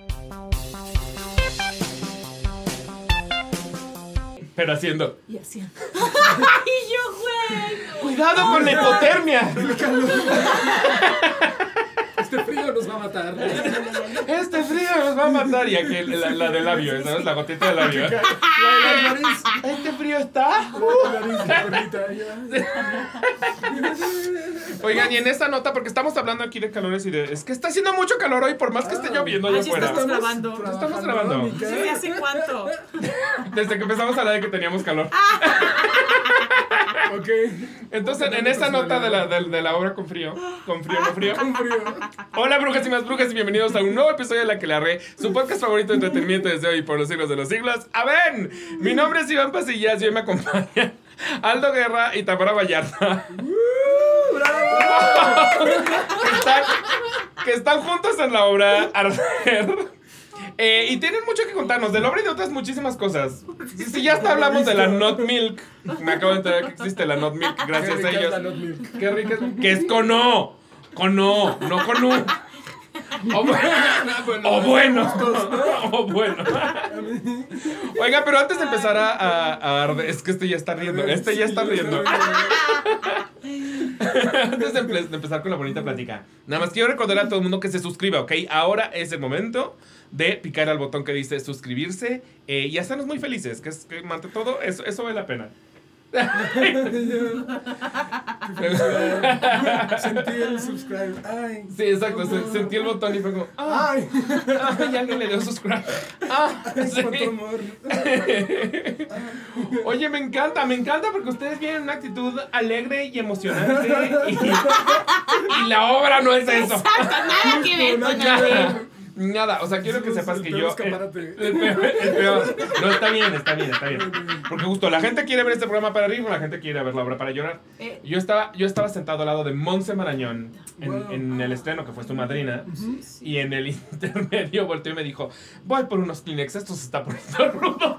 Pero haciendo. Y haciendo. ¡Ay, yo, güey! ¡Cuidado con la hipotermia! Este frío nos va a matar. Este frío nos va a matar. Y aquí la del labio, ¿sabes? La gotita del labio. La nariz. ¿Este frío está? La nariz de perrita. Oigan, y en esta nota, porque estamos hablando aquí de calores y de... Es que está haciendo mucho calor hoy, por más que esté lloviendo allá Ay, sí afuera. estamos grabando. Estamos grabando. ¿Desde hace cuánto? Desde que empezamos a hablar de que teníamos calor. Ok. Entonces, en esta nota de la obra con frío, no frío. Con frío. Hola, brujas y más brujas, y bienvenidos a un nuevo episodio de La Que Le Arre, su podcast favorito de entretenimiento desde hoy y por los siglos de los siglos. ¡Amen! Mi nombre es Iván Pasillas y hoy me acompañan Aldo Guerra y Tamara Vallarta. que están juntos en la obra Arder. Y tienen mucho que contarnos de la obra y de otras muchísimas cosas. Si ya hasta hablamos de la Not Milk. Me acabo de enterar que existe la Not Milk gracias a ellos. Qué rica es. Que es con O. Con O, no con U. O bueno. Oiga, pero antes de empezar a arder, es que este ya está riendo. Antes de empezar con la bonita plática, nada más quiero recordar a todo el mundo que se suscriba, ¿ok? Ahora es el momento de picar al botón que dice suscribirse y hacernos muy felices, que ante todo, eso vale la pena. Sentí el subscribe. Ay. Sí, exacto, sentí el botón y fue como ay, ya alguien le dio subscribe. Sí. Cuánto amor. Oye, me encanta porque ustedes vienen en una actitud alegre y emocionante y la obra no es eso. Exacto, nada que ver con nada. Nada, o sea, quiero que sepas que yo... El peor. No, está bien. Porque justo la gente quiere ver este programa para reír, la gente quiere ver la obra para llorar. Yo estaba sentado al lado de Monse Marañón en el estreno, que fue su madrina, y en el intermedio volteó y me dijo, voy por unos Kleenex, esto se está poniendo rudo.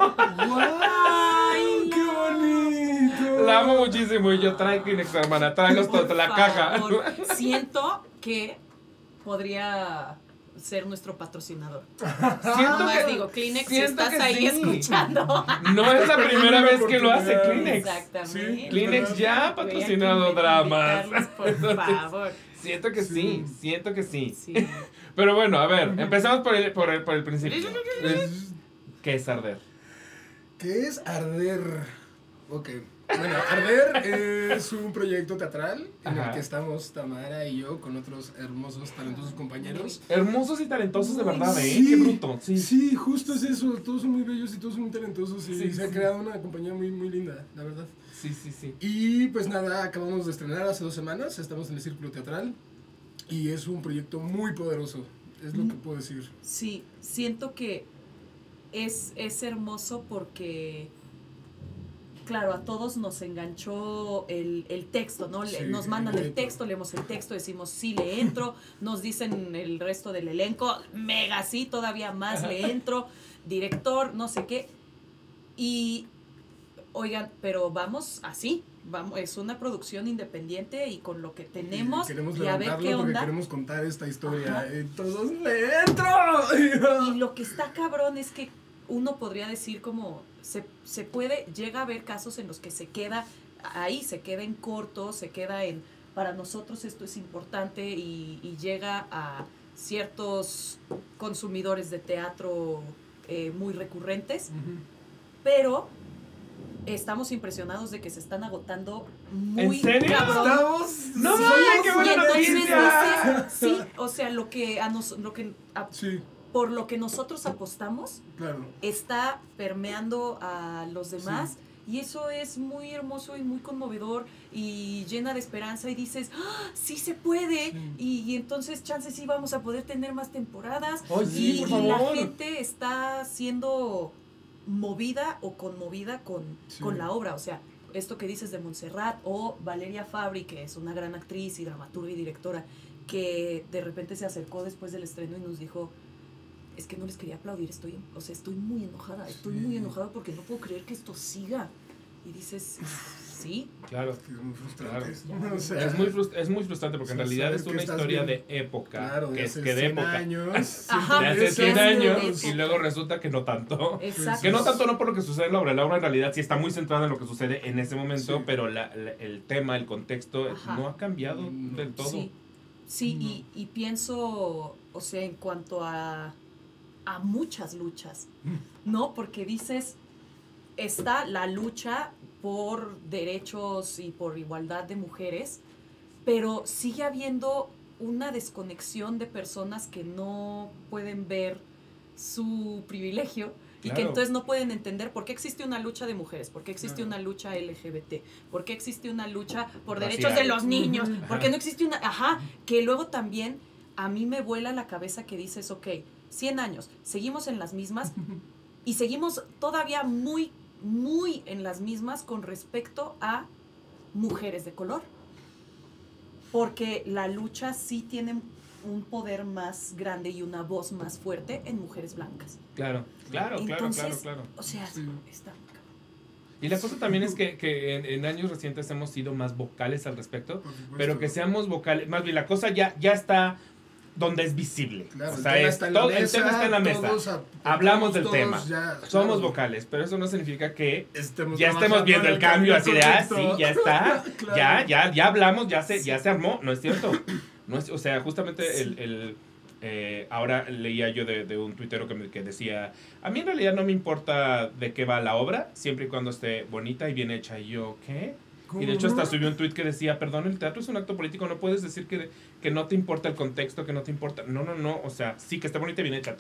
¡Ay, ¡Qué bonito! La amo muchísimo y yo trae Kleenex, hermana, tráelos toda la caja. Siento que podría ser nuestro patrocinador. Siento que digo, Kleenex, si estás que ahí sí. escuchando. No es la primera vez que lo hace Kleenex. Exactamente. Sí, Kleenex ya ha patrocinado dramas. Por favor. Siento que sí. Sí. Pero bueno, a ver, empezamos por el principio. ¿Qué es arder? ¿Qué es Arder? Ok. Bueno, Arder es un proyecto teatral en el que estamos Tamara y yo con otros hermosos, talentosos compañeros. Hermosos y talentosos de verdad, ¿eh? Sí, Qué bruto. Sí, justo es eso. Todos son muy bellos y todos son muy talentosos. Y Sí, se ha creado una compañía muy, muy linda, la verdad. Sí. Y pues nada, acabamos de estrenar hace 2 semanas. Estamos en el Círculo Teatral. Y es un proyecto muy poderoso. Es lo que puedo decir. Sí, siento que es hermoso porque, claro, a todos nos enganchó el texto, ¿no? Sí, Nos mandan el texto, leemos el texto, decimos sí le entro, nos dicen el resto del elenco, mega sí, todavía más le entro, director, no sé qué. Y, oigan, pero vamos así, es una producción independiente y con lo que tenemos Queremos y a ver qué levantarlo porque onda. queremos contar esta historia. Ajá. Todos le entro. Y lo que está cabrón es que uno podría decir como se puede, llega a haber casos en los que se queda ahí, se queda en corto, se queda en, para nosotros esto es importante y llega a ciertos consumidores de teatro muy recurrentes, pero estamos impresionados de que se están agotando muy ¿En serio? cabrón. ¿Estamos? ¡No, Sí, qué buena Y entonces noticia! dice, sí, o sea, Sí, por lo que nosotros apostamos claro. está permeando a los demás y eso es muy hermoso y muy conmovedor y llena de esperanza y dices, ¡ah, sí se puede! Sí. Y entonces chances sí vamos a poder tener más temporadas. ¡Ay, sí, por y la favor! gente está siendo movida o conmovida con la obra, o sea, esto que dices de Montserrat o Valeria Fabri, que es una gran actriz y dramaturga y directora, que de repente se acercó después del estreno y nos dijo, es que no les quería aplaudir, estoy muy enojada, muy enojada porque no puedo creer que esto siga. Y dices, Sí. Claro. Es muy frustrante. Claro. O sea, Es muy frustrante porque en realidad es una historia de época. Claro, que de es hace que de 100 época. años. Ajá. De hace 100 de años época. y luego resulta que no tanto. Exacto. Que no tanto no por lo que sucede en la obra. La obra en realidad sí está muy centrada en lo que sucede en ese momento, Sí. pero el tema, el contexto Ajá. no ha cambiado No. del todo. Sí, y pienso, o sea, en cuanto a muchas luchas, ¿no? Porque dices, está la lucha por derechos y por igualdad de mujeres, pero sigue habiendo una desconexión de personas que no pueden ver su privilegio y que Claro. entonces no pueden entender por qué existe una lucha de mujeres, por qué existe Claro. una lucha LGBT, por qué existe una lucha por Racial. derechos de los niños, Ujú. por qué no existe una... Ajá, que luego también a mí me vuela la cabeza que dices, ok, 100 años, seguimos en las mismas y seguimos todavía muy, muy en las mismas con respecto a mujeres de color. Porque la lucha sí tiene un poder más grande y una voz más fuerte en mujeres blancas. Claro. Entonces, Claro. O sea, Sí. está muy cabrón. Y la cosa también es que en años recientes hemos sido más vocales al respecto, Por supuesto. pero que seamos vocales, más bien la cosa ya está donde es visible. Claro, O sea, el tema es está en la todo- mesa, el tema está en la mesa. todos Hablamos del todos tema. ya, Somos claro, vocales, pero eso no significa que estemos ya estemos trabajando viendo en el cambio así de, correcto. sí, ya está, Claro. ya hablamos, ya se armó, no es cierto. No es, o sea, justamente ahora leía yo de un tuitero que decía, a mí en realidad no me importa de qué va la obra, siempre y cuando esté bonita y bien hecha. Y yo, ¿qué? Y de hecho hasta subió un tuit que decía, perdón, el teatro es un acto político, no puedes decir que no te importa el contexto, que no te importa. No, o sea, sí que esté bonita y bien hecha.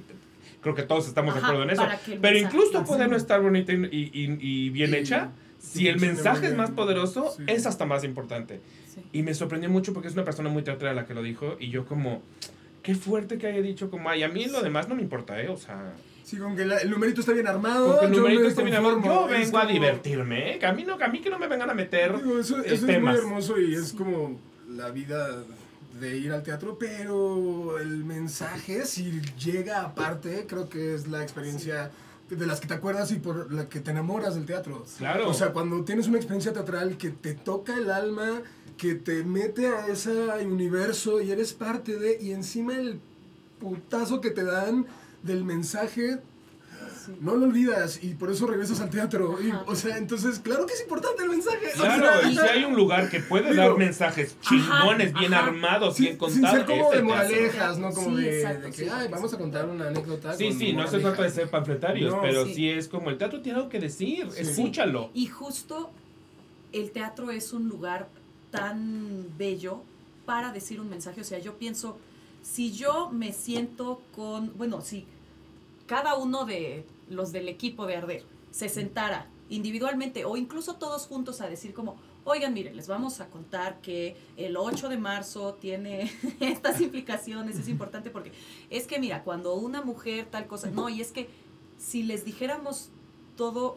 Creo que todos estamos de Ajá, acuerdo en eso. para que el Pero mensaje- incluso puede no estar bonita y bien Y- hecha. Si y el funcione mensaje muy es más bien. poderoso, Sí. es hasta más importante. Sí. Y me sorprendió mucho porque es una persona muy teatral la que lo dijo. Y yo como, qué fuerte que haya dicho como, ay, a mí lo demás no me importa, o sea... Sí, con que el numerito está bien armado. Porque el yo numerito me está bien armado. conformo. Yo Es vengo a como- divertirme, ¿eh? Que a mí que no me vengan a meter Digo, eso es muy temas. hermoso y es como la vida de ir al teatro, pero el mensaje, si llega aparte, creo que es la experiencia de las que te acuerdas y por la que te enamoras del teatro. Claro. O sea, cuando tienes una experiencia teatral que te toca el alma, que te mete a ese universo y eres parte de, y encima el putazo que te dan del mensaje, Sí. no lo olvidas y por eso regresas al teatro. Y, Ajá. o sea, entonces, claro que es importante el mensaje. O Claro, sea, y si hay un lugar que puede Digo, dar mensajes chingones, bien ajá. armados, sin, bien sin contados. ser como es de el teatro. moralejas, ¿no? Como Sí, de, exacto, de que, sí. ay, vamos a contar una anécdota. Sí, con sí, no se moraleja. trata de ser panfletarios, No, pero sí. sí es como el teatro tiene algo que decir, Sí. escúchalo. Y justo el teatro es un lugar tan bello para decir un mensaje. O sea, yo pienso, si yo me siento con, bueno, si cada uno de los del equipo de Arder se sentara individualmente o incluso todos juntos a decir como, oigan, miren, les vamos a contar que el 8 de marzo tiene estas implicaciones, es importante porque es que mira, cuando una mujer tal cosa, no, y es que si les dijéramos todo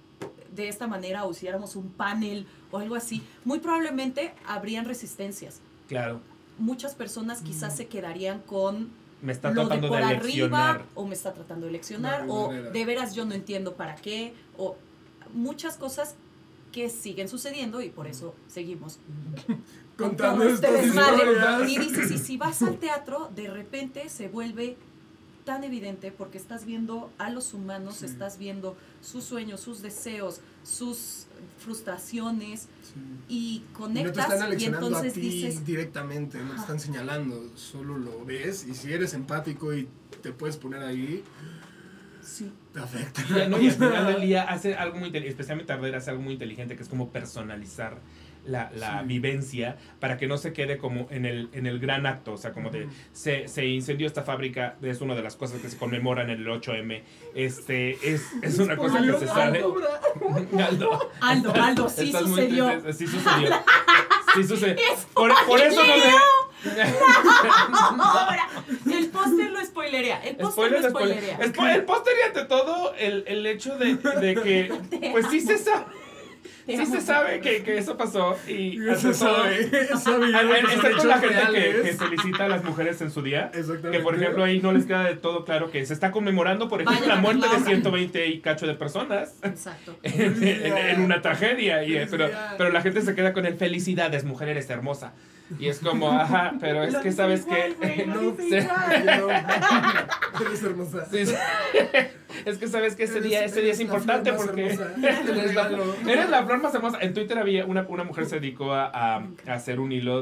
de esta manera o hiciéramos un panel o algo así, muy probablemente habrían resistencias. Claro, Muchas personas quizás se quedarían con me está lo de tratando por de arriba leccionar. o me está tratando de De leccionar alguna o manera. de veras yo no entiendo para qué o muchas cosas que siguen sucediendo y por eso seguimos con Contando todo este estas desmadre. historias. Y dices, y si vas al teatro, de repente se vuelve tan evidente porque estás viendo a los humanos, Sí. estás viendo sus sueños, sus deseos, sus frustraciones Sí. y Y no te conectas están y aleccionando entonces a ti dices, directamente, no te Ajá. están señalando, solo lo ves y si eres empático y te puedes poner ahí, sí, te afecta. Ya, no, y al final del día hace algo muy inteligente, especialmente Arder hace algo muy inteligente, que es como personalizar la Sí. vivencia para que no se quede como en el gran acto, o sea, como de Ujú. se incendió esta fábrica, es una de las cosas que se conmemoran en el 8M, es una cosa que se sale. Aldo, Aldo, sí estás muy sucedió. triste, sí sucedió. Sí sucedió. Es Por eso no Ahora, el póster lo spoilerea. El póster lo spoilerea. El póster y ante todo el hecho de que, pues sí se sabe. Sí se sabe que eso pasó y se sabe. Excepto la gente que felicita a las mujeres en su día. Exactamente. Que por ejemplo ahí no les queda de todo claro que se está conmemorando, por ejemplo, la muerte de 120 y cacho de personas. Exacto. En una tragedia. Pero la gente se queda con el felicidades, mujer, eres hermosa. Y es como, ajá, pero es que sabes que... Eres hermosa. Sí. Es que sabes que ese día es importante porque eres la flor más hermosa. En Twitter había una mujer se dedicó a hacer un hilo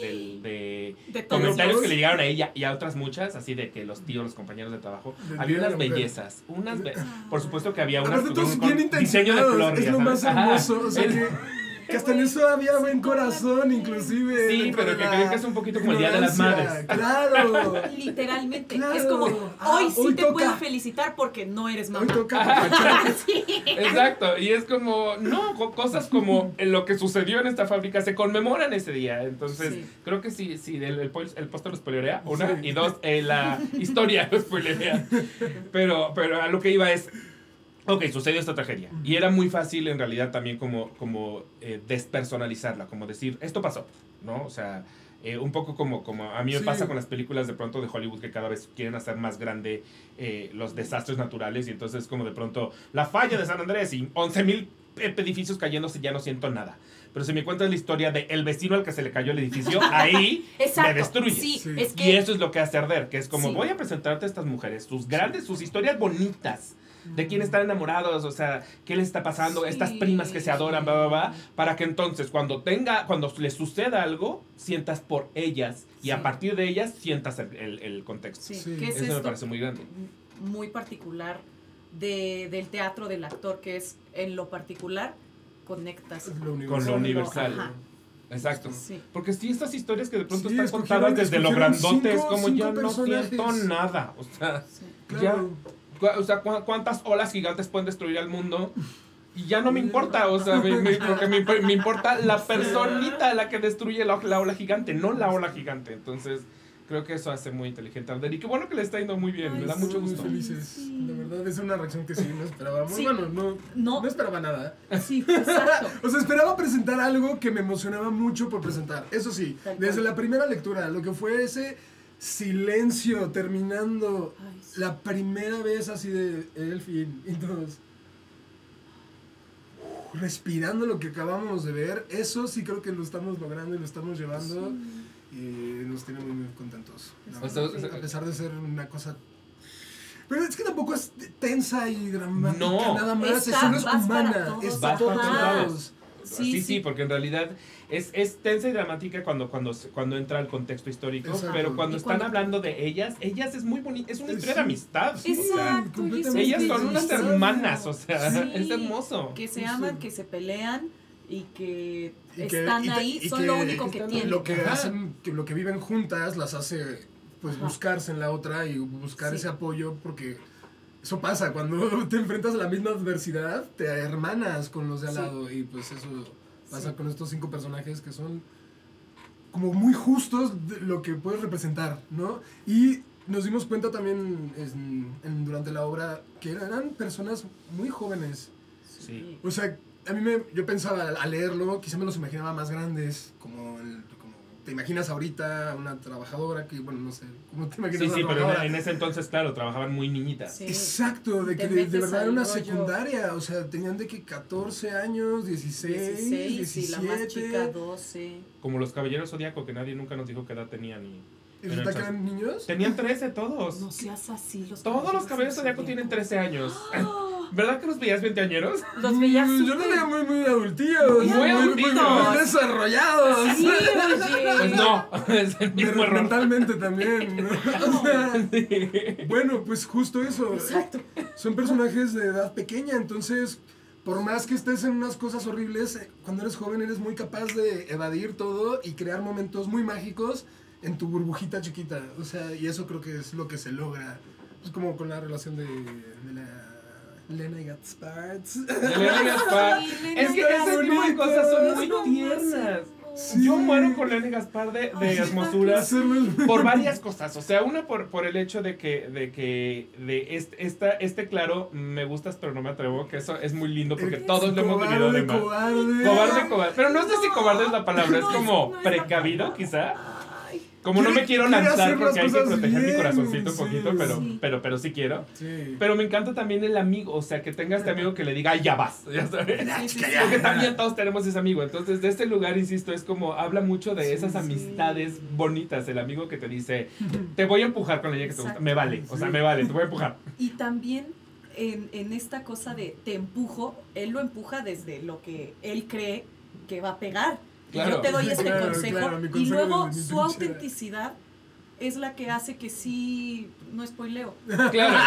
de comentarios que le llegaron a ella y a otras muchas, así de que los tíos, los compañeros de trabajo. Había unas bellezas, por supuesto que había unas con diseño de flor. Es lo más hermoso, o sea que hasta en eso había buen corazón, inclusive. Sí, pero que creen que es un poquito como el Día de las Madres. Claro. Literalmente. Claro. Es como, hoy sí te toca. puedo felicitar porque no eres mamá. Hoy toca. Sí. Exacto, y es como, no, cosas como lo que sucedió en esta fábrica se conmemoran ese día. Entonces, creo que sí, el póster lo spoilerea, una, y dos, la historia lo spoilerea. Pero a lo que iba es... Ok, sucedió esta tragedia. Y era muy fácil en realidad también como despersonalizarla, como decir, esto pasó, ¿no? O sea, un poco como a mí me pasa con las películas de pronto de Hollywood que cada vez quieren hacer más grande los desastres naturales y entonces como de pronto la falla de San Andrés y 11,000 edificios cayéndose ya no siento nada. Pero si me cuentas la historia de el vecino al que se le cayó el edificio, ahí me destruye. Sí. Y eso es lo que hace arder, que es como voy a presentarte a estas mujeres, sus historias bonitas, de quién están enamorados, o sea, qué les está pasando, estas primas que se adoran, para que entonces cuando les suceda algo, sientas por ellas y a partir de ellas sientas el contexto. Sí. ¿Qué es eso esto? me parece muy grande. Muy particular del teatro del actor, que es en lo particular conectas con lo universal. Ajá. Exacto. Sí. Porque sí, estas historias que de pronto están contadas desde lo grandote, es como ya no siento nada. O sea, claro. O sea, ¿cuántas olas gigantes pueden destruir al mundo? Y ya no me importa, o sea, porque me importa la personita la que destruye la ola gigante, no la ola gigante. Entonces, creo que eso hace muy inteligente a Arder. Y qué bueno que le está yendo muy bien, me da mucho gusto. Muy felices, la verdad, es una reacción que sí no esperaba. Muy bueno, no esperaba nada. Sí, exacto. O sea, esperaba presentar algo que me emocionaba mucho por presentar. Eso sí, desde la primera lectura, lo que fue ese silencio terminando la primera vez así de el fin y todos respirando lo que acabamos de ver, eso sí creo que lo estamos logrando y lo estamos llevando y nos tiene muy, muy contentos. A pesar de ser una cosa... Pero es que tampoco es tensa y dramática, nada más, solo es humana, es para todos. Sí, porque en realidad es tensa y dramática cuando entra al contexto histórico. Exacto. Pero cuando están hablando de ellas es muy bonito, es una historia de amistad. Exacto. O sea, ellas son unas hermanas, o sea, es hermoso. Que se aman, que se pelean y que están ahí, son lo único que tienen. Lo que hacen, lo que viven juntas las hace pues buscarse en la otra y buscar ese apoyo, porque eso pasa, cuando te enfrentas a la misma adversidad, te hermanas con los de al lado y pues eso pasa con estos 5 personajes que son como muy justos de lo que puedes representar, ¿no? Y nos dimos cuenta también durante la obra que eran personas muy jóvenes. Sí. O sea, yo pensaba al leerlo, quizá me los imaginaba más grandes, como te imaginas ahorita una trabajadora que, bueno, no sé, ¿cómo te imaginas? Sí, pero en ese entonces, claro, trabajaban muy niñitas. Sí. Exacto, de que de verdad era una secundaria, o sea, tenían de que 14 años, 16, 17. Y la más chica 12. Como los Caballeros Zodíaco, que nadie nunca nos dijo qué edad tenían. ¿Y resulta que eran niños? Tenían 13 todos. No seas así, todos los Caballeros Zodíaco tienen 13 años. ¿Verdad que los veías 20añeros? Los veías yo los veía muy adultillos. Muy desarrollados. Sí, oye. Pues no, es el mismo error. Mentalmente también, ¿no? O sea, bueno, pues justo eso. Exacto. Son personajes de edad pequeña, entonces, por más que estés en unas cosas horribles, cuando eres joven eres muy capaz de evadir todo y crear momentos muy mágicos en tu burbujita chiquita. O sea, y eso creo que es lo que se logra. Es como con la relación de la... Lena y Gaspard. Es que ese tipo de cosas son muy tiernas. Yo muero con Lene Gaspar de hermosura por varias cosas. O sea, una por el hecho de que este claro, me gustas pero no me atrevo, que eso es muy lindo porque todos lo hemos vivido de mal. Cobarde. Pero no sé si cobarde es la palabra, es como precavido quizá. Como no me quiero lanzar porque hay que proteger mi corazoncito un poquito, pero sí quiero. Sí. Pero me encanta también el amigo, o sea, que tenga este amigo que le diga, ay, ya vas, ya sabes. Porque también todos tenemos ese amigo. Entonces, de este lugar, insisto, es como, habla mucho de esas amistades bonitas. El amigo que te dice, te voy a empujar con la idea que te gusta. Me vale, o sea, me vale, te voy a empujar. Y también en esta cosa de te empujo, él lo empuja desde lo que él cree que va a pegar. Claro, yo te doy este consejo y luego su autenticidad es la que hace que sí, no spoileo. Claro.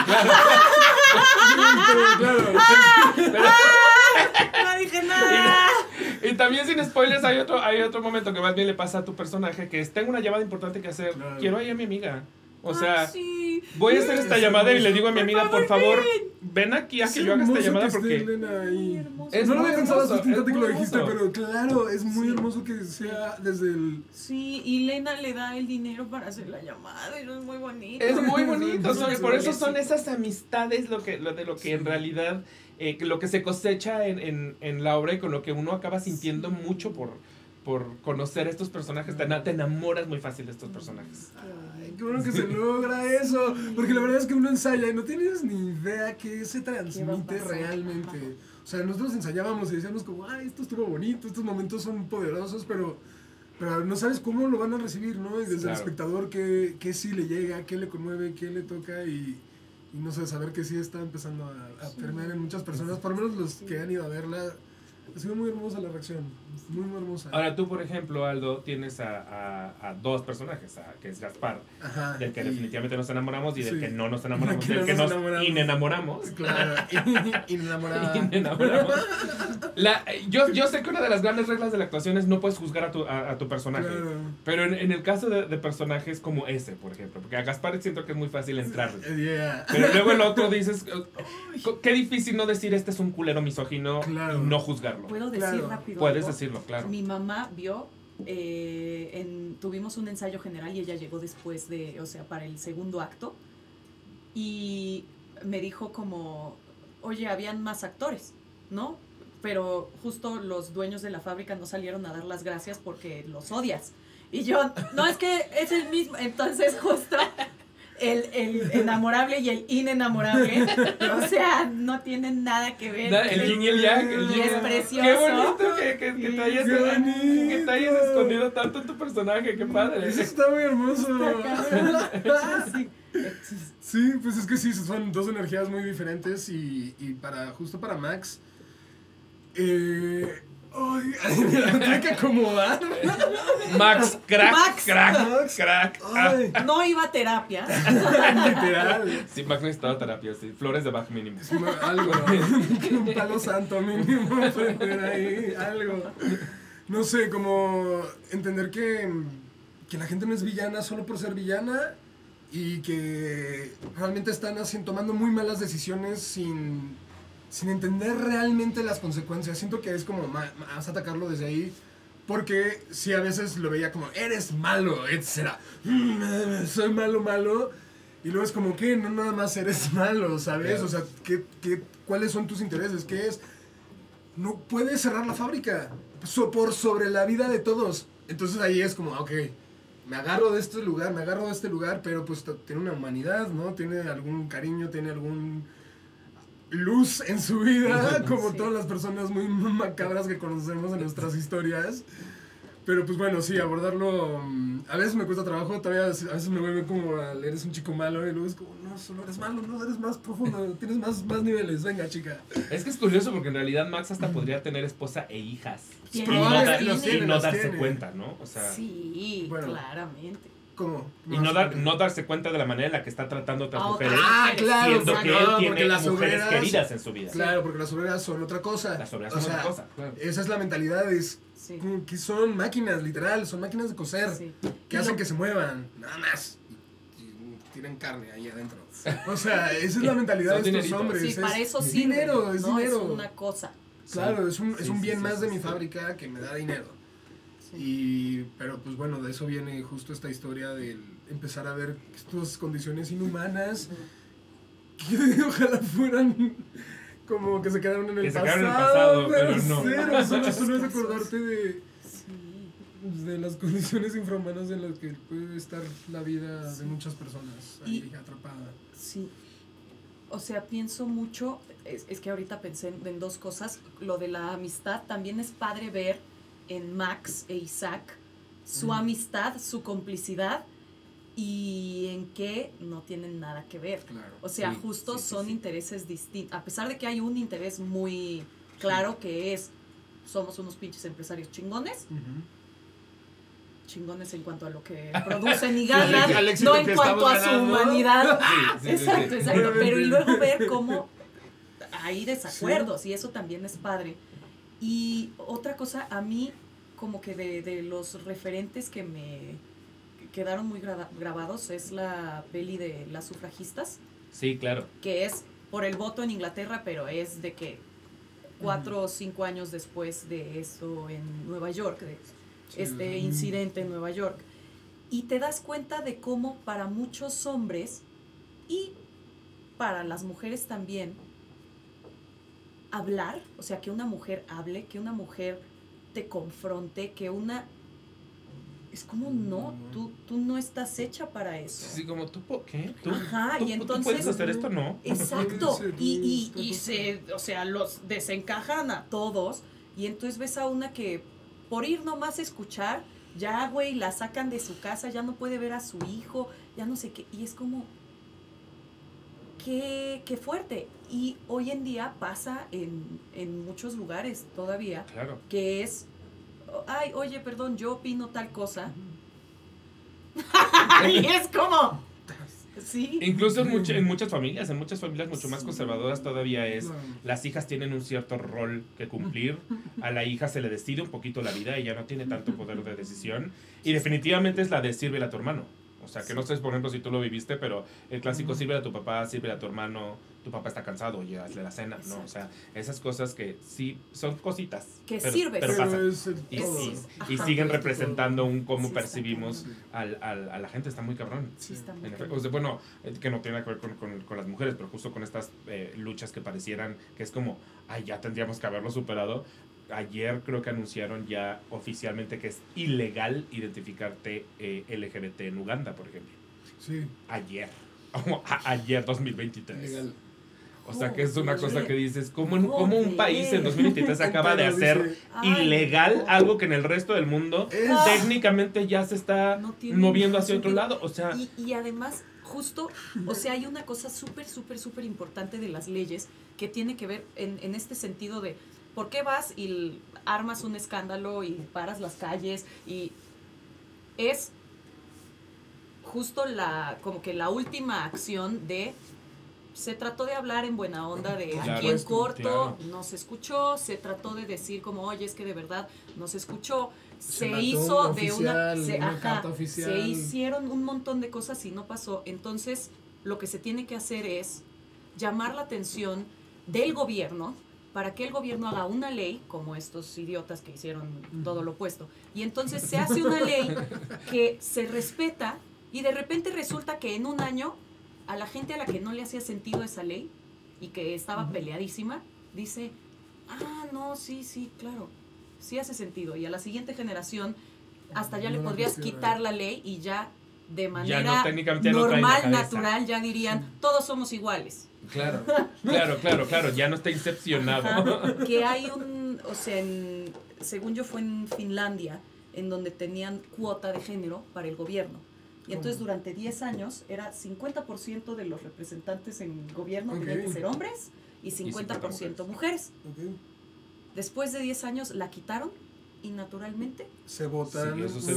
No dije nada. Y también sin spoilers hay otro momento que más bien le pasa a tu personaje, que es, tengo una llamada importante que hacer, quiero ir a mi amiga. O sea, voy a hacer esta llamada y le digo a mi amiga, por favor, ven aquí a que yo haga esta llamada porque... No lo había pensado hasta que lo dijiste, pero claro, es muy hermoso que sea desde el... Sí, y Lena le da el dinero para hacer la llamada y eso es muy bonito. Es muy bonito, por eso son esas amistades lo que en realidad, lo que se cosecha en la obra y con lo que uno acaba sintiendo mucho por conocer a estos personajes, te enamoras muy fácil de estos personajes. Ay, qué bueno que se logra eso, porque la verdad es que uno ensaya y no tienes ni idea qué se transmite realmente. O sea, nosotros ensayábamos y decíamos como, ay, esto estuvo bonito, estos momentos son poderosos, pero no sabes cómo lo van a recibir, ¿no? Y desde el espectador, qué sí le llega, qué le conmueve, qué le toca y no sé, saber que sí está empezando a permear en muchas personas, por lo menos los que han ido a verla. Ha sido muy hermosa la reacción, muy hermosa. Ahora tú, por ejemplo, Aldo, tienes a dos personajes, que es Gaspar, del que definitivamente nos enamoramos y del que no nos enamoramos, del que nos inenamoramos. Claro, inenamoramos. Yo sé que una de las grandes reglas de la actuación es no puedes juzgar a tu personaje, pero en el caso de personajes como ese, por ejemplo, porque a Gaspar siento que es muy fácil entrarle, pero luego el otro dices, qué difícil no decir este es un culero misógino y no juzgarlo. ¿Puedo decir rápido? Puedes decirlo, claro. Mi mamá vio, tuvimos un ensayo general y ella llegó después para el segundo acto y me dijo como, oye, habían más actores, ¿no? Pero justo los dueños de la fábrica no salieron a dar las gracias porque los odias. Y yo, no, es que es el mismo. Entonces justo el enamorable y el inenamorable, o sea, no tienen nada que ver. El yin y el yang. Y es precioso. Qué bonito que te hayas escondido tanto en tu personaje, qué padre. Eso está muy hermoso. Sí, pues es que sí, son dos energías muy diferentes y justo para Max, hay que acomodar. Max, crack. No iba a terapia. Literal. Sí, Max necesitaba terapia, sí. Flores de Bach mínimo. Algo, ¿no? Un palo santo mínimo. Prender ahí, algo. No sé, como entender que la gente no es villana solo por ser villana y que realmente están tomando muy malas decisiones sin entender realmente las consecuencias. Siento que es como más atacarlo desde ahí, porque sí, a veces lo veía como, eres malo, etc. Soy malo, y luego es como que no nada más eres malo, ¿sabes? O sea, ¿cuáles son tus intereses? ¿Qué es? No puedes cerrar la fábrica por sobre la vida de todos. Entonces ahí es como, ok, me agarro de este lugar, pero pues tiene una humanidad, ¿no? Tiene algún cariño, tiene algún luz en su vida, como todas las personas muy macabras que conocemos en nuestras historias. Pero pues bueno, sí, abordarlo a veces me cuesta trabajo, todavía a veces me vuelve como eres un chico malo y luego es como, no, solo eres malo, no, eres más profundo, tienes más niveles, venga chica. Es que es curioso porque en realidad Max hasta podría tener esposa e hijas y no darse cuenta, ¿no? O sea, sí, bueno, claramente. ¿Cómo? Y no darse cuenta de la manera en la que está tratando a otras mujeres. Claro, siendo que él tiene las mujeres queridas en su vida. Claro, porque las obreras son otra cosa. Las obreras son otra cosa, claro. Esa es la mentalidad, que son máquinas, literal, son máquinas de coser, que hacen que se muevan, nada más. Y tienen carne ahí adentro. O sea, esa es la mentalidad de estos hombres. Sí, para eso es dinero, es dinero. Es una cosa. Claro, es un bien más de mi fábrica que me da dinero. Pero pues bueno, de eso viene justo esta historia de empezar a ver estas condiciones inhumanas que ojalá fueran como que se quedaron en el pasado. Se quedaron en el pasado, pero no. Solo es acordarte de las condiciones infrahumanas en las que puede estar la vida de muchas personas ahí atrapada. Sí. O sea, pienso mucho, es que ahorita pensé en dos cosas. Lo de la amistad, también es padre ver en Max e Isaac su amistad, su complicidad, y en que no tienen nada que ver. Claro. O sea, justo son intereses distintos. A pesar de que hay un interés muy claro que es, somos unos pinches empresarios chingones, chingones en cuanto a lo que producen y ganan, no en cuanto a su humanidad. Exacto. Pero y luego ver cómo hay desacuerdos, y eso también es padre. Y otra cosa, a mí, como que de los referentes que me quedaron muy grabados, es la peli de las sufragistas. Sí, claro. Que es por el voto en Inglaterra, pero es de que 4 o 5 años después de eso en Nueva York, de incidente en Nueva York. Y te das cuenta de cómo para muchos hombres y para las mujeres también, hablar, o sea, que una mujer hable, que una mujer te confronte, que una... Es como, no, tú no estás hecha para eso. Sí, como, ¿tú qué? Ajá, y entonces... ¿Tú puedes hacer esto? No. Exacto, y se, o sea, los desencajan a todos, y entonces ves a una que por ir nomás a escuchar, ya, güey, la sacan de su casa, ya no puede ver a su hijo, ya no sé qué, y es como... Qué fuerte. Y hoy en día pasa en muchos lugares todavía, claro, que es, ay, oye, perdón, yo opino tal cosa. Y es como, sí. Incluso en muchas familias mucho más conservadoras todavía es, las hijas tienen un cierto rol que cumplir, a la hija se le decide un poquito la vida, ella no tiene tanto poder de decisión, y definitivamente es la de sírvele a tu hermano. O sea, que no sé, por ejemplo, si tú lo viviste, pero el clásico sírvele a tu papá, sírvele a tu hermano, tu papá está cansado, oye, hazle la cena, ¿no? O sea, esas cosas que sí son cositas. Que sirven. Pero pasan. Y Ajá, siguen representando un cómo percibimos a la gente, está muy cabrón. Sí, está muy cabrón. O sea, bueno, que no tiene nada que ver con las mujeres, pero justo con estas luchas que parecieran que es como, ay, ya tendríamos que haberlo superado. Ayer creo que anunciaron ya oficialmente que es ilegal identificarte LGBT en Uganda, por ejemplo. Sí. Ayer 2023. Legal. O sea que es una cosa que dices, ¿cómo un país en 2023 acaba de hacer ilegal algo que en el resto del mundo técnicamente ya se está moviendo hacia otro lado? O sea, y además, justo, o sea, hay una cosa súper importante de las leyes que tiene que ver en este sentido de ¿por qué vas y armas un escándalo y paras las calles? Y es justo como que la última acción de... Se trató de hablar en buena onda de claro, aquí en corto, claro. no se escuchó, se trató de decir como, oye, es que de verdad no se escuchó, se hizo de una carta oficial. Se hicieron un montón de cosas y no pasó. Entonces, lo que se tiene que hacer es llamar la atención del gobierno para que el gobierno haga una ley, como estos idiotas que hicieron todo lo opuesto. Y entonces se hace una ley que se respeta y de repente resulta que en un año a la gente a la que no le hacía sentido esa ley y que estaba peleadísima, dice, no, sí, claro, sí hace sentido. Y a la siguiente generación hasta ya le podrías quitar la ley y ya de manera normal, natural, ya dirían, todos somos iguales. Claro, ya no está incepcionado. Ajá, que hay o sea, según yo fue en Finlandia, en donde tenían cuota de género para el gobierno. Y entonces durante 10 años era 50% de los representantes en gobierno tenían que ser hombres y 50% mujeres. Después de 10 años la quitaron y naturalmente se votan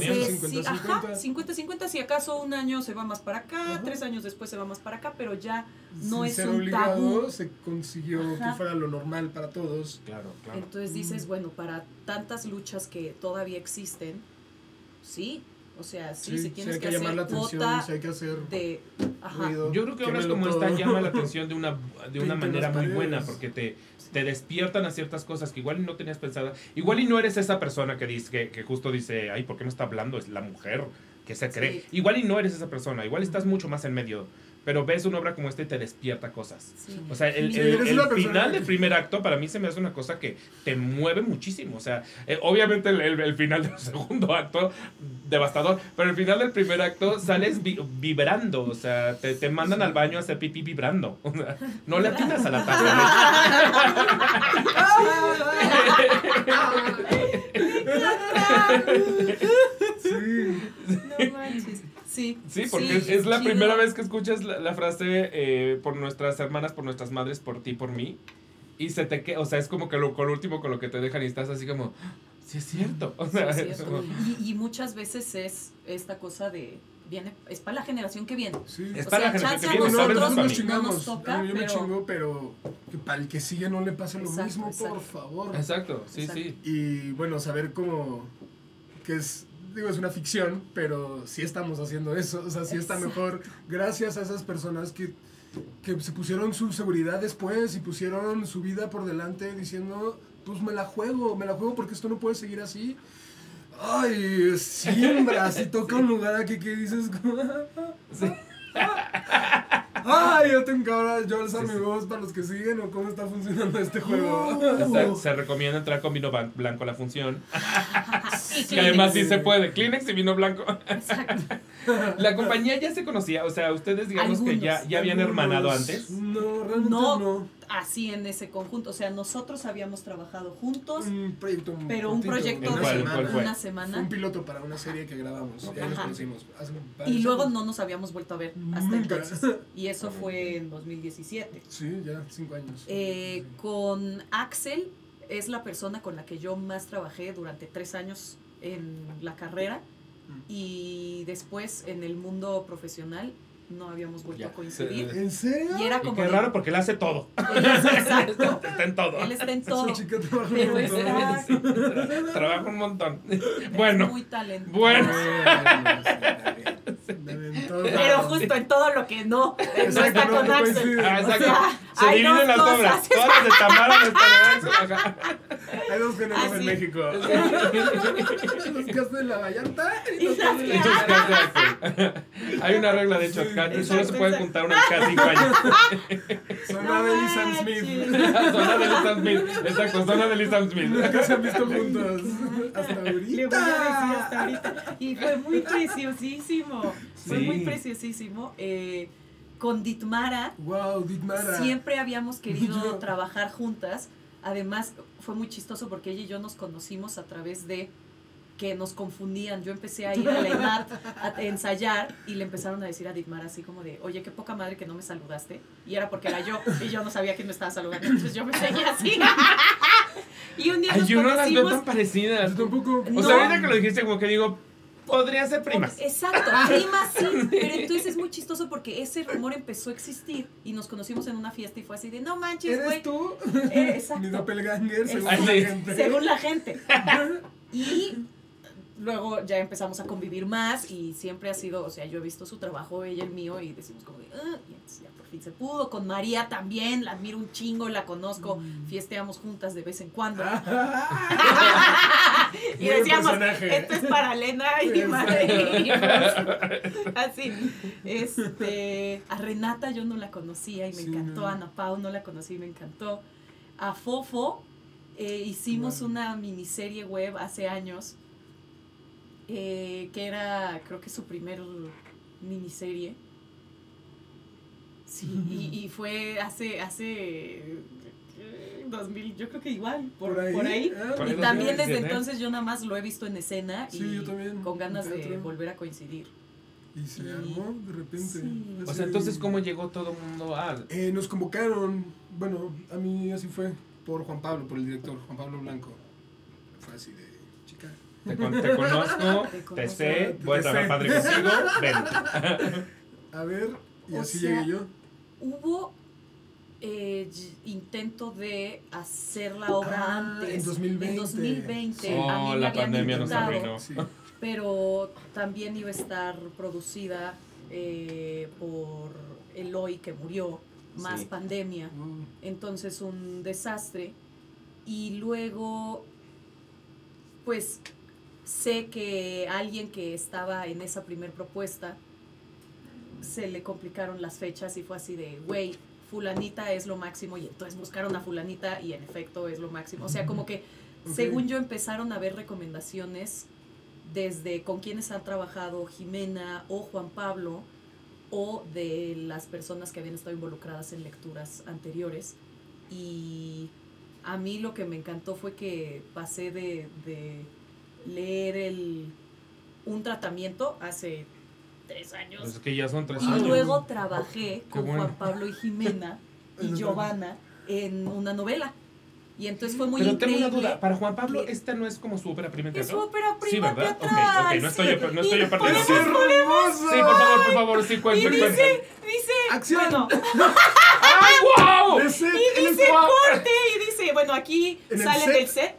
50-50, si acaso un año se va más para acá, 3 años después se va más para acá, pero ya no es un tabú. Se consiguió que fuera lo normal para todos. Claro. Entonces dices, bueno, para tantas luchas que todavía existen, sí, O sea, sí tienes hay que llamar hacer la atención, cuota sí hay que hacer de... Ajá. ruido. Yo creo que obras como esta llama la atención de una manera muy buena, porque te despiertan a ciertas cosas que igual no tenías pensada. Igual y no eres esa persona que dice, que justo dice, ay, ¿por qué no está hablando? Es la mujer que se cree. Sí. Igual y no eres esa persona, igual estás mucho más en medio. Pero ves una obra como esta y te despierta cosas. Sí. O sea, el final del primer acto para mí se me hace una cosa que te mueve muchísimo. O sea, obviamente el final del segundo acto, devastador. Pero el final del primer acto sales vibrando. O sea, te mandan al baño a hacer pipí vibrando. O sea, no le atinas a la taza. No manches. Sí, porque es la primera vez que escuchas la frase por nuestras hermanas, por nuestras madres, por ti, por mí. Y se te queda, o sea, es como que con lo último con lo que te dejan y estás así como, sí es cierto. O sea, sí es cierto. Y muchas veces es esta cosa de, es para la generación que viene. Sí. Es para la generación que viene. Nosotros no nos toca, yo me chingo, pero que para el que sigue no le pase lo mismo, exacto. por favor. Exacto, sí. Y bueno, saber cómo, que es una ficción, pero sí estamos haciendo eso, o sea, sí está mejor gracias a esas personas que se pusieron su seguridad después y pusieron su vida por delante diciendo, pues me la juego porque esto no puede seguir así. Ay, siembra, si toca un lugar aquí que dices, Sí. ay, yo tengo que ahora yo alzar mi voz para los que siguen o cómo está funcionando este juego. Se recomienda entrar con vino blanco a la función. Y que además sí se puede. Kleenex y vino blanco. Exacto. La compañía ya se conocía, o sea, ustedes digamos que ya habían hermanado antes. No, realmente no. Así en ese conjunto, o sea, nosotros habíamos trabajado juntos, Un proyecto pero un proyecto ¿En de cuál fue? una semana. Fue un piloto para una serie que grabamos. Ya nos conocimos. Y luego no nos habíamos vuelto a ver hasta Nunca. entonces. Y eso fue en 2017. Sí, ya 5 años. Con Axel es la persona con la que yo más trabajé durante 3 años en la carrera. Y después en el mundo profesional no habíamos vuelto a coincidir. ¿En serio? Y era como qué raro porque él hace todo. Exacto. Está en todo. Él está en todo. Esa chica trabaja Pero un montón. está Trabaja un montón. es Bueno. muy talentoso. Bueno. Pero justo en todo lo que no está con Axel. Exacto. O sea, se hay dividen dos las cosas. obras. Todas las de Tamara no están en Axel. Ajá. Hay dos géneros en Así. México. Los que hacen la vallanta y los que hacen Y las la que Axel. Hay una regla de hecho, solo se Exacto, puede juntar una cada 5 años. Son Adele y Sam Smith. Son Adele y Sam Smith. Exacto, son Adele y Sam Smith. Nunca se han visto juntos. Hasta Le voy a decir hasta ahorita. ahorita. Y fue muy preciosísimo. Fue Sí. muy preciosísimo. Con Ditmara, Wow, Ditmara. siempre habíamos querido Yo. trabajar juntas. Además, fue muy chistoso porque ella y yo nos conocimos a través de que nos confundían. Yo empecé a ir a la ENART a ensayar y le empezaron a decir a Ditmara así como de, oye, qué poca madre que no me saludaste. Y era porque era yo y yo no sabía quién me estaba saludando. Entonces yo me seguía así. Y un día Ay, nos yo no las veo conocimos. tan parecidas. Yo tampoco. O sea, ahorita que lo dijiste, como que digo, podrían ser primas. Exacto, primas sí, pero entonces es muy chistoso porque ese rumor empezó a existir y nos conocimos en una fiesta y fue así de, no manches, güey. ¿Eres tú? Exacto. Mi doppelganger, según Ay, la sí. gente. Según la gente. Y luego ya empezamos a convivir más y siempre ha sido, o sea, yo he visto su trabajo, ella el mío, y decimos como de, y entonces ya por fin se pudo. Con María también, la admiro un chingo, la conozco, fiesteamos juntas de vez en cuando. Y Muy decíamos, personaje. esto es para Elena y María. Así. A Renata yo no la conocía y me Sí, encantó. no. A Ana Pau no la conocí y me encantó. A Fofo hicimos una miniserie web hace años que era, creo que su primer miniserie. Sí, y fue hace 2000, yo creo que igual, por ahí. Ah, Por Y ahí también desde 2017. entonces yo nada más lo he visto en escena Sí, y yo también, con ganas en de teatro. volver a coincidir. Y se armó de repente. Sí. O Así. sea, entonces, ¿cómo llegó todo el mundo a...? Nos convocaron, bueno, a mí así fue, por Juan Pablo, por el director, Juan Pablo Blanco. Fue así de, chica. Te conozco, te sé, voy a Te trabajar sé. padre contigo, ven. A ver, y O así sea, llegué yo. Hubo intento de hacer la obra antes. en 2020. En 2020. Oh, a mí me la habían pandemia nos invitado, arruinó. Sí. pero también iba a estar producida por Eloy, que murió, más pandemia, entonces un desastre. Y luego, pues, sé que alguien que estaba en esa primer propuesta, se le complicaron las fechas y fue así de, güey, fulanita es lo máximo, y entonces buscaron a fulanita y en efecto es lo máximo. O sea, como que, según yo, empezaron a haber recomendaciones desde con quienes han trabajado Jimena o Juan Pablo, o de las personas que habían estado involucradas en lecturas anteriores. Y a mí lo que me encantó fue que pasé de leer un tratamiento hace 3 años. Pues es que ya son 3 y años. luego trabajé con bueno. Juan Pablo y Jimena y Giovanna en una novela. Y entonces fue muy Pero increíble. tengo una duda, para Juan Pablo, ¿esta no es como su ópera prima en Es su teatro? ópera prima Sí, ¿verdad? teatral. Ok, no estoy yo perdiendo. Sí, ¡Hermosa! por favor, sí, Y cuenten. dice, ¡Acción! bueno, ¡Ay, wow! De set, y dice guau. corte, y dice, bueno, aquí ¿En el salen set? del set.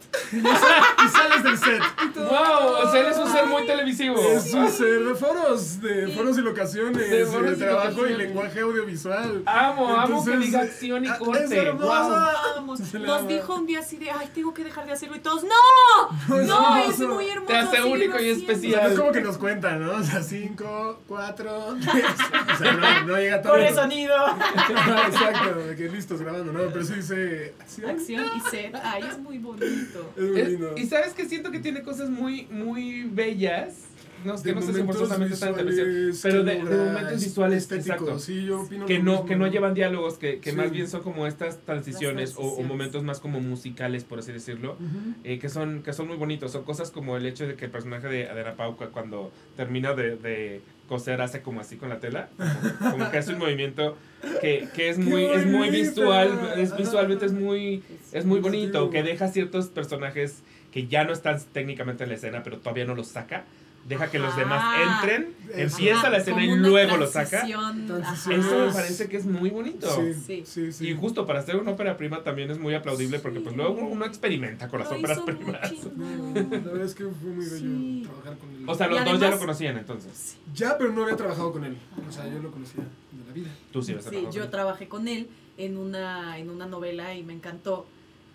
Y sales del set. ¡Wow! O sea, él es un ser muy televisivo. Es un ser de foros y locaciones, De foros y trabajo y locaciones. lenguaje audiovisual. amo que Entonces, diga acción y es corte. hermosa. Vamos, Se la nos ama. dijo un día así de, ay, tengo que dejar de hacerlo, y todos, ¡no! Es No, es hermoso. muy hermoso. Te hace síguelo único y haciendo". especial. Es como que nos cuentan, ¿no? O sea, 5, 4, 3. O sea, no llega todo. Corre sonido. Exacto, de que listos grabando, ¿no? Pero sí dice Acción y set. Ay, es muy bonito. Es muy lindo. Y sabes que siento que tiene cosas muy, muy bellas. No, De que no sé si momentos forzosamente están en televisión, visuales pero que de logra momentos visuales, estéticos. exacto. Sí, yo opino Que lo no, mismo. que no llevan diálogos, que Sí. más bien son como estas transiciones, Las o transiciones. momentos más como musicales, por así decirlo, Ujú. que son muy bonitos. Son cosas como el hecho de que el personaje de Adela Pauca, cuando termina de coser, hace como así con la tela, como que hace un movimiento que es muy bonita! visual, visualmente es muy bonito, Emotivo. que deja ciertos personajes que ya no están técnicamente en la escena, pero todavía no los saca. Deja que los demás entren, Eso. empieza la escena y Como una luego lo saca. transición, Transición. ajá. Eso me parece que es muy bonito. Sí. Y justo para hacer una ópera prima también es muy aplaudible, porque pues luego uno experimenta con las Lo óperas hizo muy primas. chingón. La verdad es que fue muy bello Sí. trabajar con él. O sea, Y los dos ya además- lo conocían entonces. Ya, pero no había trabajado con él. O sea, yo lo conocía de la vida. Tú sí habías Sí, trabajado yo con él. trabajé con él en una novela y me encantó.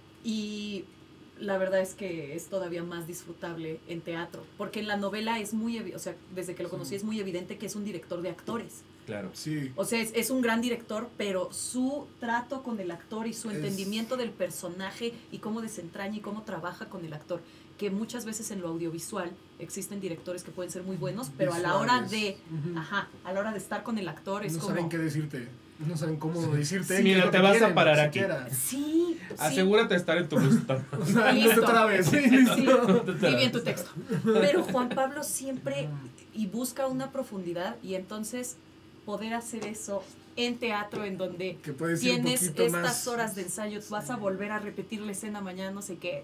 Y la verdad es que es todavía más disfrutable en teatro, porque en la novela es o sea, desde que lo conocí es muy evidente que es un director de actores. Claro. Sí. O sea, es un gran director, pero su trato con el actor y su Es- entendimiento del personaje y cómo desentraña y cómo trabaja con el actor, que muchas veces en lo audiovisual existen directores que pueden ser muy buenos, pero a la hora de, Ujú. a la hora de estar con el actor es No como... saben qué decirte. No saben cómo decirte. Sí, qué es mira, lo te que vas a quieren, parar ni aquí. siquiera. Sí, Asegúrate de estar en tu gusto. O sea, no Listo. te trabes. Sí, Sí, listo. di bien tu texto. Pero Juan Pablo siempre y busca una profundidad, y entonces poder hacer eso en teatro, en donde Que puedes ir un tienes poquito estas más. horas de ensayo, vas a volver a repetir la escena mañana, no sé qué.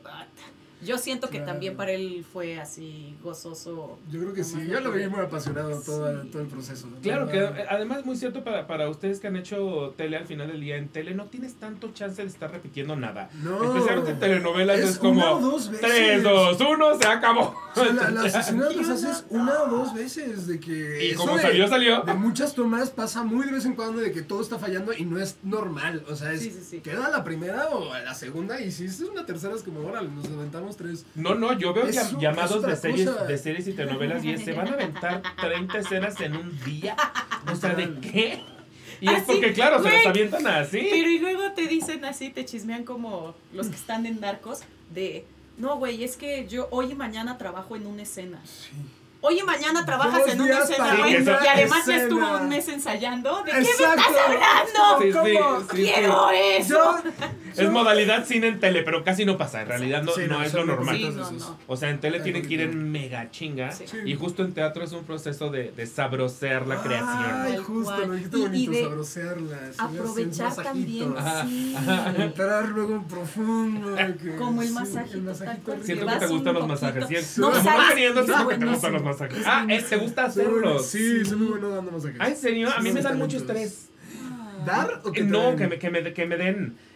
Yo siento que Claro. también para él fue así gozoso. Yo creo que Jamás sí. lo Yo lo vi tuve. muy apasionado todo Sí. el proceso. Claro, que ¿Verdad? además muy cierto para ustedes que han hecho tele al final del día. En tele no tienes tanto chance de estar repitiendo nada. No. Especialmente en telenovelas es, una o como dos veces. 3, 2, 1, se acabó. O sea, las escenas las haces una o dos veces de que Y eso como de- salió, salió. De muchas tomas pasa muy de vez en cuando de que todo está fallando y no es normal. O sea, es Sí. queda la primera o a la segunda y si es una tercera es como, órale, nos aventamos 3. No, yo veo Es llamados otra cosa. de series y telenovelas y se van a aventar 30 escenas en un día. O sea, ¿de qué? Y es Así, porque, claro, se güey. las avientan así. Pero y luego te dicen así, te chismean como los que están en Narcos, de, no, güey, es que yo hoy y mañana trabajo en una escena. Sí. Hoy y mañana trabajas 2 en una días escena, para güey, una y además ya escena. estuvo un mes ensayando. ¿De qué me Exacto. estás hablando? Sí, ¿Cómo? sí, ¡Quiero eso! Es modalidad cine en tele, pero casi no pasa. En realidad no, Sí, no es lo son normal. Sí, poquitos no, esos. no. O sea, en tele Ay, tienen que ir poquito. en mega chinga. Sí. Sí. Y justo en teatro es un proceso de sabrosear la creación. Ay, Tal justo, cual. lo dijiste Y bonito, de sabrosearla. hacerle así un Aprovechar masajito. también, Ajá, sí. Entrar luego en profundo. que- Como el sí, masajito, el tal masajito cual. rico. Siento que Vas te gustan un los masajes. poquito. ¿Cierto? No, Como ¿sabes? queriendo, Es siento que te gustan los buenísimo. masajes. Es Ah, buenísimo. ¿te gusta Soy bueno, hacerlos? sí, soy muy bueno dando masajes. Ah, ¿en serio? A mí Sí, me dan talentos. mucho estrés. ¿Dar o que te No, den? que me den.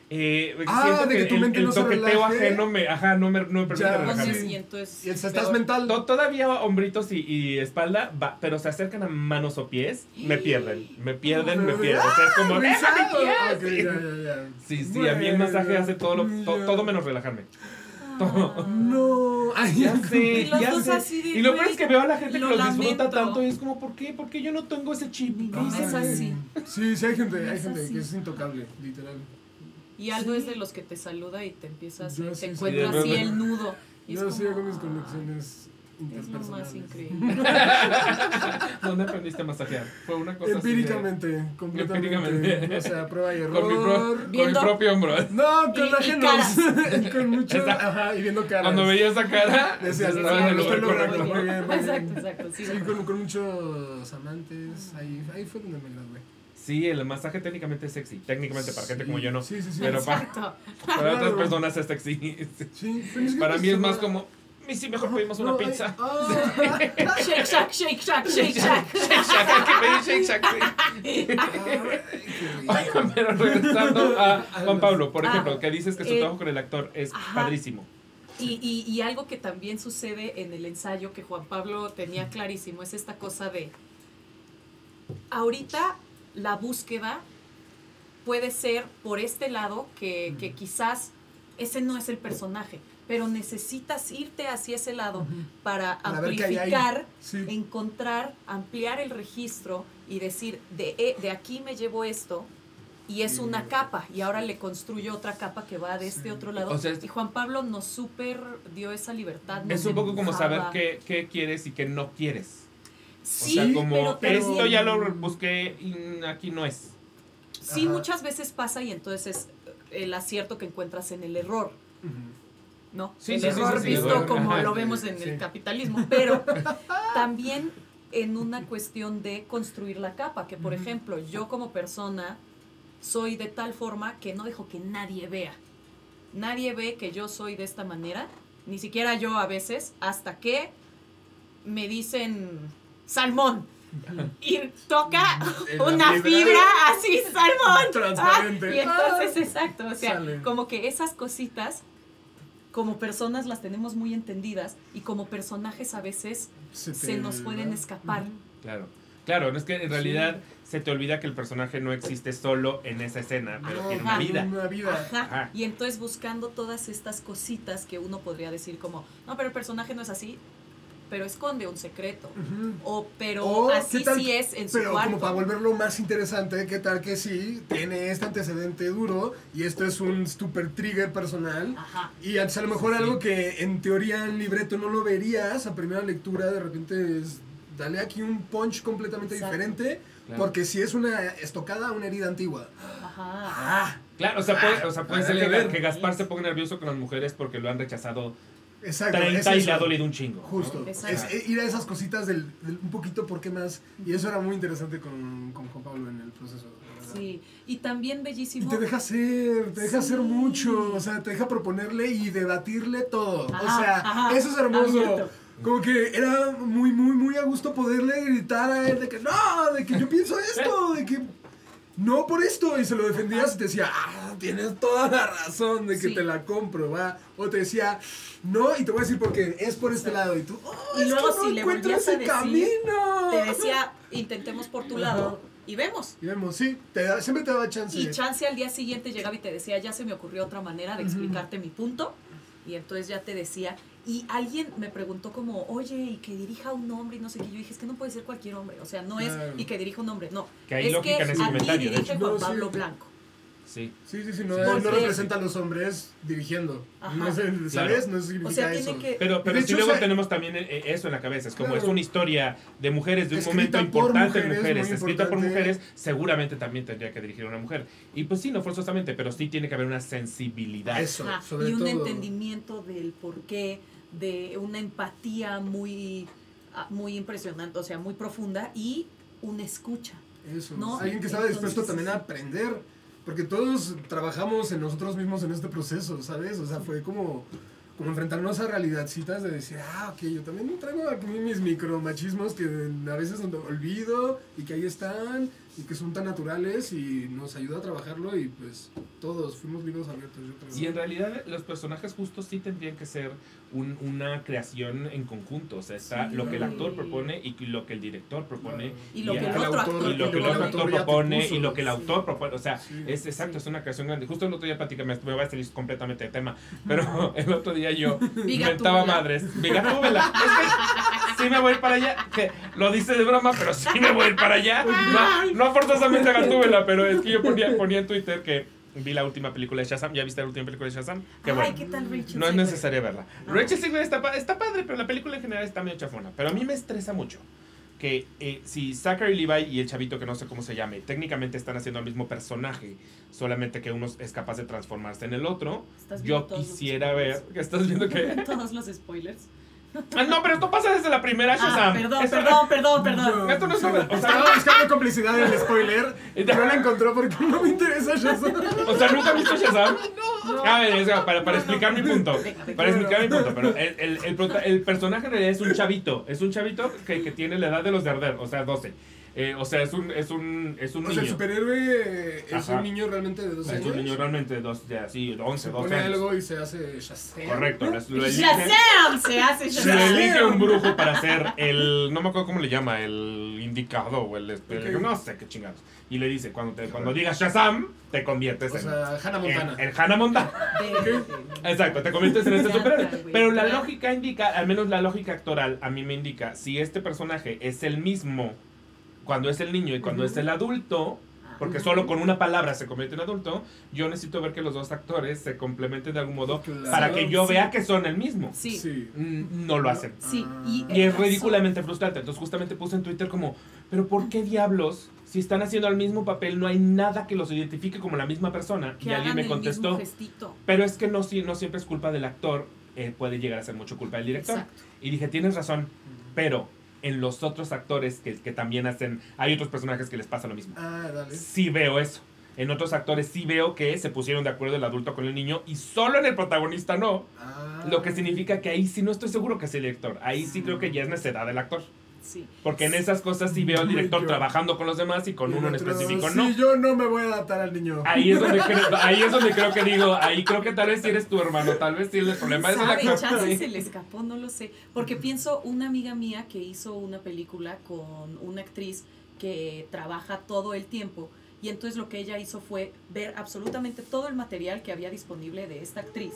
siento de que tu mente el no se toqueteo relaje. ajeno no me permite Ya. relajarme. Entonces, y entonces Y estás mental. Todavía hombritos y espalda, pero se acercan a manos o pies, me pierden. O sea, es como, ¡déjame Ah, ok, pies! ya. Sí, a mí el masaje hace todo menos relajarme. Todo. No. Ay, Ya sé, Y los ya dos sé. así de, Y lo peor güey, es que veo a la gente que lo lo disfruta lamento. tanto y es como, ¿por qué? Porque yo no tengo ese chip. No, es así. Sí, hay gente Es así. que es intocable, literal. Y algo es de los que te saluda y te empiezas, Yo te sí, encuentras sí, así de el nudo. Y Yo es sí como, hago mis conexiones es lo más interpersonales. increíble. ¿Dónde aprendiste a masajear? Fue una cosa Empíricamente, completamente. Empíricamente. O sea, prueba y así error. con mi Viendo- propio hombro. No, con Y ajenos. Con mucho. Exacto. Ajá, y viendo caras. Cuando veía esa cara, Decías, estaba en el lo estoy lugar logrando. correcto. Muy bien, muy bien. Exacto, sí. Sí, con muchos amantes. Ahí fue donde me gradué. Sí, el masaje técnicamente es sexy. Técnicamente para gente como yo no. Sí. Pero Exacto. para otras Claro. personas es sexy. Sí, pero ni siquiera Para mí es más se- como, y sí, mejor pedimos una No, pizza. Shake shack, shake shack, shake shack. Shake Shack, hay que pedir Shake Shack, sí. Oigan, pero regresando a Juan Pablo, por ejemplo, que dices que su trabajo con el actor es ajá. padrísimo. Y algo que también sucede en el ensayo que Juan Pablo tenía clarísimo es esta cosa de ahorita la búsqueda puede ser por este lado que quizás ese no es el personaje, pero necesitas irte hacia ese lado para Para ver qué hay ahí. amplificar, Sí. encontrar, ampliar el registro y decir, de aquí me llevo esto y es Sí. una capa y ahora le construyo otra capa que va de este Sí. otro lado. O sea, Y Juan Pablo nos súper dio esa libertad. Es nos un poco como saber empujaba. qué quieres y qué no quieres. Sí, o sea, como pero esto también- ya lo busqué y aquí no es. Sí, Ajá. muchas veces pasa y entonces es el acierto que encuentras en el error, ¿no? Sí, el sí, sí, error sí, sí, visto bueno, como ajá, lo vemos en sí. el capitalismo, pero también en una cuestión de construir la capa, que por ejemplo, yo como persona soy de tal forma que no dejo que nadie vea. Nadie ve que yo soy de esta manera, ni siquiera yo a veces, hasta que me dicen salmón. Y toca En la una fibra. fibra así, salmón. Transparente. Y entonces, exacto, o sea, Sale. como que esas cositas, como personas las tenemos muy entendidas y como personajes a veces se nos pueden escapar. Claro, no es que en realidad se te olvida que el personaje no existe solo en esa escena, pero tiene una Ajá. vida. Una vida. Ajá. Ajá. Y entonces buscando todas estas cositas que uno podría decir como, no, pero el personaje no es así, pero esconde un secreto. Pero O, así ¿qué tal? sí es en su Pero cuarto. como para volverlo más interesante, ¿qué tal que sí tiene este antecedente duro y esto es un super trigger personal? Ajá. Y a lo mejor Sí. algo que en teoría en libreto no lo verías a primera lectura, de repente es, dale aquí un punch completamente Exacto. diferente, Claro. porque si es una estocada, una herida antigua. Ajá. Claro, o sea, puede ser Dale, a ver. que Gaspar se ponga nervioso con las mujeres porque lo han rechazado Exacto. 30 es y le ha eso. dolido un chingo. ¿no? Justo. Exacto. Es ir a esas cositas del un poquito por qué más. Y eso era muy interesante con Juan Pablo en el proceso. la verdad. Sí. Y también Y bellísimo. te deja hacer Sí. mucho, o sea, te deja proponerle y debatirle todo. Ajá, o sea, ajá, eso es hermoso. abierto. Como que era muy a gusto poderle gritar a él de que no, de que yo pienso esto, de que no por esto, y se lo defendías y te decía, tienes toda la razón de que Sí. te la compro, va. O te decía, no, y te voy a decir por qué, es por este lado, y tú, Y es luego que no si le encuentro volvías a ese decir, camino. Te decía, intentemos por tu lado y vemos. Y vemos, sí, siempre te daba chance. Y chance al día siguiente llegaba y te decía, ya se me ocurrió otra manera de explicarte mi punto. Y entonces ya te decía, y alguien me preguntó como, oye, y que dirija un hombre y no sé qué. Yo dije, es que no puede ser cualquier hombre. O sea, no Claro. es y que dirija un hombre, no. Que hay es lógica que en ese aquí comentario, de dirige hecho. Juan No, sí. Pablo Blanco. Sí. Sí, no, Sí, no porque- representa a los hombres dirigiendo. Ajá. No sé, ¿sabes? No significa O sea, eso. tiene que... Pero De sí hecho, luego o sea, tenemos también eso en la cabeza. Es como claro. es una historia de mujeres, de un Escrita momento por importante de mujeres, mujeres, muy escrita por importante. mujeres, seguramente también tendría que dirigir a una mujer. Y pues sí, no forzosamente, pero sí tiene que haber una sensibilidad. Eso, Ajá, sobre y un todo. entendimiento del porqué, de una empatía muy impresionante, o sea, muy profunda y una escucha. Eso. ¿no? Alguien que estaba dispuesto Entonces, también a aprender. Porque todos trabajamos en nosotros mismos en este proceso, ¿sabes? O sea, fue como enfrentarnos a realidadcitas de decir, ok, yo también traigo aquí mis micromachismos que a veces olvido y que ahí están. y que son tan naturales y nos ayuda a trabajarlo y pues todos fuimos libros abiertos, yo creo. Y en realidad los personajes justos sí tendrían que ser una creación en conjunto, o sea, está lo que el actor propone y lo que el director propone y lo que el otro actor, y lo que el otro actor propone y lo que el sí. autor propone, o sea, Sí. es exacto, es una creación grande. Justo el otro día me voy a salir completamente de tema, pero el otro día yo inventaba madres, Vigatúbela, es que sí me voy a ir para allá, que lo dice de broma, pero sí me voy a ir para allá, no forzosamente a Gatúbela, pero es que yo ponía en Twitter que vi la última película de Shazam. ¿Ya viste la última película de Shazam? Ay, bueno, ¿qué tal Rachel no es Zegler? necesario verla. No. Rachel Zegler está padre, pero la película en general está medio chafona. Pero a mí me estresa mucho que si Zachary Levi y el chavito que no sé cómo se llame, técnicamente están haciendo el mismo personaje, solamente que uno es capaz de transformarse en el otro. Yo quisiera ver... ¿Qué estás viendo qué? Todos los spoilers. No, pero esto pasa desde la primera Shazam. Perdón. Esto no es una... Estaba buscando complicidad en el spoiler y no la encontró porque no me interesa Shazam. O sea, ¿nunca has visto Shazam? No. A ver, para explicar mi punto. Para explicar mi punto. Pero el personaje en realidad es un chavito. Es un chavito que tiene la edad de los de Arder, o sea, 12. O sea, es un niño. O sea, el superhéroe es Ajá. un niño realmente de 12 años. Es un niño realmente de 11, 12 pone años. algo y se hace Shazam. Correcto. Shazam se hace Se Shazam. elige un brujo para ser el... No me acuerdo cómo le llama, el indicado o el... Okay. No sé qué chingados. Y le dice, cuando digas Shazam, te conviertes O sea, Hannah Montana. en Hannah Montana. Exacto, te conviertes en este superhéroe. Pero la lógica indica, al menos la lógica actoral, a mí me indica, si este personaje es el mismo cuando es el niño y cuando es el adulto, porque solo con una palabra se convierte en adulto, yo necesito ver que los dos actores se complementen de algún modo para que yo vea que son el mismo. Sí. No lo hacen. Sí. Y es ridículamente frustrante. Entonces justamente puse en Twitter como, pero ¿por qué diablos? Si están haciendo el mismo papel, no hay nada que los identifique como la misma persona. Que y alguien me contestó, pero es que no siempre es culpa del actor, puede llegar a ser mucho culpa del director. Exacto. Y dije, tienes razón, pero en los otros actores que también hacen, hay otros personajes que les pasa lo mismo. Dale. Sí veo eso. En otros actores sí veo que se pusieron de acuerdo el adulto con el niño y solo en el protagonista no. Lo que significa que ahí sí no estoy seguro que es el director. Ahí sí creo que ya es necedad del actor. Sí. Porque en esas cosas sí veo al director trabajando con los demás y con uno en específico no. Sí, yo no me voy a adaptar al niño. Ahí es donde creo que digo, ahí creo que tal vez sí eres tu hermano, tal vez sí el problema es el actor. Chance se le escapó, no lo sé. Porque pienso, una amiga mía que hizo una película con una actriz que trabaja todo el tiempo. Y entonces lo que ella hizo fue ver absolutamente todo el material que había disponible de esta actriz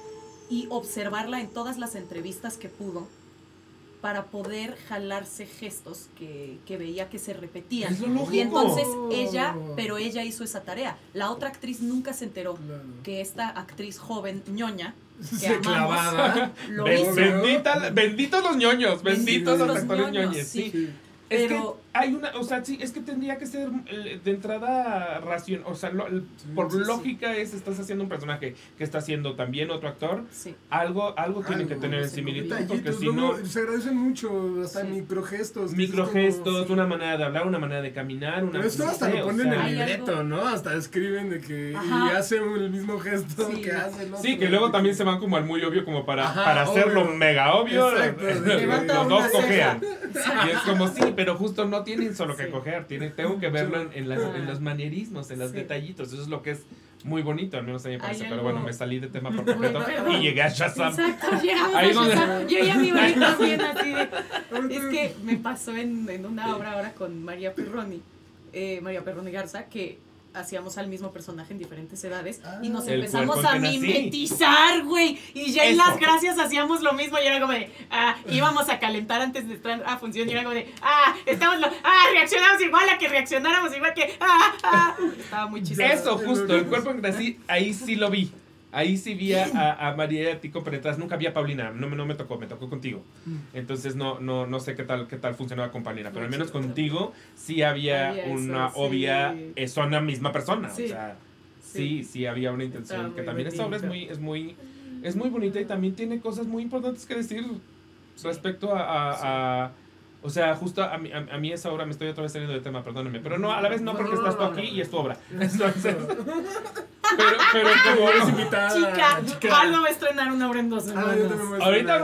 y observarla en todas las entrevistas que pudo para poder jalarse gestos que veía que se repetían. Y entonces ella hizo esa tarea. La otra actriz nunca se enteró que esta actriz joven ñoña que se clavaba. Lo hizo. Benditos los ñoños, benditos los actores ñoñes. Sí. Es Pero que hay una, o sea, sí, es que tendría que ser de entrada racional, o sea, por lógica estás haciendo un personaje que está haciendo también otro actor, algo tiene que tener en similitud, porque si no... Se agradecen mucho, hasta microgestos. Microgestos, una manera de hablar, una manera de caminar, Pero esto hasta lo ponen en el libreto, algo... ¿no? Hasta escriben de que... Y hacen el mismo gesto que hace el otro. Sí, que luego también se van como al muy obvio, como para hacerlo mega obvio, los dos cojean. Y es como, sí, pero justo no tienen solo que coger, tengo que verlo en los manierismos, en los detallitos. Eso es lo que es muy bonito, al menos a mí me parece. Pero bueno, me salí de tema por completo y llegué a Shazam. Exacto, llegamos a Shazam. Yo ya me iba a ir también así de... Es que me pasó en una obra ahora con María Perroni Garza, que hacíamos al mismo personaje en diferentes edades y nos empezamos a mimetizar, güey. Y ya en las gracias hacíamos lo mismo y era como de, íbamos a calentar antes de entrar a función y era como de, reaccionamos igual a que reaccionáramos igual que, Estaba muy chistoso. Eso, justo, el cuerpo en gracia, ahí sí lo vi. Ahí sí vi a María y a ti compenetradas. Nunca vi a Paulina, no me tocó contigo. Entonces no sé qué tal funcionaba con Paulina, pero al menos contigo sí había una obvia, son la misma persona. Sí. O sea, sí había una intención. Que también esta obra es muy bonita y también tiene cosas muy importantes que decir respecto a o sea, justo a mí esa obra, me estoy otra vez saliendo de tema, perdónenme, pero no, a la vez no, porque estás tú aquí y es tu obra. Entonces, Pero como eres invitada. Chica, Aldo va a estrenar una obra en 2 semanas. Ahorita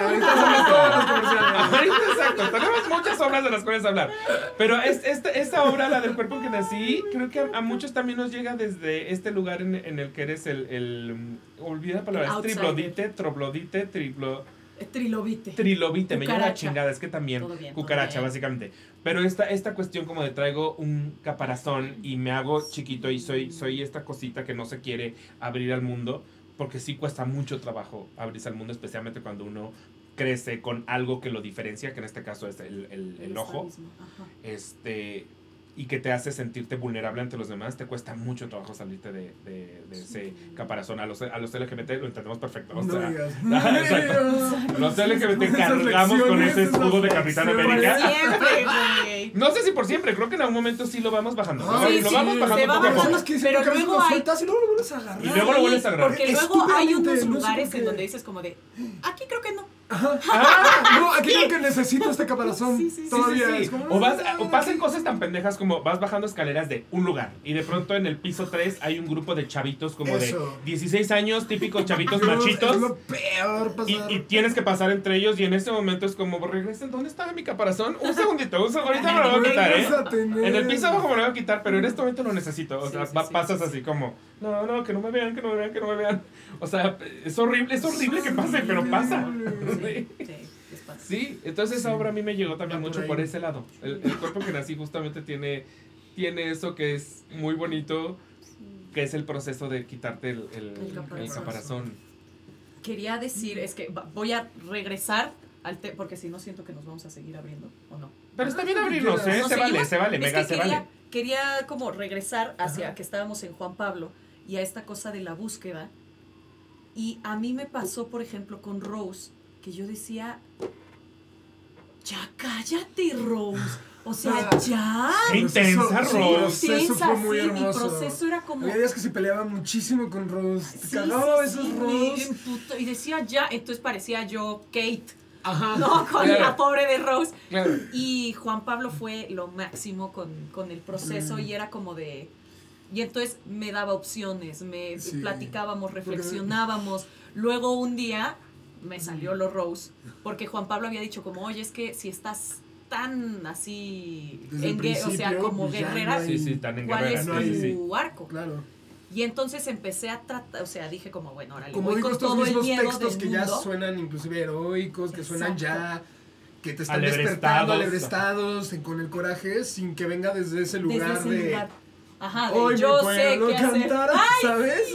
exacto, tenemos muchas obras de las cuales hablar. Pero esta obra, la del cuerpo que nací, creo que a muchos también nos llega desde este lugar en el que eres olvida palabras, triplodite, troglodite, Trilobite, me lleva la chingada, es que también, cucaracha, básicamente. Pero esta cuestión como de traigo un caparazón y me hago chiquito y soy esta cosita que no se quiere abrir al mundo, porque sí cuesta mucho trabajo abrirse al mundo, especialmente cuando uno crece con algo que lo diferencia, que en este caso es el ojo. Y que te hace sentirte vulnerable ante los demás, te cuesta mucho trabajo salirte de ese caparazón. A los LGBT lo entendemos perfecto. O sea, exacto. Los LGBT cargamos con ese escudo de Capitán América. Siempre, güey. No sé si por siempre, creo que en algún momento sí lo vamos bajando. Lo vamos bajando se va poco a poco. bajando, pero luego hay... y luego lo vuelves a agarrar. Y luego lo vuelves a agarrar. Porque luego hay unos lugares en donde dices como de, aquí creo que no. No, aquí creo que necesito este caparazón todavía. Sí. O pasan cosas tan pendejas como vas bajando escaleras de un lugar y de pronto en el piso 3 hay un grupo de chavitos como de 16 años, típicos chavitos machitos. Es lo peor y tienes que pasar entre ellos y en ese momento es como, regresen, ¿dónde está mi caparazón? Un segundito, ahorita me lo voy a quitar, En el piso abajo me lo voy a quitar, pero en este momento lo necesito. O sea, pasas así como, no, que no me vean. O sea, es horrible que pase, pero pasa. Sí, entonces esa obra a mí me llegó también mucho por ese lado. El cuerpo que nací justamente tiene eso que es muy bonito, que es el proceso de quitarte el caparazón. Quería decir, es que voy a regresar porque si no siento que nos vamos a seguir abriendo, ¿o no? Pero está bien abrirnos, ¿eh? Se vale, mega se vale. Quería como regresar hacia que estábamos en Juan Pablo y a esta cosa de la búsqueda. Y a mí me pasó, por ejemplo, con Rose, que yo decía, ya cállate, Rose. O sea, ya. Qué intensa, Rose. Eso fue muy hermoso. Mi proceso era como... Había días que se peleaba muchísimo con Rose. Te cagaba esos Rose. Y decía ya, entonces parecía yo Kate. Ajá. No, con la pobre de Rose. Claro. Y Juan Pablo fue lo máximo con el proceso y era como de... Y entonces me daba opciones, platicábamos, reflexionábamos. Luego un día me salió lo Rose, porque Juan Pablo había dicho como, oye, es que si estás tan así, o sea, como guerrera, tan en ¿cuál guerrera, es tu arco? Claro. Y entonces empecé a tratar, o sea, dije como, bueno, órale, como voy con todo el miedo textos del que mundo. ya suenan inclusive heroicos, que suenan ya... que te están Alebrestados. despertando, alebrestados, con el coraje, sin que venga desde ese lugar de... Ajá, hoy yo me sé puedo qué cantar, hacer. ¿sabes?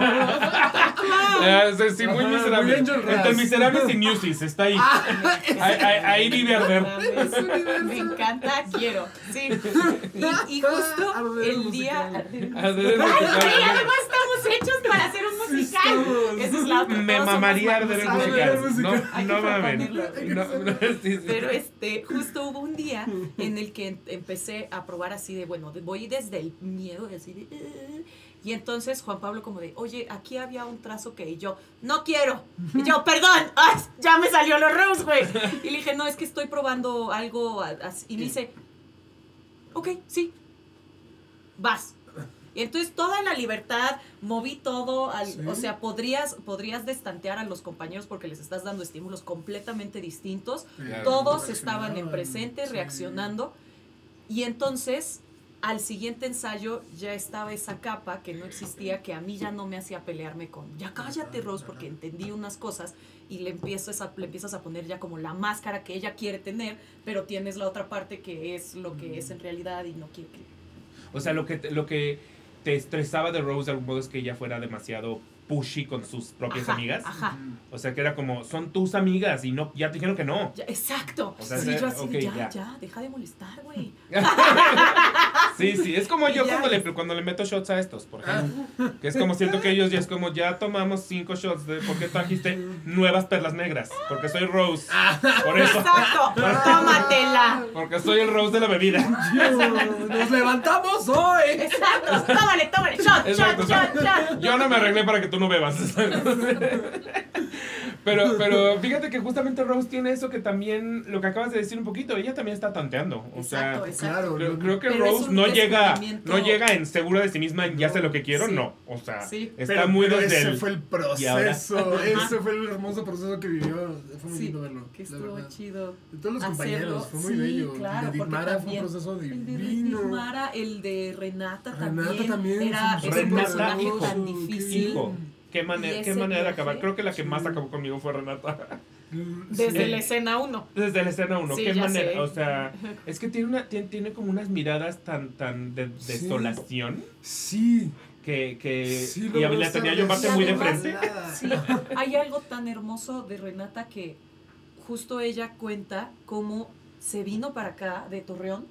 Sí, muy miserable. Entre Miserables y Newsies, está ahí. Ahí vive Arder. Me encanta, quiero. Sí. Y justo el día... además estamos hechos para hacer un musical. Esa es la otra. Me mamaría Arder el musical. No mames. Pero justo hubo un día en el que empecé a probar así de, bueno, voy desde el miedo, así de... Y entonces Juan Pablo como de, oye, aquí había un trazo que... Y yo, no quiero. Y yo, perdón, ¡ay, ya me salió los Rose, güey! Y le dije, no, es que estoy probando algo así. Y me dice, ok, sí, vas. Y entonces toda la libertad, moví todo, o sea, podrías destantear a los compañeros porque les estás dando estímulos completamente distintos. Claro, todos estaban en presente, reaccionando. Y entonces... al siguiente ensayo ya estaba esa capa que no existía, que a mí ya no me hacía pelearme con, ya cállate, Rose, porque entendí unas cosas y le empiezas a poner ya como la máscara que ella quiere tener, pero tienes la otra parte que es lo que es en realidad y no quiere que... O sea, lo que te estresaba de Rose de algún modo es que ella fuera demasiado pushy con sus propias amigas. Ajá. O sea, que era como, son tus amigas y no, ya te dijeron que no. Ya, exacto. O sea, sí, yo así, okay, ya, deja de molestar, güey. Sí, es como yo cuando le meto shots a estos, por ejemplo. Que es como, siento que ellos ya es como, ya tomamos 5 shots de, ¿por qué trajiste nuevas perlas negras? Porque soy Rose. Por eso. Exacto, tómatela. Porque soy el Rose de la bebida. ¡Nos levantamos hoy! Exacto, tómale, shot. Yo no me arreglé para que tú no bebas. Pero fíjate que justamente Rose tiene eso que también, lo que acabas de decir un poquito, ella también está tanteando. O sea, claro, creo que pero Rose no llega en segura de sí misma en ya sé lo que quiero, no. O sea, está muy desde ese fue el proceso, ese fue el hermoso proceso que vivió. Fue muy lindo verlo. Que estuvo chido. De todos los compañeros, fue muy bello. Claro, el de Digmara fue un proceso divino. El de Digmara, el de Renata también. Era un personaje tan difícil. Hijo. Qué manera de acabar. Creo que la que más acabó conmigo fue Renata. Desde la escena 1. Desde la escena 1. Sí, qué manera. sé. O sea, es que tiene como unas miradas tan de desolación. Sí. Que sí, y la tenía yo parte muy de frente. Sí, hay algo tan hermoso de Renata que justo ella cuenta cómo se vino para acá de Torreón.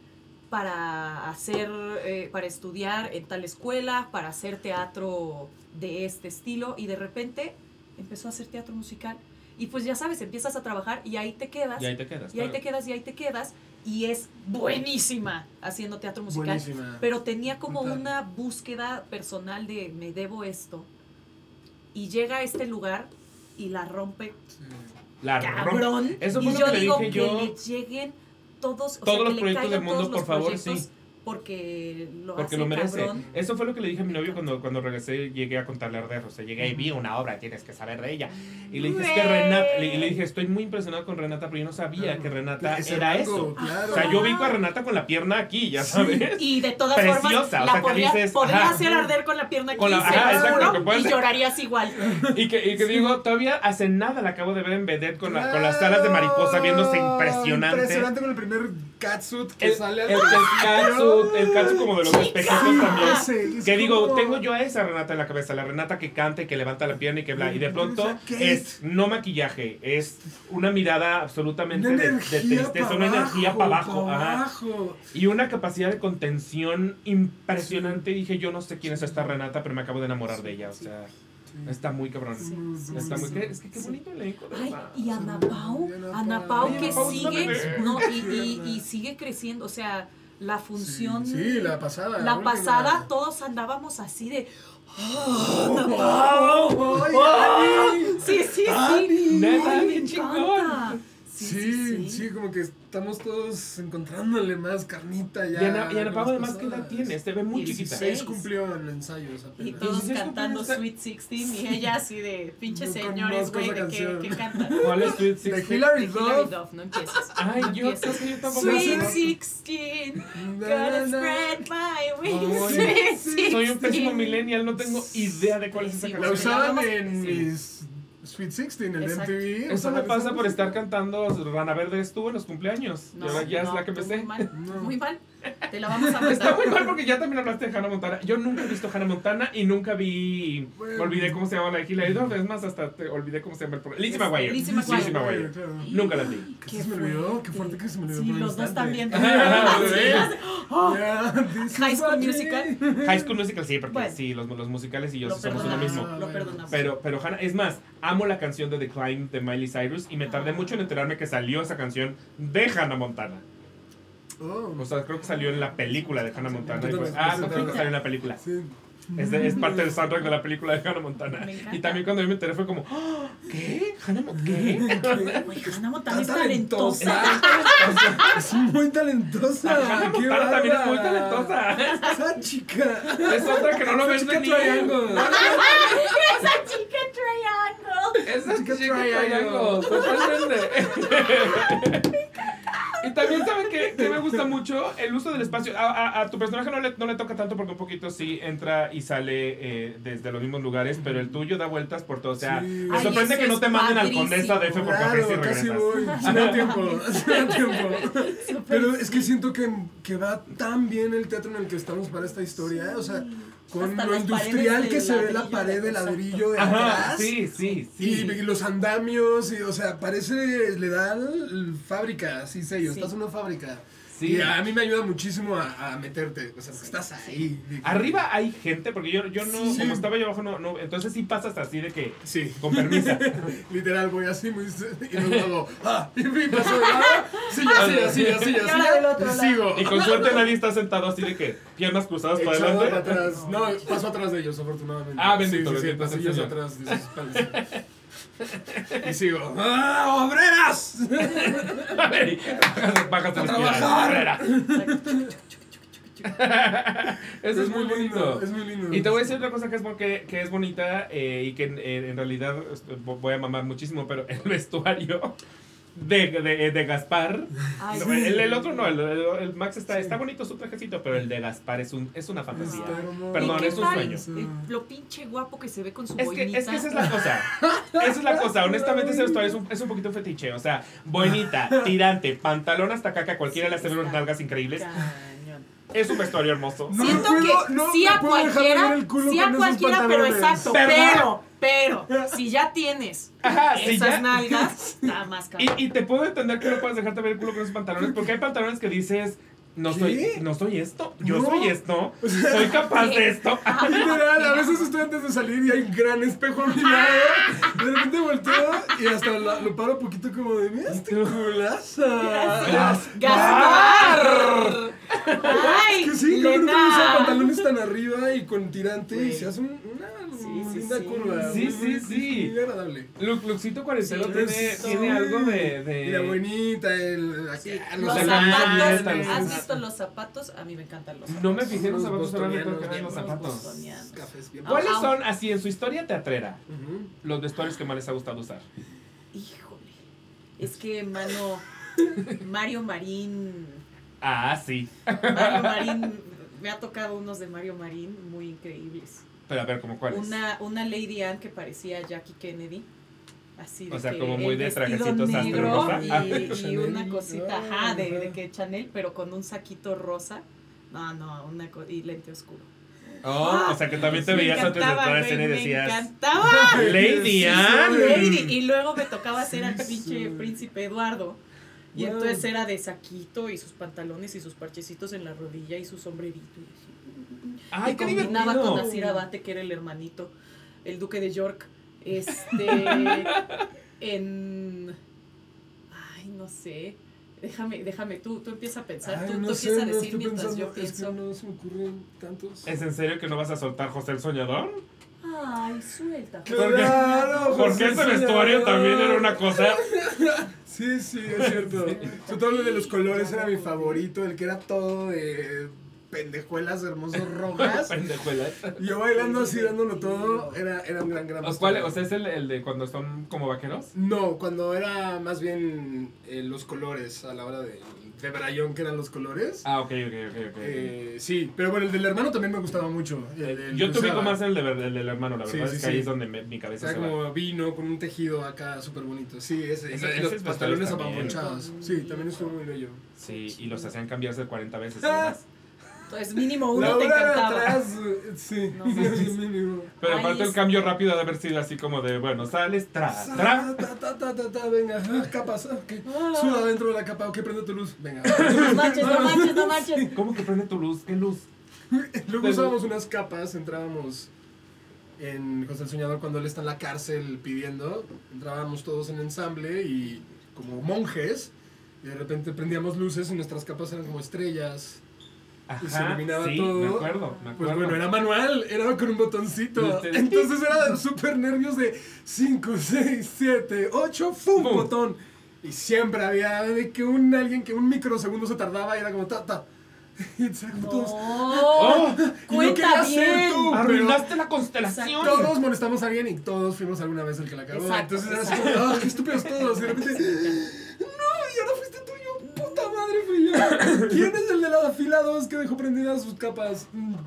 Para estudiar en tal escuela, para hacer teatro de este estilo, y de repente empezó a hacer teatro musical. Y pues ya sabes, empiezas a trabajar y ahí te quedas. Y ahí te quedas. Y ahí te quedas, y ahí te quedas. Y es buenísima haciendo teatro musical. Buenísima. Pero tenía como una búsqueda personal de me debo esto. Y llega a este lugar y la rompe. Sí. Cabrón. Eso fue y lo yo que le digo dije que yo. le lleguen todos los que proyectos del mundo, por favor, sí. Porque porque hace lo merece. cabrón. Eso fue lo que le dije a mi novio cuando regresé, llegué a contarle a Arder. O sea, llegué y vi una obra, tienes que saber de ella. Y le dije, es que Renata, y le dije, estoy muy impresionado con Renata, pero yo no sabía que Renata era eso. Claro. O sea, yo vi a Renata con la pierna aquí, ya sabes. Y de todas Preciosa, formas, o sea, la que podría dices, hacer arder con la pierna aquí, con la, exacto, que puede y ser. llorarías igual. Y que digo, todavía hace nada la acabo de ver en Vedette con las alas de mariposa viéndose impresionante. Impresionante con el primer catsuit que sale al el catsuit como de los espejitos también. Sí, que digo, tengo yo a esa Renata en la cabeza, la Renata que canta y que levanta la pierna y que bla. Y de pronto es no maquillaje, es una mirada absolutamente de tristeza, una energía para abajo. Y una capacidad de contención impresionante. Dije, yo no sé quién es esta Renata, pero me acabo de enamorar de ella. O sea, está muy cabrón. Está muy. Es que qué bonito elenco. Ay, y Ana Pau que sigue, y sigue creciendo, o sea, la función. Sí, la pasada. La pasada, todos andábamos así de. Sí. Neta, me bien chingón. encanta. Sí, como que estamos todos encontrándole más carnita ya. Y Ana Pau además, ¿qué edad tiene? Se ve muy chiquita. 16 cumplió en ensayos apenas. Y todos cantando Sweet 16 y ella así de pinches señores, güey, que cantan. ¿Cuál es Sweet 16? De Hilary Duff. No empieces. Ay, yo tampoco. Sweet 16, gotta spread my wings. Soy un pésimo millennial, no tengo idea de cuál es esa canción. La usaban en mis Sweet 16, el MTV. Eso me pasa por estar cantando Rana Verde estuvo en los cumpleaños. No, y ahora ya es la que me sé. Muy mal. Te la vamos a mandar. Está muy mal porque ya también hablaste de Hannah Montana. Yo nunca he visto Hannah Montana y nunca vi. Me olvidé cómo se llama la de Hilary Duff. Es más, hasta te olvidé cómo se llama el programa. Lizzie McGuire. Lizzie McGuire. Nunca las vi. ¿Qué se me olvidó? Qué fuerte que se me olvidó. Sí, los dos también. High School Musical. High School Musical, sí, porque Bueno, sí, los musicales y yo lo somos uno perdonamos, mismo. lo perdonamos. Pero Hannah, es más, amo la canción de The Climb de Miley Cyrus y me tardé mucho en enterarme que salió esa canción de Hannah Montana. O sea, creo que salió en la película de Hannah Montana. Yo Pues, también, no creo que salió en la película. Sí. Es parte del soundtrack de la película de Hannah Montana. Me encanta. Y también cuando yo me enteré fue como, ¡oh! ¿Qué? ¿Hannah Montana? ¿Qué? Güey, Hannah Montana es Tan talentosa. Es muy talentosa. Hannah Qué Montana también es muy bárbara. talentosa. Esa chica. Es otra que no lo ves venir. Esa chica triangle. Esa Chica chica triangle. totalmente. Y también, ¿saben qué me gusta mucho? El uso del espacio. A tu personaje no le toca tanto porque un poquito sí entra y sale desde los mismos lugares, pero el tuyo da vueltas por todo. O sea, Sí. me sorprende Ay, que eso no te es manden al padrísimo. Condesa DF por café si Claro, casi regresas. voy. Sí me da tiempo. Pero es que siento que va tan bien el teatro en el que estamos para esta historia. O sea, con Hasta lo las industrial paredes que de se ve la ladrillo, pared de exacto. ladrillo de Ajá, atrás. sí. Y los andamios, y, o sea, parece, le da fábrica, sí, sello, Sí. estás en una fábrica. Sí. Y a mí me ayuda muchísimo a meterte, o sea, porque estás ahí. Arriba hay gente, porque yo no, Sí. como estaba yo abajo, no, entonces sí pasas así de que, Sí. con permiso. Literal, voy así, muy, y luego hago, y paso de lado, así, ahora del otro y lado. sigo. Y con suerte nadie está sentado así de que piernas cruzadas para Echado adelante. para atrás. No, paso atrás de ellos, afortunadamente. Ah, bendito, sí, bendito, pasillos señor. atrás de sus espaldas. Y sigo, ¡obreras! A ver, bajas el trabajar. Eso es muy bonito. Es muy lindo. Y te voy a decir otra cosa que es bonita y que en realidad voy a mamar muchísimo, pero el vestuario de Gaspar. Ay, No, el otro no, el Max está bonito su trajecito, pero el de Gaspar es una fantasía. Perdón, ¿y qué es un tal sueño. lo pinche guapo que se ve con su Es que boinita? esa es la cosa. Esa es la cosa. Honestamente, ese vestuario es un poquito fetiche. O sea, boinita, tirante, pantalón hasta acá, que a cualquiera le hace ver unas nalgas increíbles. Cañón. Es un vestuario hermoso. No Siento me puedo- que no sí me a puedo dejar de ver cualquiera, el culo sí con a esos cualquiera, pero pantalones. exacto, pero, si ya tienes Ajá, sí, esas ya. nalgas, nada más cabrón. Y te puedo entender que no puedes dejarte ver el culo con esos pantalones, porque hay pantalones que dices, no soy esto, yo No. soy esto, soy capaz de esto. Literal, a veces estoy antes de salir y hay un gran espejo a mi lado. De repente volteo y hasta lo paro un poquito como de, mira este culaza. ¡Gaspar! ¡Ay! Que sí, creo que nunca Lena. usa pantalones tan arriba y con tirante y Güey. se hace una Sí, linda sí. curva. Sí, sí, sí. Muy agradable. Luxito Cuarentero Sí, tiene algo de... Y la bonita, Sí, acá, los la zapatos, camiseta, ¿has los- visto los zapatos? A mí me encantan los zapatos. No me fijé en los Los zapatos, solamente creo que eran bostonianos, los zapatos. bostonianos. Cafés bien. ¿Cuáles Ajá. son, así en su historia teatrera, Ujú. los vestuarios que más les ha gustado usar? Híjole. Es que, Mario Marín. Ah, sí. Mario Marín. Me ha tocado unos de Mario Marín muy increíbles. Pero a ver, ¿cómo cuáles? Una Lady Anne que parecía Jackie Kennedy. Así de O sea, que como muy el de vestido trajecito sastre negro rosa. Ah. y una cosita, Chanel. de que Chanel, pero con un saquito rosa. No, y lente oscuro. Oh, o sea que también te Me veías antes de encantaba, entrar a güey, escena y me decías, encantaba. Lady Sí, Anne. Lady. Y luego me tocaba hacer al Sí, pinche sí. príncipe Eduardo. Y Wow. entonces era de saquito y sus pantalones y sus parchecitos en la rodilla y su sombrerito. ¡Ay, Y qué combinaba divertido! con Nasir Abate, que era el hermanito, el duque de York. Ay, no sé. Déjame, tú empieza a pensar, Ay, tú no sé, empieza a no decir estoy mientras pensando, yo es que pienso. no se me ocurren tantos. ¿Es en serio que no vas a soltar José el Soñador? Ay, suelta. Claro, Porque José ese el vestuario Soñador. también era una cosa... Sí, es cierto. Sobre todo lo de los colores era mi favorito, el que era todo de pendejuelas hermosas rojas. Pendejuelas. Y yo bailando así, dándolo todo, era un gran vestuario. O sea, ¿es el de cuando son como vaqueros? No, cuando era más bien los colores, a la hora de Brayón, que eran los colores. Ah, ok. Sí, pero bueno, el del hermano también me gustaba mucho. Yo te ubico usaba. más el del hermano, la Sí, verdad sí, es que sí. ahí es donde mi O cabeza sea, se va. como vino con un tejido acá súper bonito. Sí, ese. Ese Y los es pantalones también. apamonchados. Sí, también estuvo muy bello. Sí, y los hacían cambiarse 40 veces. Ah. Además. Entonces, mínimo uno La te hora de encantaba. atrás, sí, No, mínimo. Pero Ay, aparte el es- cambio rápido de haber sido así como de, bueno, sales, tra. Venga, capas, ok. Suda dentro de la capa, ok, prende tu luz. Venga. No manches. ¿Cómo que prende tu luz? ¿Qué luz? Luego usábamos unas capas, entrábamos en José el Soñador cuando él está en la cárcel pidiendo. Entrábamos todos en ensamble y como monjes. Y de repente prendíamos luces y nuestras capas eran como estrellas. Y se iluminaba sí, todo. me acuerdo. Pues bueno, era manual, era con un botoncito. Y ustedes- Entonces era súper nervios de 5, 6, 7, 8, ¡fum! ¡Fum! Botón. Y siempre había de que alguien que un microsegundo se tardaba y era como ta. Y todos, ¡Oh! y no Cuenta querías ser bien. tú, Arruinaste la constelación. todos molestamos a alguien y todos fuimos alguna vez el que la cagó. Exacto, Entonces era así como, ¡ah, qué estúpidos todos! Y de repente, ¡no! Y ahora fuiste tú, yo, ¡puta madre fui yo! ¿Quién es el de la fila 2 que dejó prendidas sus capas?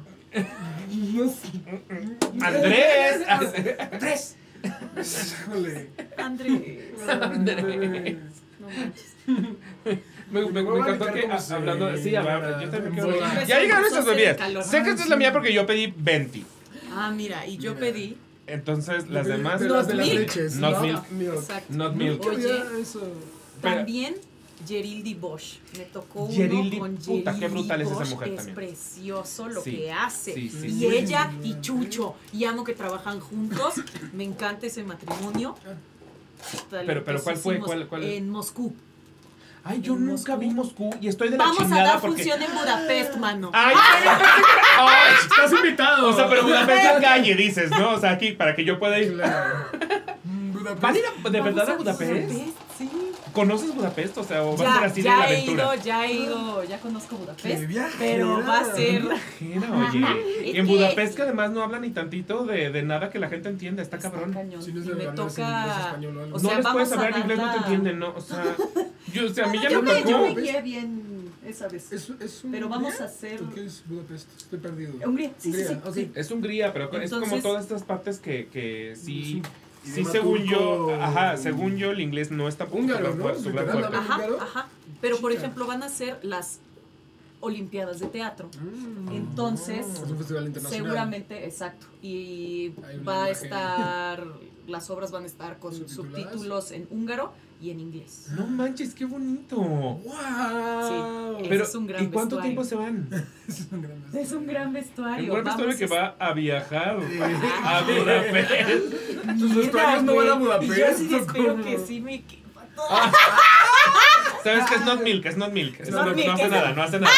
No sé. ¡Andrés! ¡Andrés! Híjole. Andrés. Andrés. No manches. Me voy a encantó dedicar que como hablando de... Sí, a ver, yo también quiero... Empezó Ya llegaron esas a hacer bebidas. calor. Sé que esta es la mía porque yo pedí 20. Mira, y yo Mira. pedí. Entonces, las demás... De las de las Milk. leches. Not Not milk. Exacto. Not milk. ¿Qué había Oye. eso? También Gerildi Bosch. Me tocó Gerildi, uno con puta, qué Gerildi brutal es esa Bosch. mujer Es también. precioso lo Sí, que hace. sí, sí, y sí. ella y Chucho. Y amo que trabajan juntos. Me encanta ese matrimonio. Pero, ¿cuál fue? ¿Cuál? En Moscú. Ay, yo En nunca Moscú. vi Moscú y estoy de la Vamos a chingada dar porque... función en Budapest, mano. Ay, ay, Estás invitado. o sea, pero Budapest la calle, dices, ¿no? O sea, aquí, para que yo pueda ir. Claro. Budapest. ¿Van a ir de Vamos verdad a Budapest? Sí. ¿Conoces Budapest? O sea, o va a ser así de la aventura. Ya he ido, ya conozco ¡Qué Budapest. viajera! Pero va a ser. Imagina, oye. Y en que- Budapest que además no hablan ni tantito de nada que la gente entienda, está cabrón. cañón. Si no es Y de me hablarse toca. inglés, español o algo. O sea, no les puedes vamos a hablar inglés, no te darla- entienden, ¿no? O sea, a mí ya yo me me tocó. guié bien esa vez. ¿Es Pero Hungría? vamos a hacer- ¿Por qué es Budapest? Estoy perdido. Hungría, sí, Hungría, sí, ok. sí. Es Hungría, pero es como Entonces- todas estas partes que sí. Sí, Sí, idioma según turco, yo, según yo el inglés no está Húngaro, ¿no? su gran fuerte. ¿Húngaro? Ajá. Pero por Chica. ejemplo van a ser las Olimpiadas de Teatro. Entonces, Es un festival internacional. seguramente, exacto. Y Hay un va a lenguaje. estar, las obras van a estar con ¿Subtituladas? subtítulos en húngaro y en inglés. No manches, qué bonito. ¡Wow! Sí. Pero, es un gran ¿y cuánto vestuario. tiempo se van? Es un gran Es un gran vestuario. Un gran vestuario que va a viajar Ah, a Budapest. ¿Tus vestuarios no van a Budapest? Y yo sí ¿o espero cómo? que sí me quepa todo. ¿Sabes qué es not milk? Es not milk. Not milk, No hace es- nada, no hace nada.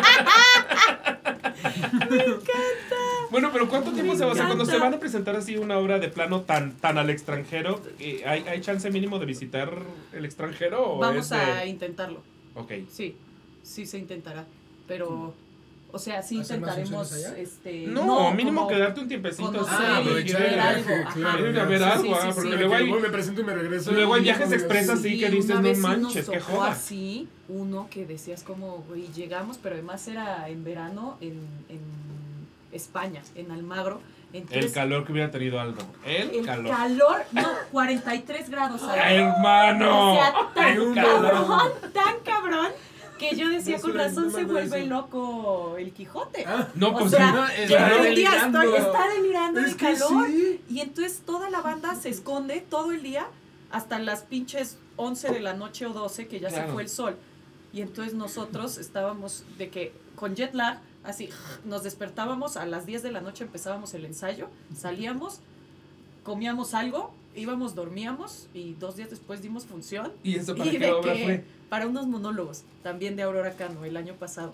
Bueno, pero ¿cuánto tiempo se va a hacer? Cuando encanta. se van a presentar así una obra de plano tan al extranjero, ¿hay chance mínimo de visitar el extranjero? ¿O Vamos es de- a intentarlo. Ok. Sí, sí se intentará. Pero, o sea, sí ¿Hacer más intentaremos. funciones No, mínimo como quedarte un tiempecito. conocer así, y aprovechar ver el algo. viaje, Ajá. claro. Ir a ver Sí, algo, sí, porque sí. luego hay... me presento y me regreso. Luego hay y viajes no me expresas digas, así que dices, una no vez sí manches, nos qué tocó joda. así, uno que decías como, güey, llegamos, pero además era en verano en España, en Almagro. Entonces, El calor que hubiera tenido Aldo. El calor. no, 43 grados. ¡Ay, hermano! O sea, tan El calor. cabrón, que yo decía, No con sé, razón no se me vuelve acuerdo loco el Quijote. No, O pues sea, no, yo está un día delirando. está delirando de Es que calor. sí. Y entonces toda la banda se esconde todo el día hasta las pinches 11 de la noche o 12 que ya Claro. se fue el sol. Y entonces nosotros estábamos de que con jet lag, así, nos despertábamos a las 10 de la noche, empezábamos el ensayo, salíamos, comíamos algo, íbamos, dormíamos y 2 días después dimos función. ¿Y eso para Y qué de obra que fue? para unos monólogos, también de Aurora Cano, el año pasado.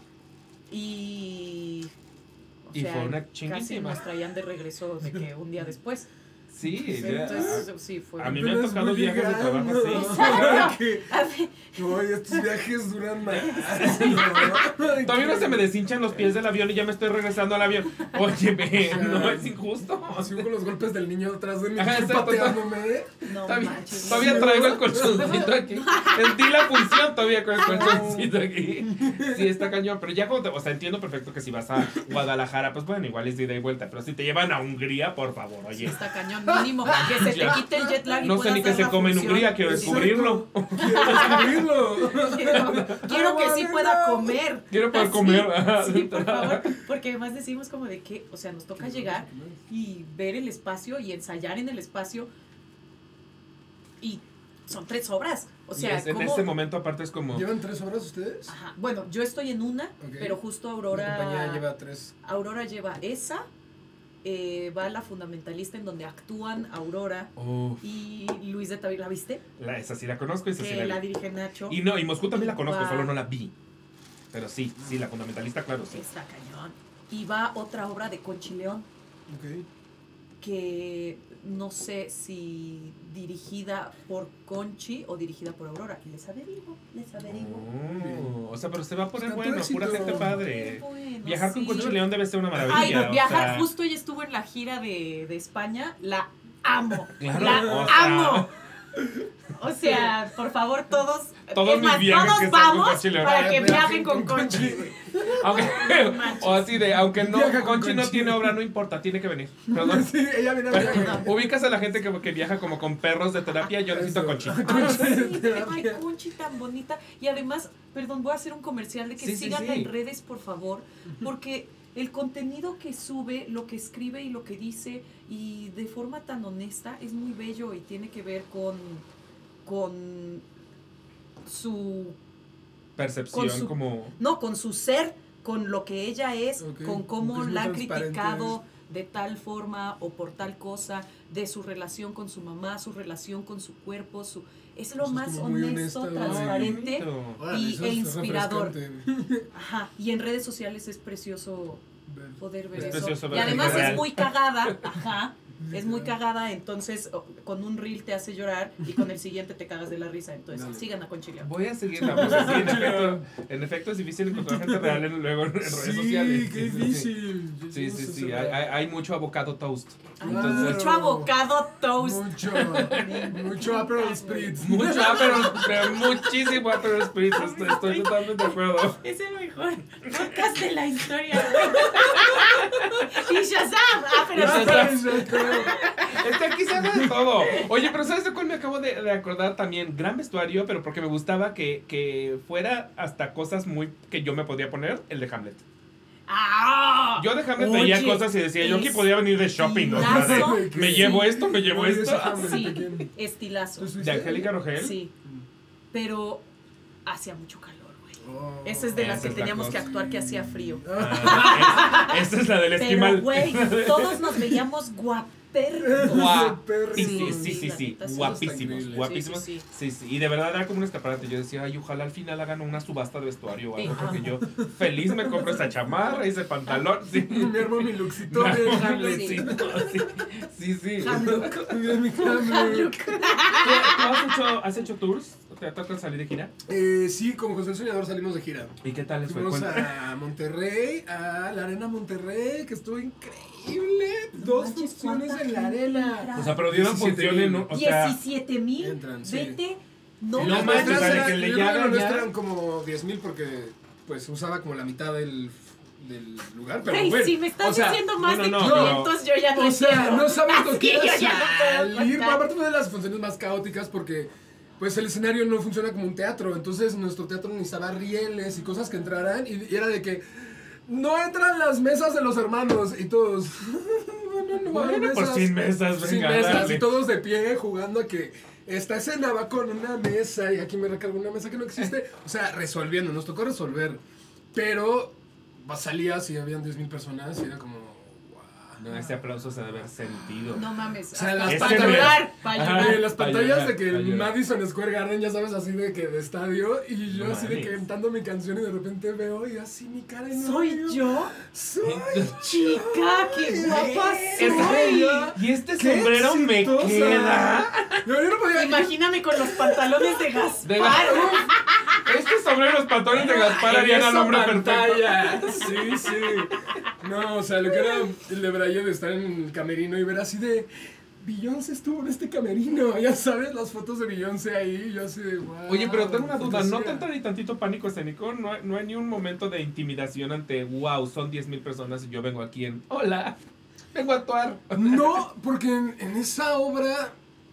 Y... o Y sea, fue una casi chinguísima. nos traían de regreso de que un día después. Sí, Entonces, sí, fue... a mí me han Apenas tocado voy viajes de trabajo llegando. así. Que, A ver, oye, estos viajes duran más. Todavía no se me deshinchan los pies del avión y ya me estoy regresando al avión. Óyeme, no es injusto. Así con los golpes del niño atrás de mí, Ajá, exacto. pateándome. no Todavía, manches. todavía traigo el colchoncito aquí. Sentí la función todavía con el colchoncito aquí. Sí, está cañón. Pero ya cuando o sea, entiendo perfecto que si vas a Guadalajara, pues bueno, igual es de ida y vuelta. Pero si te llevan a Hungría, por favor, oye. Está cañón, mínimo. Que se te Ya. quite el jet lag y No sé puedas ni qué dar se la come en función. Hungría, quiero descubrirlo. Quiero descubrirlo. Quiero que sí pueda comer. Quiero poder Así, comer. Sí, por favor. Porque además decimos como de que, o sea, nos toca llegar y ver el espacio y ensayar en el espacio. Y son 3 obras. O sea, en ¿cómo? ese momento aparte es como... ¿Llevan 3 horas ustedes? Ajá. Bueno, yo estoy en una, Ok. pero justo La compañía Aurora. lleva 3. Aurora lleva esa. Va la fundamentalista en donde actúan Aurora Uf, y Luis de Tavira, ¿la viste? esa sí la conozco, esa sí Que la la vi. dirige Nacho. Y no, y Moscú también la conozco, Va. solo no la vi. Pero sí, la fundamentalista, claro, sí. Está cañón. Y va otra obra de Conchi León, Ok. que no sé si dirigida por Conchi o dirigida por Aurora. Y les averiguo. O sea, pero se va a poner Está bueno, todo pura éxito. gente padre. Bueno, Viajar con sí. Conchi León debe ser una maravilla. Ay, no, o viajar, sea, justo ella estuvo en la gira de España, la amo. Claro, la o sea. amo. O sea, por favor, todos. Todos es mis más, viajes todos que sean con vamos Conchi León. para que Viajen viajen con con Conchi. Conchi. güey. Aunque, manches. o así de, aunque no, Viaja con Conchi no Conchi. tiene obra, no importa, tiene que venir. Perdón. Sí, ella viene a viaje. Ubicas a la gente que viaja como con perros de terapia, yo necesito a Conchi. Ay, sí, Terapia. pero ay, Conchi tan bonita. Y además, perdón, voy a hacer un comercial de que Sí, sí, síganla sí. en redes, por favor, porque el contenido que sube, lo que escribe y lo que dice, y de forma tan honesta, es muy bello y tiene que ver con su, Percepción con su- como... no, con su ser, con lo que ella es, Ok, con cómo porque es muy la han transparente. criticado de tal forma o por tal cosa, de su relación con su mamá, su relación con su cuerpo, es lo Eso es más como muy honesto, honesto, transparente. Ay, bonito. Órale, Y- eso e es inspirador. refrescante. Ajá, y en redes sociales es precioso poder ver Es eso. precioso Y ver además gente real. es muy cagada, ajá, Es muy cagada, entonces con un reel te hace llorar y con el siguiente te cagas de la risa. Entonces, sigan a Conchileo. Voy a seguirla, pues sí, en efecto es difícil encontrar gente real luego en redes sociales. Qué difícil. Sí, hay mucho avocado toast. Entonces, mucho avocado toast. Mucho Aperol Spritz. Mucho pero muchísimo Aperol Spritz. Estoy totalmente de acuerdo. Es el mejor podcast de la historia. Y Shazam, Es que aquí se hace de todo. Oye, pero ¿sabes de cuál me acabo de acordar también? Gran vestuario, pero porque me gustaba que fuera hasta cosas muy que yo me podía poner, el de Hamlet. Yo de Hamlet veía cosas y decía, yo aquí podía venir de shopping. O sea, me llevo esto, me llevo esto. Sí, estilazo. ¿De Angélica Rogel? Sí, pero hacía mucho calor. Esa es de las que teníamos que actuar que hacía frío. Esa es la del esquimal. Pero, güey, todos nos veíamos guapérrimos. Sí, guapísimos. Sí. Y de verdad era como un escaparate. Yo decía, ay, ojalá al final hagan una subasta de vestuario o algo, porque yo feliz me compro esa chamarra, ese pantalón. Sí. Me armo mi lookcito de Hamlet. Sí. Hamlet. ¿Tú has hecho tours? ¿Te toca salir de gira? Sí, como José el Soñador salimos de gira. ¿Y qué tal les fue? Fuimos a Monterrey, a la Arena Monterrey, que estuvo increíble. 2 funciones en la arena. O sea, pero dieron funciones, ¿no? O sea, 17,000. Vete. No manches, que le llegan. Eran como 10,000 porque pues usaba como la mitad del lugar, pero hey, bueno. Si me estás diciendo más de 500, yo ya no entiendo. O sea, no sabes lo que es salir. Aparte fue de las funciones más caóticas porque pues el escenario no funciona como un teatro, entonces nuestro teatro necesitaba rieles y cosas que entraran y era de que no entran las mesas de los hermanos y todos bueno, pues sin mesas, venga, sin mesas dale. Y todos de pie jugando a que esta escena va con una mesa y aquí me recargo una mesa que no existe, o sea, resolviendo, nos tocó resolver, pero salías y habían 10,000 personas y era como no, ese aplauso se debe haber sentido. No mames. O sea, las pantallas de que el Madison Square Garden, ya sabes, así de que de estadio, y yo así de que cantando mi canción y de repente veo y así mi cara en ¿Soy yo? ¡Soy chica! ¡Qué guapa soy! Y este sombrero me queda. No, yo no podía. Imagíname con los pantalones de Gaspar. Este sombrero y los pantalones de Gaspar harían al hombre perfecto. Sí. No, o sea, lo que era el de Brian de estar en el camerino y ver así de Beyoncé estuvo en este camerino, ya sabes, las fotos de Beyoncé ahí, yo así de wow. Oye, pero tengo una duda, ¿no te entra ni tantito pánico escénico? ¿No hay ni un momento de intimidación ante, wow, son 10,000 personas y yo vengo aquí hola, vengo a actuar? No, porque en esa obra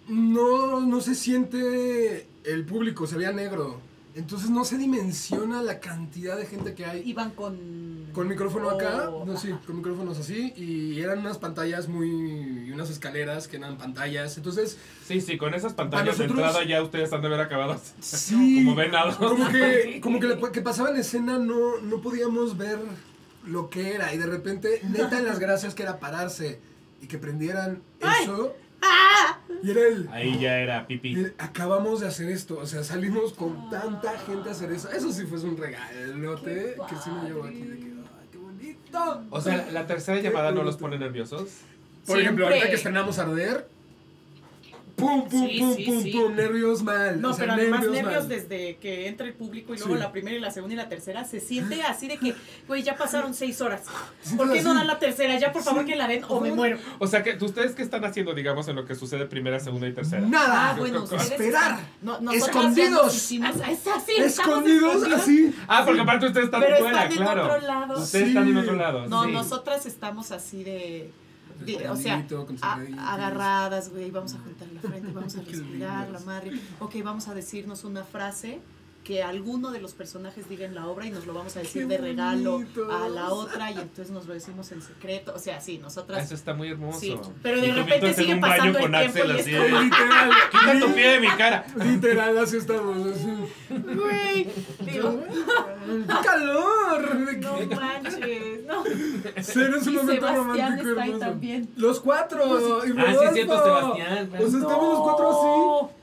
no se siente el público, se veía negro. Entonces no se dimensiona la cantidad de gente que hay. Iban con micrófono acá, con micrófonos así, y eran unas pantallas y unas escaleras que eran pantallas, entonces... Sí, con esas pantallas nosotros, de entrada ya ustedes han de ver acabados. Sí. Como venados. Como que pasaba en escena no podíamos ver lo que era, y de repente, neta en las gracias que era pararse, y que prendieran eso... Y era ahí ya era pipí. Acabamos de hacer esto, o sea, salimos con tanta gente a hacer eso. Eso sí fue un regalote que sí me llevó aquí de que, ¡ay, qué bonito! O sea, la tercera llamada no los pone nerviosos. Por ejemplo, ahorita que estrenamos Arder, pum, nervios mal. No, pero además nervios desde que entra el público y luego la primera y la segunda y la tercera se siente así de que, güey, ya pasaron 6 horas. ¿Por qué no dan la tercera? Ya, por favor, que la den o me muero. O sea, que ¿ustedes qué están haciendo, digamos, en lo que sucede primera, segunda y tercera? Nada. Bueno, esperar. Escondidos. Escondidos así. Porque aparte ustedes están fuera, claro. Otro lado. Ustedes están en otro lado. No, nosotras estamos así o sea, agarradas, güey, vamos a juntar la frente, vamos a respirar, la madre. Ok, vamos a decirnos una frase que alguno de los personajes diga en la obra y nos lo vamos a decir de regalo a la otra y entonces nos lo decimos en secreto. O sea, sí, nosotras... Eso está muy hermoso. Sí, pero de repente sigue pasando el tiempo y es como... Literal. Quita tu pie de mi cara. Literal, así estamos. Güey, digo... ¡Qué calor! No manches, no. Ser es un momento Sebastián romántico está ahí hermoso. también. Los 4. Sí, es cierto, Sebastián. O sea, estamos los 4 así.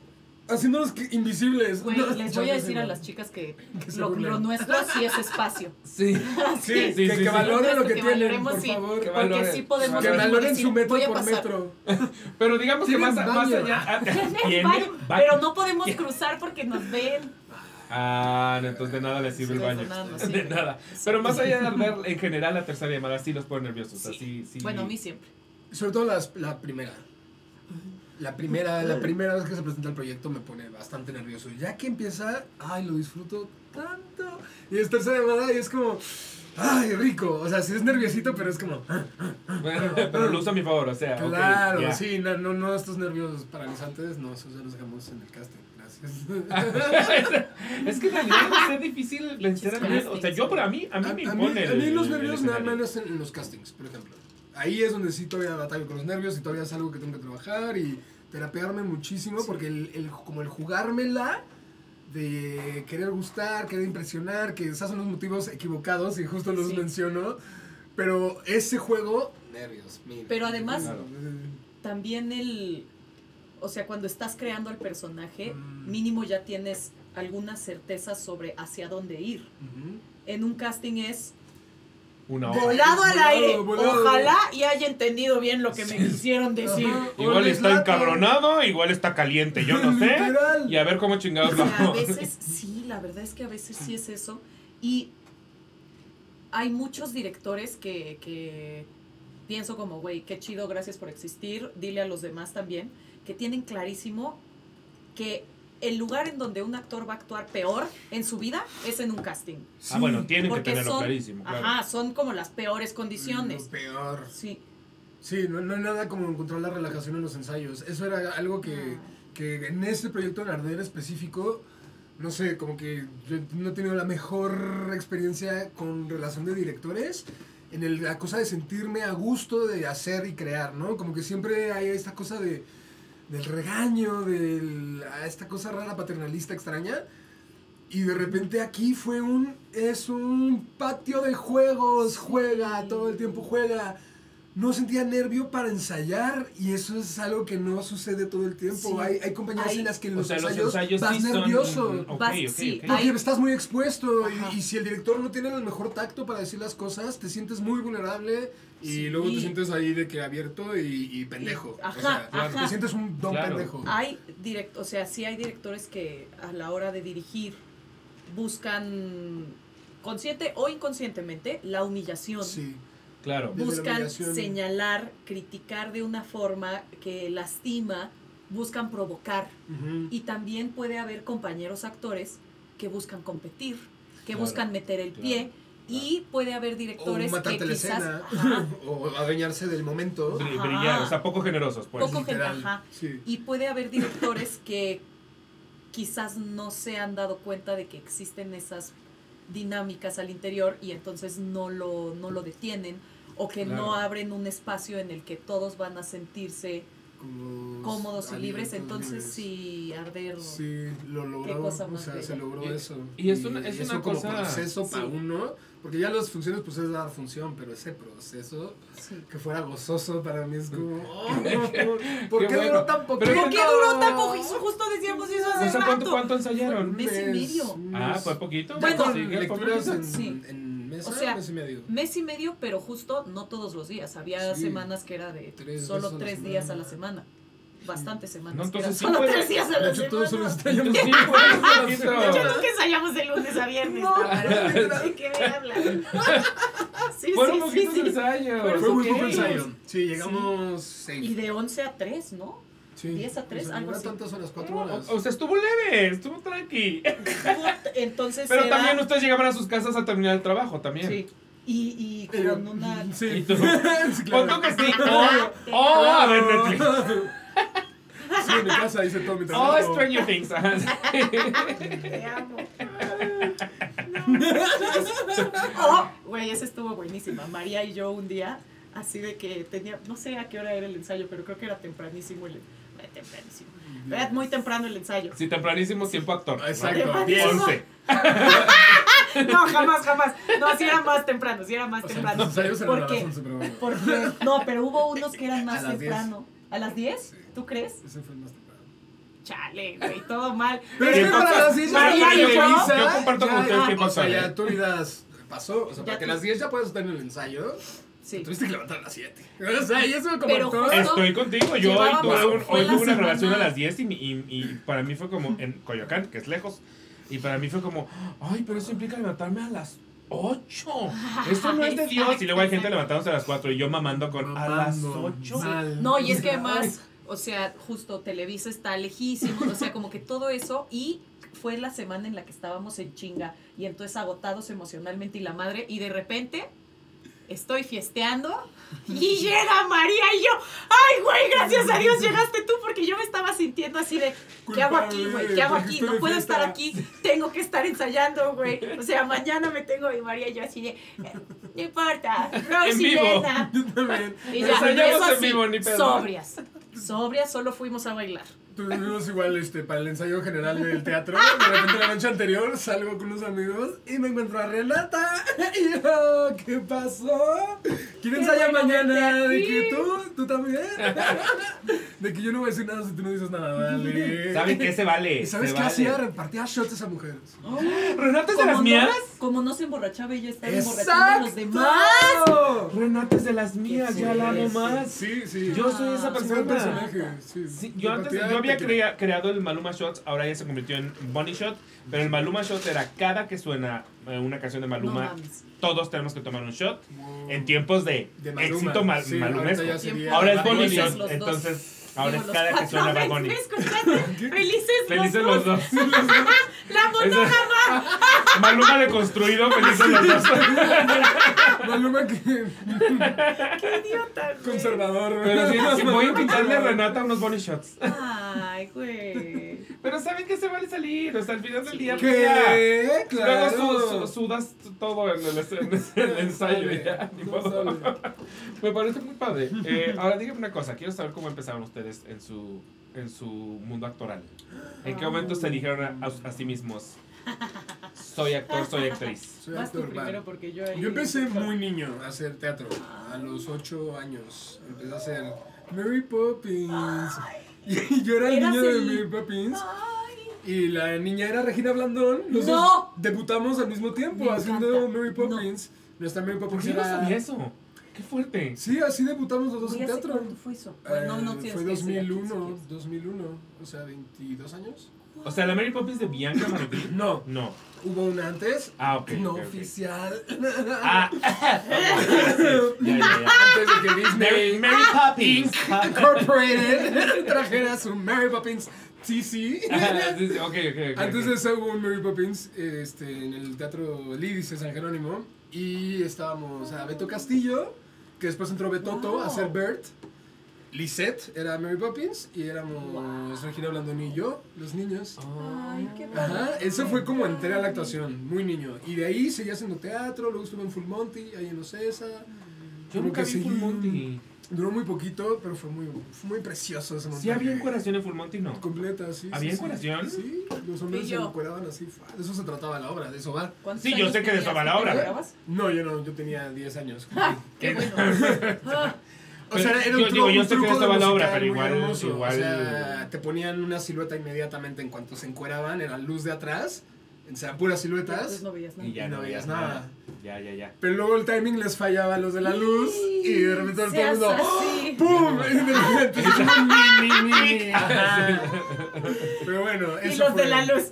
haciéndonos invisibles. Güey, les voy a decir a las chicas que lo nuestro sí es espacio. Sí. Sí, que valoren lo que tienen, valoremos, por sí, favor. Que porque valoren. sí podemos Que venir y valoren decir, su metro voy a por pasar. metro. Pero digamos que Tienen más baño. allá. Tienen baño, pero no podemos cruzar porque nos ven. Ah, no, entonces de nada les sirve el Sí, baño. de nada nos De sirve. nada. Pero más allá de ver en general la tercera llamada, sí los pone nerviosos. O sea, sí. Bueno, a mí siempre. Sobre todo la primera. La primera vez que se presenta el proyecto me pone bastante nervioso. Ya que empieza, lo disfruto tanto. Y es tercera llamada y es como, rico. O sea, sí es nerviosito, pero es como... Pero lo uso a mi favor, o sea. Claro, okay, sí, no, estos nervios paralizantes, no, esos ya los dejamos en el casting. Gracias. Es que en realidad va a ser difícil vencer a mí. O sea, yo, pero a mí me impone. A mí los el nervios me dan escenario. menos en los castings, por ejemplo. Ahí es donde sí todavía batallo con los nervios y todavía es algo que tengo que trabajar y terapearme muchísimo porque como el jugármela de querer gustar, querer impresionar, que esos son los motivos equivocados y justo los menciono, pero ese juego, nervios. Pero además, Claro. también o sea, cuando estás creando el personaje, mínimo ya tienes alguna certeza sobre hacia dónde ir. En un casting es Una hora. volado al aire. Volado. Ojalá y haya entendido bien lo que me quisieron decir. Ajá. Igual O está les encabronado, igual está caliente, yo no sé. Literal. Y a ver cómo chingados O sea, a vamos. veces sí, la verdad es que a veces sí es eso. Y hay muchos directores que pienso como, güey, qué chido, gracias por existir, dile a los demás también, que tienen clarísimo que el lugar en donde un actor va a actuar peor en su vida es en un casting. Ah, bueno, tienen que Porque tenerlo son, clarísimo, claro. ajá, son como las peores condiciones. Lo peor. Sí. Sí, no hay nada como encontrar la relajación en los ensayos. Eso era algo que en este proyecto de Arder específico, no sé, como que yo no he tenido la mejor experiencia con relación de directores en la cosa de sentirme a gusto de hacer y crear, ¿no? Como que siempre hay esta cosa del regaño, esta cosa rara paternalista extraña. Y de repente aquí es un patio de juegos, juega, todo el tiempo juega. No sentía nervio para ensayar y eso es algo que no sucede todo el tiempo. Sí. Hay compañías en las que en los ensayos ensayos vas sí son- nervioso. Ok, Vas- ok, sí, ok. Porque estás muy expuesto Ajá. y si el director no tiene el mejor tacto para decir las cosas, te sientes muy vulnerable y Sí. luego te sientes ahí de que abierto y pendejo. Ajá, O sea, ajá. te sientes un don Claro. pendejo. O sea, sí hay directores que a la hora de dirigir buscan consciente o inconscientemente la humillación. Sí. Claro. Desde la Buscan humillación. señalar, criticar de una forma que lastima, buscan provocar. Ujú. Y también puede haber compañeros actores que buscan competir, que Claro, buscan meter el pie. Y puede haber directores O matarte que la quizás escena, ajá, o adueñarse del momento. Ajá. Brillar, o sea, poco generosos, pues. Poco Literal, ajá. sí. Y puede haber directores que quizás no se han dado cuenta de que existen esas dinámicas al interior y entonces no lo detienen o que no Claro. abren un espacio en el que todos van a sentirse cómodos y libres. Entonces libres. sí, Arder. Sí, lo logró. Qué cosa O más sea, bella. se logró Y- eso. y es una eso como cosa- proceso Sí. para uno. Porque ya las funciones, pues es dar función, pero ese proceso Sí. que fuera gozoso para mí es como. ¿Por Qué qué bueno. duró tan poquito? Pero ¿Por qué duró tan poco? Justo decíamos eso hace O sea, rato. ¿cuánto ensayaron? Mes y medio. Ah, fue poquito. Ya Bueno, con Sí, fue lecturas poquito. en mesa, O sea, mes y medio. Mes y medio, pero justo no todos los días. Había Sí. semanas que era de 3 solo veces a la 3 días a la semana. semana. Bastantes semanas. No, que eran entonces sí solo puede- 3 días a la De hecho, todos solo semana. estallamos. Entonces, sí, fue un poquito. De hecho, nunca ensayamos de lunes a viernes. No, Tamara. literal. ¿De qué me hablas? Sí, Fueron sí, poquitos sí, sí. ensayos. Fue muy Ok. poco ensayo. Sí, llegamos 6. Y de 11 a 3, ¿no? Sí. 10 a 3, algo no así. tantas horas, 4 horas. O sea, estuvo leve, estuvo tranqui. Entonces Pero era- también ustedes llegaban a sus casas a terminar el trabajo también. Sí. Y con una... Sí. Y tú, Sí, claro. pon tú que sí. A ver, Netflix. Sí, en mi casa hice todo mi Oh, trabajo. Stranger Things. Ajá. Te amo. Oh, güey, esa estuvo buenísima. María y yo un día, así de que tenía, no sé a qué hora era el ensayo, pero creo que era tempranísimo tempranísimo. Era muy temprano el ensayo. Sí, tempranísimo tiempo actor. Exacto, Tempranísimo. 10. 11. No, jamás. No, sí era más temprano, temprano. Los ensayos eran a las Porque, 11, pero bueno. porque, no, pero hubo unos que eran más A las 10. temprano. ¿A las 10? Sí. ¿Tú crees? Ese fue el más temprano. chale, güey, todo mal. Pero es que para las 10 ya yo comparto con ustedes qué o pasó. sea, ya tu vida pasó. O sea, para que a tú- las 10 ya puedas estar en el ensayo. Sí. Tuviste que levantar a las 7. O sea, y eso me Pero comportó. justo- Estoy contigo, yo hoy Llevábamos- fue la tuve una grabación a semana- las 10 y para mí fue como en Coyoacán, que es lejos, y para mí fue como, ay, pero eso implica levantarme a las 8. Esto no es de Dios. Y luego hay gente levantándose a las 4 y yo mamando con a las 8. Mal. No, y es que además, o sea, justo Televisa está lejísimo, o sea, como que todo eso, y fue la semana en la que estábamos en chinga, y entonces agotados emocionalmente y la madre, y de repente estoy fiesteando y llega María y yo, ay, güey, gracias a Dios llegaste tú, porque yo me estaba sintiendo así de, ¿qué hago aquí, güey? ¿Qué hago aquí? No puedo estar aquí, tengo que estar ensayando, güey. O sea, mañana me tengo, y María y yo así de, no importa, Rosy, vivo. nena. Yo también. Y ya, Ensayamos eso en sí, vivo, ni pedo. sobrias, solo fuimos a bailar. Tuvimos igual para el ensayo general del teatro. De repente la noche anterior salgo con unos amigos y me encuentro a Renata. Y yo, ¿qué pasó? ¿Quién Qué ensaya bueno mañana? verte ¿De aquí. que tú también? De que yo no voy a decir nada si tú no dices nada, vale. ¿Saben qué se vale? ¿Y sabes Se qué vale. hacía? Repartía shots a esa mujer. ¿Renata es de las mías? Como no se emborrachaba, ella estaba emborrachando a los demás. ¡Exacto! Renata es de las mías, Qué ya la amo fuerte. más. Sí, sí. Yo soy esa Es un gran persona. personaje. Sí. Sí, yo había creado el Maluma Shots, ahora ya se convirtió en Bunny Shot, pero el Maluma Shot era cada que suena una canción de No Maluma, mames. todos tenemos que tomar un shot Wow. en tiempos de Maluma. éxito Sí, malumesco. ahorita ya sería Ahora es Bad Bunny Bunny. Shot, los dos. entonces ahora Digo, es los cada que cuatro. suena Bad Ay, Bunny. ¿me escuchaste? Felices los dos. La monógama. Maluma deconstruido, felices los dos. Maluma que Qué idiota, güey. conservador. Pero sí, voy a invitarle a Renata unos Bunny Shots. Ay, güey. Pero saben que se vale salir, o sea, al final del día. pues, ya. ¿Qué? Claro. Luego sudas todo en el ensayo ya, ni No modo. sale. Me parece muy padre. Ahora díganme una cosa, quiero saber cómo empezaron ustedes en su mundo actoral. ¿En qué momento se dijeron a sí mismos, soy actor, soy actriz? Soy Vas tú actor, primero va. porque yo ahí... Yo empecé muy niño a hacer teatro. A los 8 años. Empecé a hacer Mary Poppins. Y yo era el Eras niño de el- Mary Poppins. Ay, Y la niña era Regina Blandón. Los ¡No! dos debutamos al mismo tiempo Me haciendo encanta. Mary Poppins. Nuestra Mary ¿Por Poppins qué no era... sabía eso? ¡Qué fuerte! Sí, así debutamos los dos güey, en ¿hace teatro. cuánto fue eso? Bueno, no tienes Fue que decir aquí, 2001, si 2001, o sea, 22 años. O sea, la Mary Poppins de Bianca Martín. No, No. hubo una antes, Ah, ok. no ok, ok. oficial. Ah, ok, sí, ya. Antes de que Disney Mary Poppins. Incorporated trajera su Mary Poppins TC. Ajá, sí, sí, ok. Antes de eso hubo un Mary Poppins en el Teatro Lidis de San Jerónimo y estábamos a Beto Castillo, que después entró Betoto Wow. a hacer Bert. Lisette era Mary Poppins y éramos Wow. Regina Blandón y yo, los niños. Ay, qué Ajá, padre. eso fue como entré a la actuación, muy niño. Y de ahí seguí haciendo teatro, luego estuve en Full Monty, ahí en Ocesa. Yo nunca vi Full Monty. Duró muy poquito, pero fue muy precioso ese montaje. ¿Sí había encueración en Full Monty? No. Completa, sí. ¿Había sí, encueración? Sí, los hombres Y se yo. encueraban así. De eso se trataba la obra, de eso va. ¿Cuántos Sí, yo años sé que de eso tenías? va la ¿Te obra. enamorabas? No, yo tenía 10 años. Qué bueno. Ah, O sea, era Yo digo, yo un sé que truco estaba de la obra, musical pero muy igual- hermoso. igual- O sea, te ponían una silueta inmediatamente en cuanto se encueraban, era luz de atrás, o sea, puras siluetas. Entonces no veías nada. Y ya Y no no veías veías nada. nada. Ya. Pero luego el timing les fallaba a los de la luz y de repente todo el Seas mundo así. ¡pum! Y de repente es un mi. Ajá. Pero bueno, Y eso los fue. de la luz.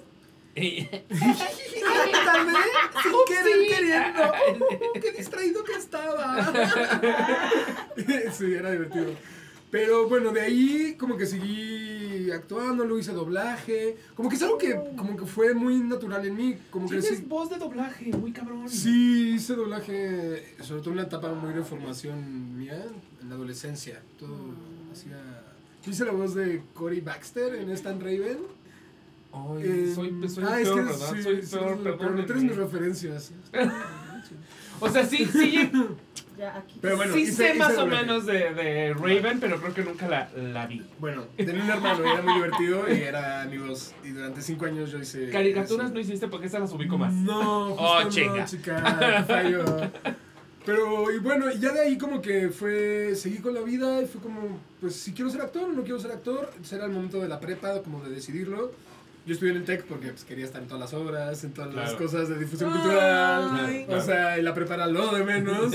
Quítame, sin querer queriendo. ¡Qué distraído que estaba! Sí, era divertido. Pero bueno, de ahí como que seguí actuando, luego hice doblaje. Como que es algo que como que fue muy natural en mí. Como que Tienes sí, voz de doblaje, muy cabrón. sí hice doblaje, sobre todo en una etapa muy de formación mía, en la adolescencia. Todo hacía... Yo hice la voz de Cory Baxter en Stan Raven. Ay, soy es peor, que ¿verdad? sí, Soy sí, peor, pero perdónenme. tú eres mis referencias. O sea, sí, Ya, aquí. Pero bueno, sí hice- sé hice más o doblaje. menos de Raven, pero creo que nunca la vi. Bueno, tenía un hermano y era muy divertido y era mi voz. Y durante 5 años yo hice... Caricaturas eso. no hiciste porque esas las ubico más. No, justo Oh, no, chinga. chica, fallo. Pero, y bueno, y ya de ahí como que seguí con la vida y fue como, pues si quiero ser actor o no quiero ser actor. Entonces era el momento de la prepa, como de decidirlo. Yo estudié en el TEC porque pues, quería estar en todas las obras, en todas las cosas de difusión cultural. O sea, y la prepa era lo de menos.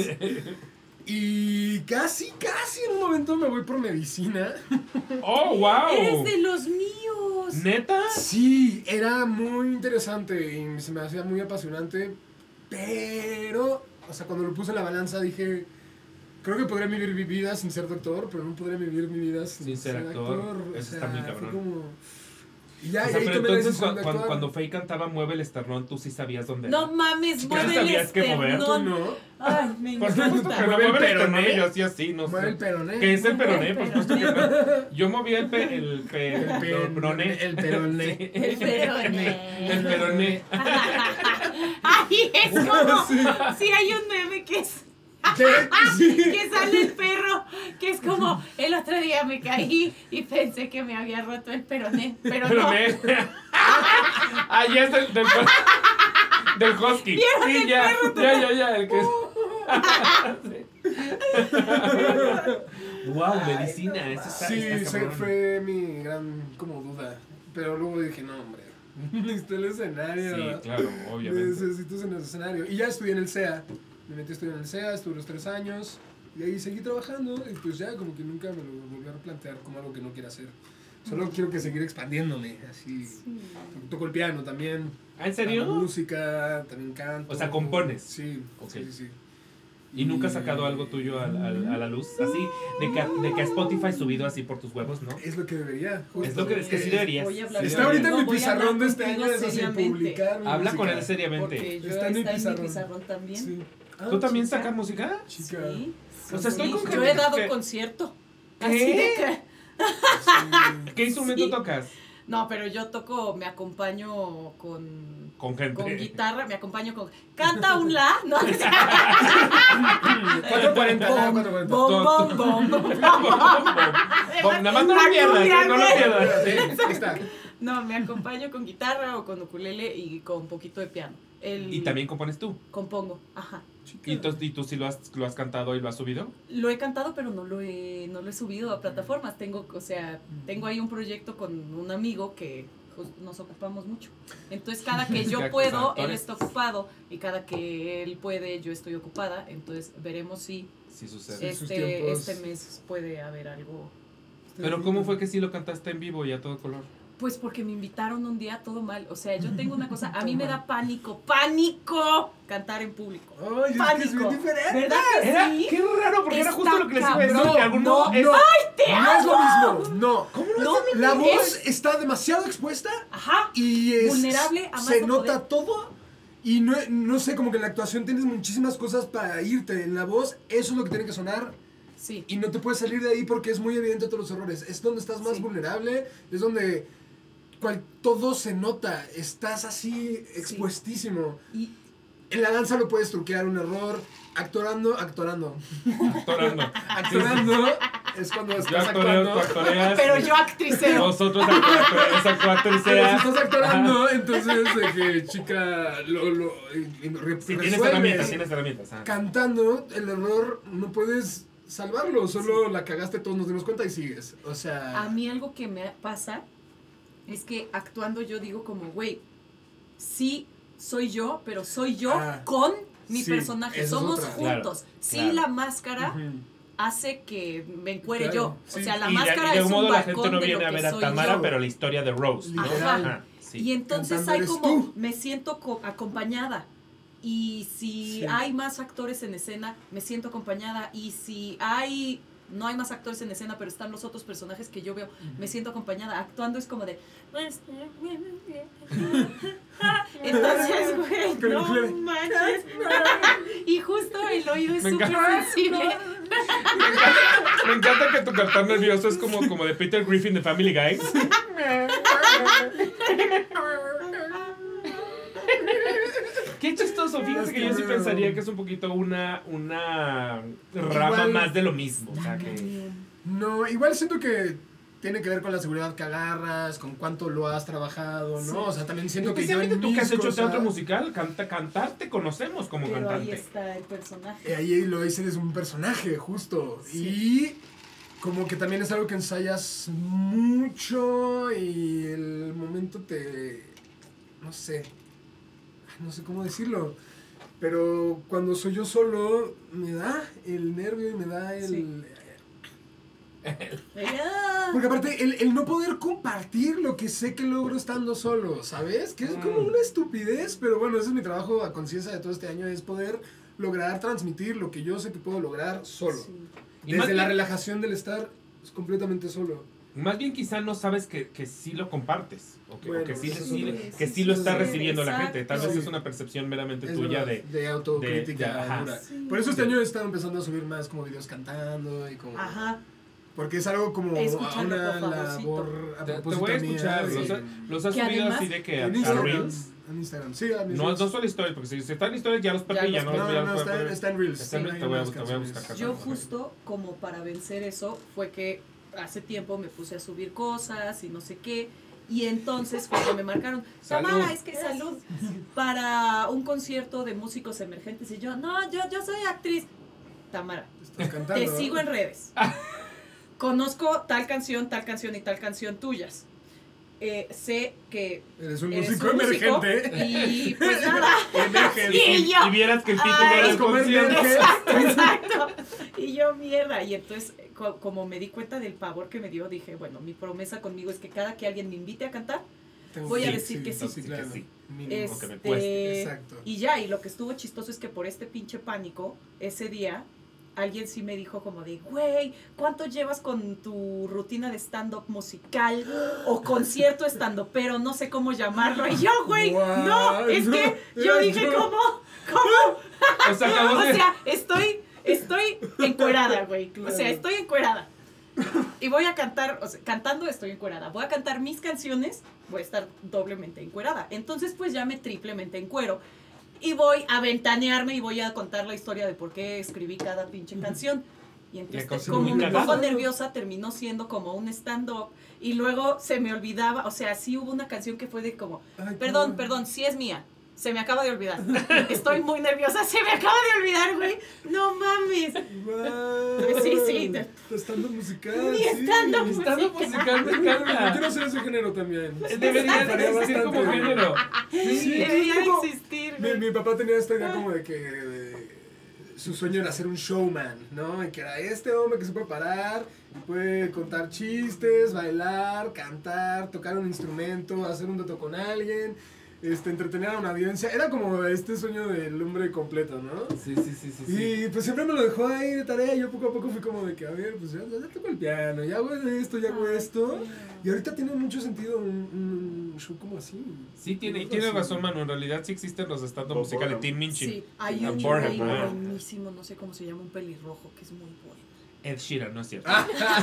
Y casi en un momento me voy por medicina. ¡Oh, wow! ¡Eres de los míos! ¿Neta? Sí, era muy interesante y se me hacía muy apasionante. Pero, o sea, cuando lo puse en la balanza dije... Creo que podría vivir mi vida sin ser doctor, pero no podría vivir mi vida sin ser actor. Eso está muy cabrón. Como... Y ya, o sea, y pero tomé la entonces decisión de actuar. cuando Faye cantaba Mueve el esternón, tú sí sabías dónde No era. mames, mueve el sabías qué mover? esternón. ¿Tú no? Ay, me Por supuesto que encanta. no Mueve el mueve el peroné. esternón y yo hacía así, no Mueve el sé. peroné. ¿Qué es el Mueve peroné? el Por supuesto que no. Yo movía el peroné. El peroné. Sí. El peroné. El peroné. Ay, es como... Sí, hay un meme que es... ¿Qué? Sí. Que sale el perro, que es como el otro día me caí y pensé que me había roto el peroné, pero no. Peroné. Ah, ya es del husky. ¿Vieron Sí, el ya, perro? ya, el que es. Wow, medicina, eso está, Sí, está cabrón. fue mi gran como duda. Pero luego dije, no, hombre, necesito el escenario. Sí, claro, obviamente. Necesito en el escenario. Y ya estudié en el CEA. Me metí a estudiar en el CEA, estuve los 3 años. Y ahí seguí trabajando. Y pues ya como que nunca me lo volví a replantear como algo que no quiero hacer. Solo quiero que seguir expandiéndome, así. Sí. Toco el piano también. ¿Ah, en serio? Hago música, también canto. O sea, compones. Sí, Ok. sí. ¿Y nunca has sacado algo tuyo a la luz? Así, de que a Spotify subido así por tus huevos, ¿no? Es lo que debería. Justo. Es lo que es que sí deberías. Voy a hablar Sí Está deberías. ahorita en mi Voy a hablar pizarrón de este contigo año, es así, seriamente. publicar. mi Habla con música. él seriamente. Porque yo Está en mi está en mi pizarrón. pizarrón también. Sí. ¿Tú Ah, también chica. sacas música? Chica. Sí. O sea, estoy Sí, con yo gente he dado que- concierto. ¿Qué? Así de que... ¿Qué instrumento Sí. tocas? No, pero yo toco, me acompaño con Con gente. con guitarra, me acompaño con... Canta un la, ¿no? 440, Bom, 440. bom, bom, bom, bom. Nada más no lo pierdas, no lo pierdas. Sí, ahí está. No, me acompaño con guitarra o con ukulele y con un poquito de piano. Y también compones tú. Compongo, ajá. ¿Y tú sí lo has cantado y lo has subido? Lo he cantado, pero no lo he subido a plataformas. Tengo ahí un proyecto con un amigo que pues, nos ocupamos mucho. Entonces, cada que yo Ya, puedo, actores. él está ocupado. Y cada que él puede, yo estoy ocupada. Entonces, veremos si Sí sucede. sus tiempos. este mes puede haber algo. Pero ¿cómo fue que sí lo cantaste en vivo y a todo color? Pues porque me invitaron un día todo mal. O sea, yo tengo una cosa, a mí Todo me mal. da pánico cantar en público. Ay, es que es Pánico. bien diferente. ¿Verdad que Era, sí? qué raro, porque era Está justo lo que les iba a decir. cabrón. Que algún No, modo es- no, te no es lo mismo. No. ¿Cómo No, La voz es- está demasiado expuesta Ajá. y es, Vulnerable a más se no nota poder. todo. Y no sé, como que en la actuación tienes muchísimas cosas para irte. En la voz, eso es lo que tiene que sonar. Sí. Y no te puedes salir de ahí porque es muy evidente todos los errores. Es donde estás más Sí. vulnerable, es donde todo se nota. Estás así expuestísimo. Y En la danza lo puedes truquear un error. Actuando. Actorando. Actuando es cuando Yo estás actoreo, tú actuando. actoreas. pero yo actriceo. Vosotros Pero si actriceas. estás actuando, entonces de que chica Sí, tienes resuelves. herramientas. Ah. Cantando, el error no puedes salvarlo, solo la cagaste, todos nos dimos cuenta y sigues. O sea, A mí algo que me pasa es que actuando yo digo como, güey, sí soy yo, pero soy yo Ah, con mi sí, personaje. esa es Somos otra. juntos. Claro, Sí, claro. la máscara ujú. hace que me encuere Claro, yo. sí. O sea, la Y máscara de es algún un modo la gente balcón no de lo viene a que ver a soy Tamara, yo. pero la historia de Rose, ¿no? Literal. Ajá, sí. Y entonces Cantando hay eres como, tú. me siento acompañada. Y si Sí. hay más actores en escena, me siento acompañada. Y si no hay más actores en escena, pero están los otros personajes que yo veo, me siento acompañada. Actuando es como de... Entonces, güey, Pero, no claro. manches. Y justo el oído es Me súper encanta. sensible. Me encanta que tu cantar nervioso es como de Peter Griffin de Family Guy. Qué chistoso, fíjate que yo sí pensaría que es un poquito una rama Igual- más de lo mismo. O sea, que No, igual siento que tiene que ver con la seguridad que agarras, con cuánto lo has trabajado, ¿no? Sí. O sea, también siento que yo tú que has hecho teatro musical, cantar te conocemos como pero cantante. Ahí está el personaje. Ahí lo hice, es un personaje, justo. Sí. Y como que también es algo que ensayas mucho y el momento no sé cómo decirlo, pero cuando soy yo solo me da el nervio y me da el... Sí. Porque aparte, el no poder compartir lo que sé que logro estando solo, ¿sabes? Que es como una estupidez, pero bueno, ese es mi trabajo a conciencia de todo este año, es poder lograr transmitir lo que yo sé que puedo lograr solo. Sí. Desde la relajación del estar completamente solo. Más bien quizá no sabes que sí lo compartes, o que sí lo está recibiendo la gente. Tal vez es una percepción meramente tuya de autocrítica. Sí. Por eso este año he estado empezando a subir más como videos cantando y como... Ajá. Porque es algo como una labor a propósito. Te voy a escuchar. ¿Los has subido así de que a Reels? En Instagram, sí. A no solo historias, porque si están en historias ya los perdí, ya no los veo. Está en Reels. Está en Reels, te voy a buscar. Yo justo como para vencer eso fue que hace tiempo me puse a subir cosas y no sé qué. Y entonces cuando me marcaron, Tamara, es que salud, para un concierto de músicos emergentes. Y yo, no, yo soy actriz. Tamara, te sigo en redes. Conozco tal canción y tal canción tuyas. Sé que eres un músico emergente. Y pues nada. Y vieras que el título era el concierto. Exacto. Y yo, mierda. Y entonces, como me di cuenta del pavor que me dio, dije, bueno, mi promesa conmigo es que cada que alguien me invite a cantar, voy a decir que sí. Claro. Que sí. Mínimo que me cueste. Exacto. Y ya, y lo que estuvo chistoso es que por este pinche pánico, ese día, alguien sí me dijo como de, güey, ¿cuánto llevas con tu rutina de stand-up musical o concierto stand-up? Pero no sé cómo llamarlo. Y yo, güey, no, es que yo dije, ¿cómo? O sea, estoy encuerada, güey. O sea, estoy encuerada. Y voy a cantar, o sea, cantando estoy encuerada. Voy a cantar mis canciones, voy a estar doblemente encuerada. Entonces, pues ya me triplemente encuero. Y voy a ventanearme y voy a contar la historia de por qué escribí cada pinche canción. Y entonces, como un poco nerviosa, terminó siendo como un stand-up. Y luego se me olvidaba, o sea, sí hubo una canción que fue de como, perdón, sí es mía. Se me acaba de olvidar. Estoy muy nerviosa. Se me acaba de olvidar, güey. No mames. Wow. Sí. Stand-up musical. Stand-up musical me encanta. Yo quiero ser ese género también. Debería existir como género. Sí, debería existir. Mi papá tenía esta idea como de que su sueño era ser un showman, ¿no? Y que era este hombre que se puede parar, puede contar chistes, bailar, cantar, tocar un instrumento, hacer un dueto con alguien. Entretener a una audiencia, era como este sueño del hombre completo, ¿no? Sí. Y pues siempre me lo dejó ahí de tarea, y yo poco a poco fui como de que, a ver, pues ya toco el piano, ya hago esto, ya hago esto, y ahorita tiene mucho sentido un show como así. Sí, tiene razón, Manu, en realidad sí existen los stand-up musicales de Tim Minchin. Sí, hay un buenísimo, no sé cómo se llama, un pelirrojo, que es muy bueno. Ed Sheeran, no es cierto.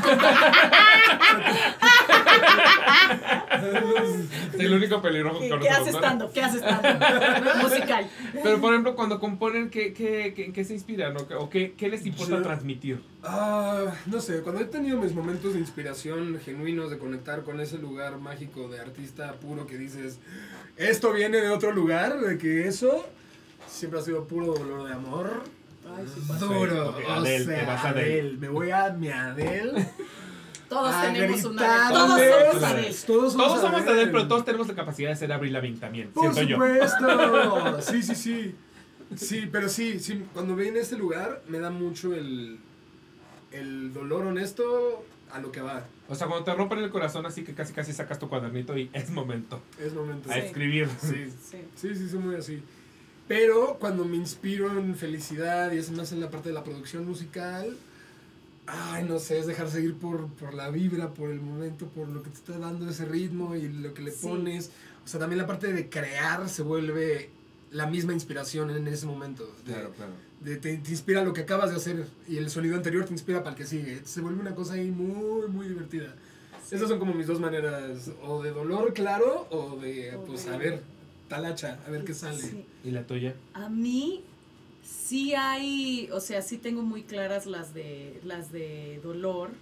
Es el único pelirrojo que conozco. ¿Qué haces estando? Musical. Pero por ejemplo, cuando componen, ¿qué se inspiran? ¿O qué les importa transmitir? No sé, cuando he tenido mis momentos de inspiración genuinos, de conectar con ese lugar mágico de artista puro que dices, esto viene de otro lugar, de que eso siempre ha sido puro dolor de amor. Ay, sí, duro. Adele, me voy a mi Adele. Todos tenemos una Adele. Todos somos Adele, pero todos tenemos la capacidad de ser Avril Lavigne también. Por supuesto. Sí. Sí, pero sí, cuando ven este lugar me da mucho el dolor honesto a lo que va. O sea, cuando te rompen el corazón así que casi sacas tu cuadernito y es momento. A escribir. Sí, soy muy así. Pero cuando me inspiro en felicidad y es más en la parte de la producción musical, no sé, es dejar seguir por la vibra, por el momento, por lo que te está dando ese ritmo y lo que le pones. O sea, también la parte de crear se vuelve la misma inspiración en ese momento. Claro. Te inspira lo que acabas de hacer y el sonido anterior te inspira para el que sigue. Se vuelve una cosa ahí muy, muy divertida. Sí. Esas son como mis dos maneras, o de dolor, claro, o de, pues, a ver, talacha, a ver qué sale. Sí. ¿Y la tuya? A mí sí hay, o sea, sí tengo muy claras las de dolor,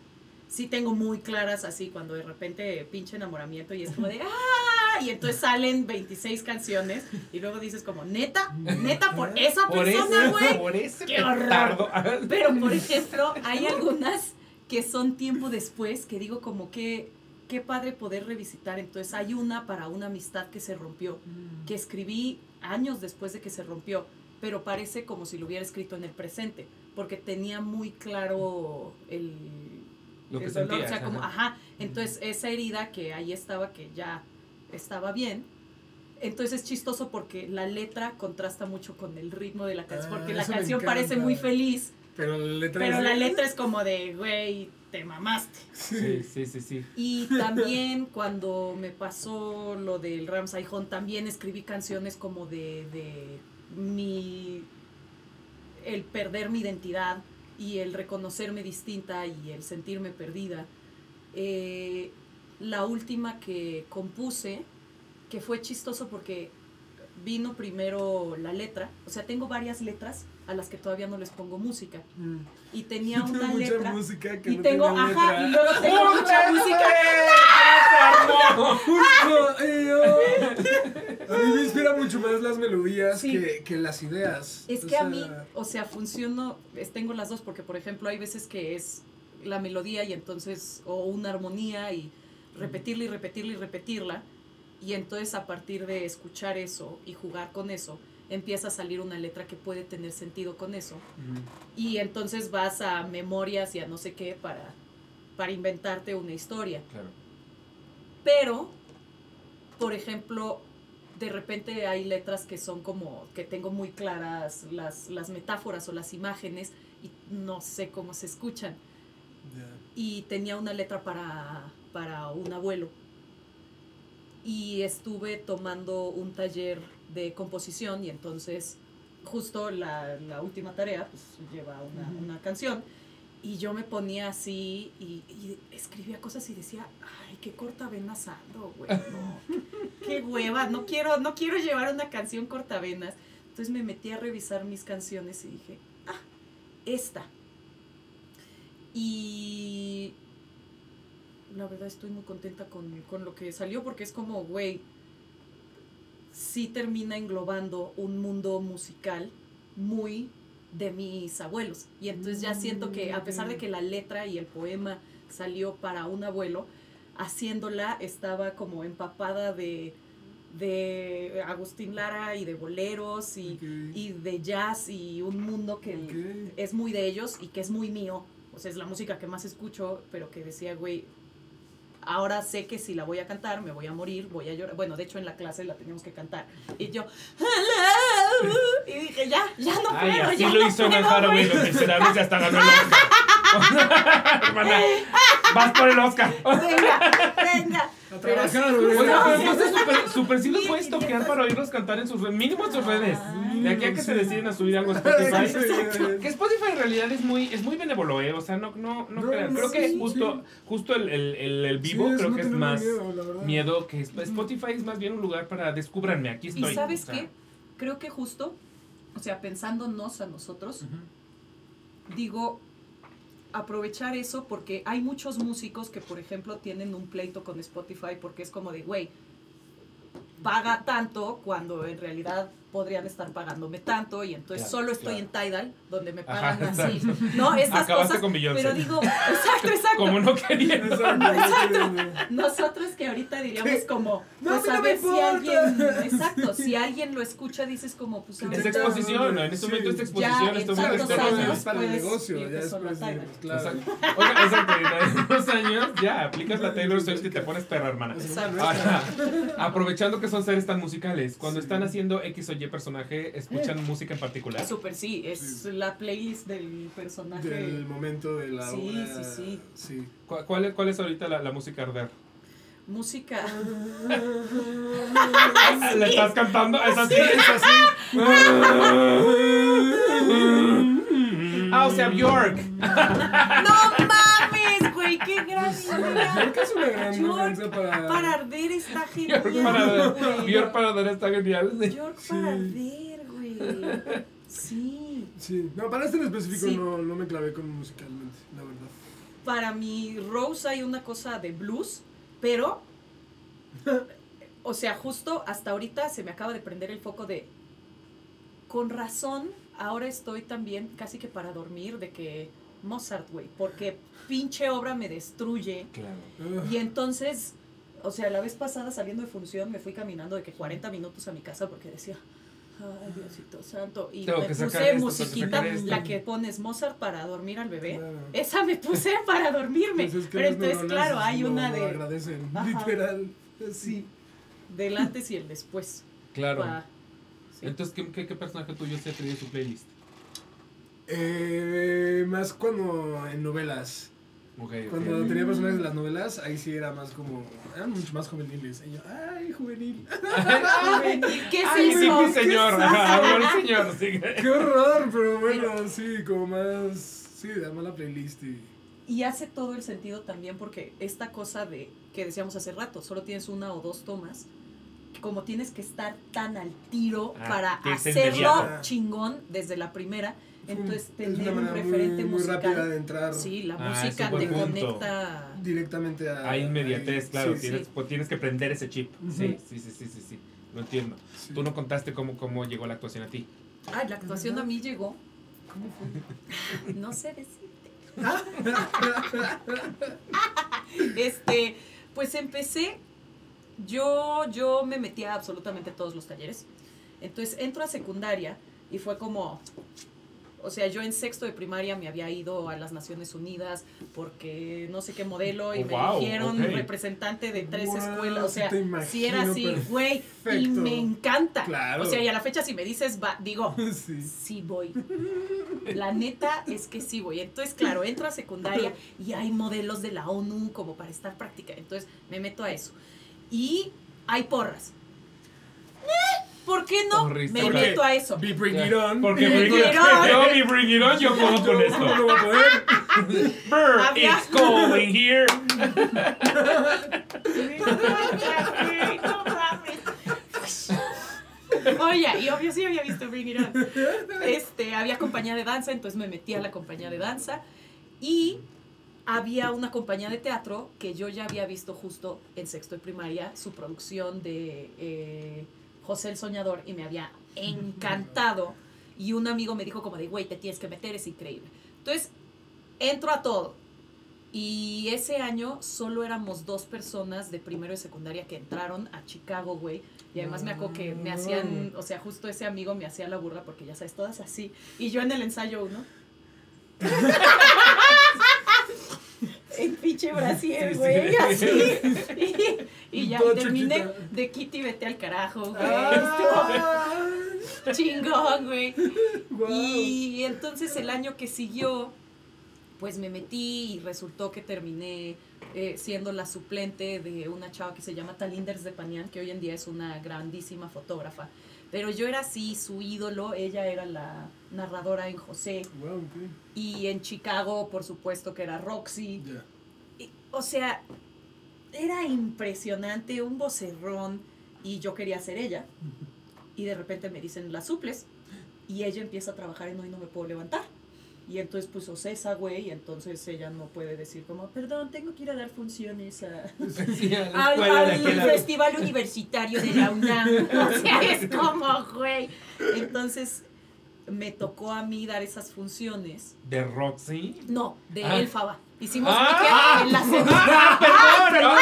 sí tengo muy claras así, cuando de repente pinche enamoramiento y es como de ¡ah! Y entonces salen 26 canciones y luego dices como, neta, por esa persona, güey. Por ese ¡qué horror! Pero, por ejemplo, hay algunas que son tiempo después que digo como que qué padre poder revisitar. Entonces hay una para una amistad que se rompió, que escribí años después de que se rompió, pero parece como si lo hubiera escrito en el presente, porque tenía muy claro lo que el dolor, sentías, o sea, como, entonces esa herida que ahí estaba, que ya estaba bien, entonces es chistoso porque la letra contrasta mucho con el ritmo de la canción, porque la canción parece muy feliz, pero la letra es como de, güey, te mamaste. Sí. Y también cuando me pasó lo del Ramsay Hunt, también escribí canciones como de el perder mi identidad y el reconocerme distinta y el sentirme perdida. La última que compuse, que fue chistoso porque vino primero la letra, o sea, tengo varias letras a las que todavía no les pongo música. Y tenía una letra. Música que y no tengo, letra. y luego tengo mucha música. A mí me inspira mucho más las melodías Sí. que las ideas. Es que a mí, o sea, funciono, tengo las dos, porque por ejemplo hay veces que es la melodía y entonces, o una armonía y repetirla, y entonces a partir de escuchar eso y jugar con eso, empieza a salir una letra que puede tener sentido con eso, y entonces vas a memorias y a no sé qué para inventarte una historia. Claro. Pero, por ejemplo, de repente hay letras que son como, que tengo muy claras las metáforas o las imágenes y no sé cómo se escuchan. Y tenía una letra para un abuelo. Y estuve tomando un taller de composición y entonces justo la última tarea pues lleva una canción. Y yo me ponía así y escribía cosas y decía, ay, qué cortavenas ando, güey, no, qué hueva, no quiero llevar una canción cortavenas. Entonces me metí a revisar mis canciones y dije, esta. Y la verdad estoy muy contenta con lo que salió, porque es como, güey, sí termina englobando un mundo musical muy de mis abuelos, y entonces ya siento que a pesar de que la letra y el poema salió para un abuelo, haciéndola estaba como empapada de Agustín Lara y de boleros y de jazz y un mundo que es muy de ellos y que es muy mío, o sea, es la música que más escucho, pero que decía, güey, ahora sé que si la voy a cantar, me voy a morir, voy a llorar. Bueno, de hecho en la clase la teníamos que cantar. Y yo, hello. Y dije, ya no puedo, así ya lo no hizo en el puedo, Halloween, Los Miserables, ya hasta ganó el Oscar. Hermana, vas por el Oscar. Venga. A trabajar, güey. Oiga, pero entonces súper sí los puedes toquear para oírlos cantar en sus redes, mínimo en sus redes. De aquí a que se deciden a subir algo a Spotify. Que Spotify en realidad es muy benévolo, o sea, no crean. Creo que justo el vivo creo que es más miedo que Spotify es más bien un lugar para descúbranme, aquí estoy. ¿Y sabes qué? Creo que justo, o sea, pensándonos a nosotros, digo, aprovechar eso, porque hay muchos músicos que, por ejemplo, tienen un pleito con Spotify porque es como de, güey, paga tanto cuando en realidad podrían estar pagándome tanto, y entonces solo estoy en Tidal, donde me pagan así, ¿no? Estas acabaste cosas, con Beyoncé. pero digo, exacto. Como no queriendo. Exacto. Nosotros que ahorita diríamos como, pues a ver si alguien, si alguien lo escucha, dices como, pues es exposición, ¿no? En este momento es exposición, ya, este momento es años, para el puedes negocio, irte ya solo a después, Tidal. claro. Oiga, exacto, en 2 años ya aplicas la Taylor Swift y te pones perra, hermana. Exacto. Ahora, aprovechando que son seres tan musicales, cuando están haciendo X o Y personaje, ¿escuchan música en particular? Súper sí, es la playlist del personaje. Del momento de la obra. Sí. ¿Cuál es ahorita la música arder? Música. ¿Le estás cantando? ¿Es así? O sea, Bjork. ¡No mames, güey! ¡Qué gran idea! Bjork es una gran referencia para arder está genial. Bjork para arder está genial. Bjork para arder, güey. Sí. No, para este en específico no me clavé con musicalmente, la verdad. para mi Rose hay una cosa de blues, pero, o sea, justo hasta ahorita se me acaba de prender el foco de, con razón, ahora estoy también casi que para dormir de que Mozart, güey, porque pinche obra me destruye. Claro. Y entonces, o sea, la vez pasada saliendo de función me fui caminando de que 40 minutos a mi casa porque decía, ay, Diosito santo, y Tengo me que sacar puse esto, musiquita, tengo que sacar esto. la que pones Mozart para dormir al bebé, Claro. esa me puse para dormirme, Pues es que pero las entonces neuronas claro, hay lo una de agradecen, Ajá. literal, sí. del antes y el después. Claro. Sí. Entonces, ¿qué personaje tuyo se ha pedido su playlist? Más cuando en novelas. Okay, Cuando okay. tenía personajes de las novelas, ahí sí era más como, eran mucho más juveniles. Y yo, ay, juvenil. ¿Qué es Ay, sí, eso? mi señor, ajá, habló el señor, sí. Qué horror, pero bueno, sí, como más, sí, de armar la playlist Y hace todo el sentido también porque esta cosa de que decíamos hace rato, solo tienes una o dos tomas, como tienes que estar tan al tiro para tienes que hacerlo inmediato. chingón desde la primera, entonces es una tener un manera referente muy musical. rápida de entrar Sí, la Ah, música es un te buen punto. conecta. directamente a... Hay inmediatez, ahí, claro, sí, tienes que prender ese chip. Ujú. Sí, lo entiendo. sí. Tú no contaste cómo llegó la actuación a ti. Ay, la actuación a mí llegó. ¿Cómo fue? No sé decirte. Pues empecé, yo me metí a absolutamente todos los talleres. Entonces entro a secundaria y fue como, o sea, yo en sexto de primaria me había ido a las Naciones Unidas porque no sé qué modelo y Oh, me wow, eligieron ok. representante de 3 Wow, escuelas, o sí sea, te si era así, imagino, güey, y perfecto. me encanta. Claro. O sea, y a la fecha si me dices, digo, Sí. sí voy. La neta es que sí voy. Entonces, claro, entro a secundaria y hay modelos de la ONU como para estar práctica. Entonces, me meto a eso. Y hay porras. ¿Por qué no? Porrista. Me ¿Por qué? meto a eso. Be bring it on. Porque Bring Bring it It on. Yo, mi Bring It On, yo puedo con esto. ¿Cómo lo va a poder? Brr, Había- it's calling here. No mames. Oye, y obvio sí había visto Bring It On. Había compañía de danza, entonces me metí a la compañía de danza. Y había una compañía de teatro que yo ya había visto justo en sexto de primaria, su producción de José el Soñador, y me había encantado. Y un amigo me dijo como de, güey, te tienes que meter, es increíble. Entonces, entro a todo. Y ese año solo éramos 2 personas de primero y secundaria que entraron a Chicago, güey. Y además me acuerdo que me hacían, o sea, justo ese amigo me hacía la burla porque ya sabes, todas así. Y yo en el ensayo 1. En pinche Brasil, Sí, güey, sí. así. Y ya Toda terminé chiquita. de Kitty, vete al carajo, güey. Ah, Estuvo chingón, güey. wow. Y entonces el año que siguió, pues me metí y resultó que terminé siendo la suplente de una chava que se llama Talinders de Panián, que hoy en día es una grandísima fotógrafa. Pero yo era así su ídolo, ella era la narradora en José. Wow, ok. Y en Chicago, por supuesto, que era Roxy. Ya. O sea, era impresionante, un vocerrón, y yo quería ser ella. Y de repente me dicen, la suples, y ella empieza a trabajar en Hoy No Me Puedo Levantar. Y entonces puso Cesa, güey, y entonces ella no puede decir como, perdón, tengo que ir a dar funciones Sí, a la escuela de al aquel- Festival Universitario de la UNAM. O sea, es como, güey. Entonces me tocó a mí dar esas funciones. ¿De Roxy? No, de Ah. Elfaba. Hicimos Ah. en la segunda. ¡Perdón!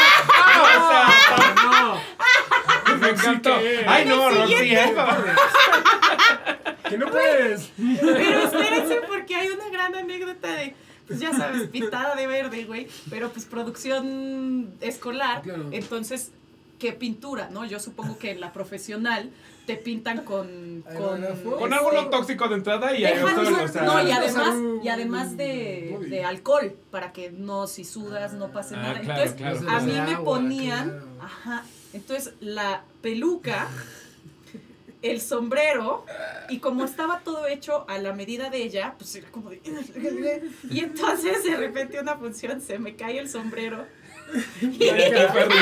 No. Me encantó. ¿qué? ¡Ay, no, En el Roxy! siguiente. Que no puedes. Pero espérense, porque hay una gran anécdota de, pues ya sabes, pintada de verde, güey. Pero pues producción escolar. Claro. Entonces, ¿qué pintura, no? Yo supongo que en la profesional te pintan con Aerógrafo. Con algo no tóxico de entrada y Dejan aerosol, usar- o sea... no, y Salud. además de alcohol, para que no, si sudas, no pase Ah, nada. claro, Entonces, claro. a mí me Agua, ponían, claro. ajá, entonces la peluca, el sombrero, y como estaba todo hecho a la medida de ella, pues era como de... Y entonces, de repente, una función, se me cae el sombrero. Y Ay, qué perro.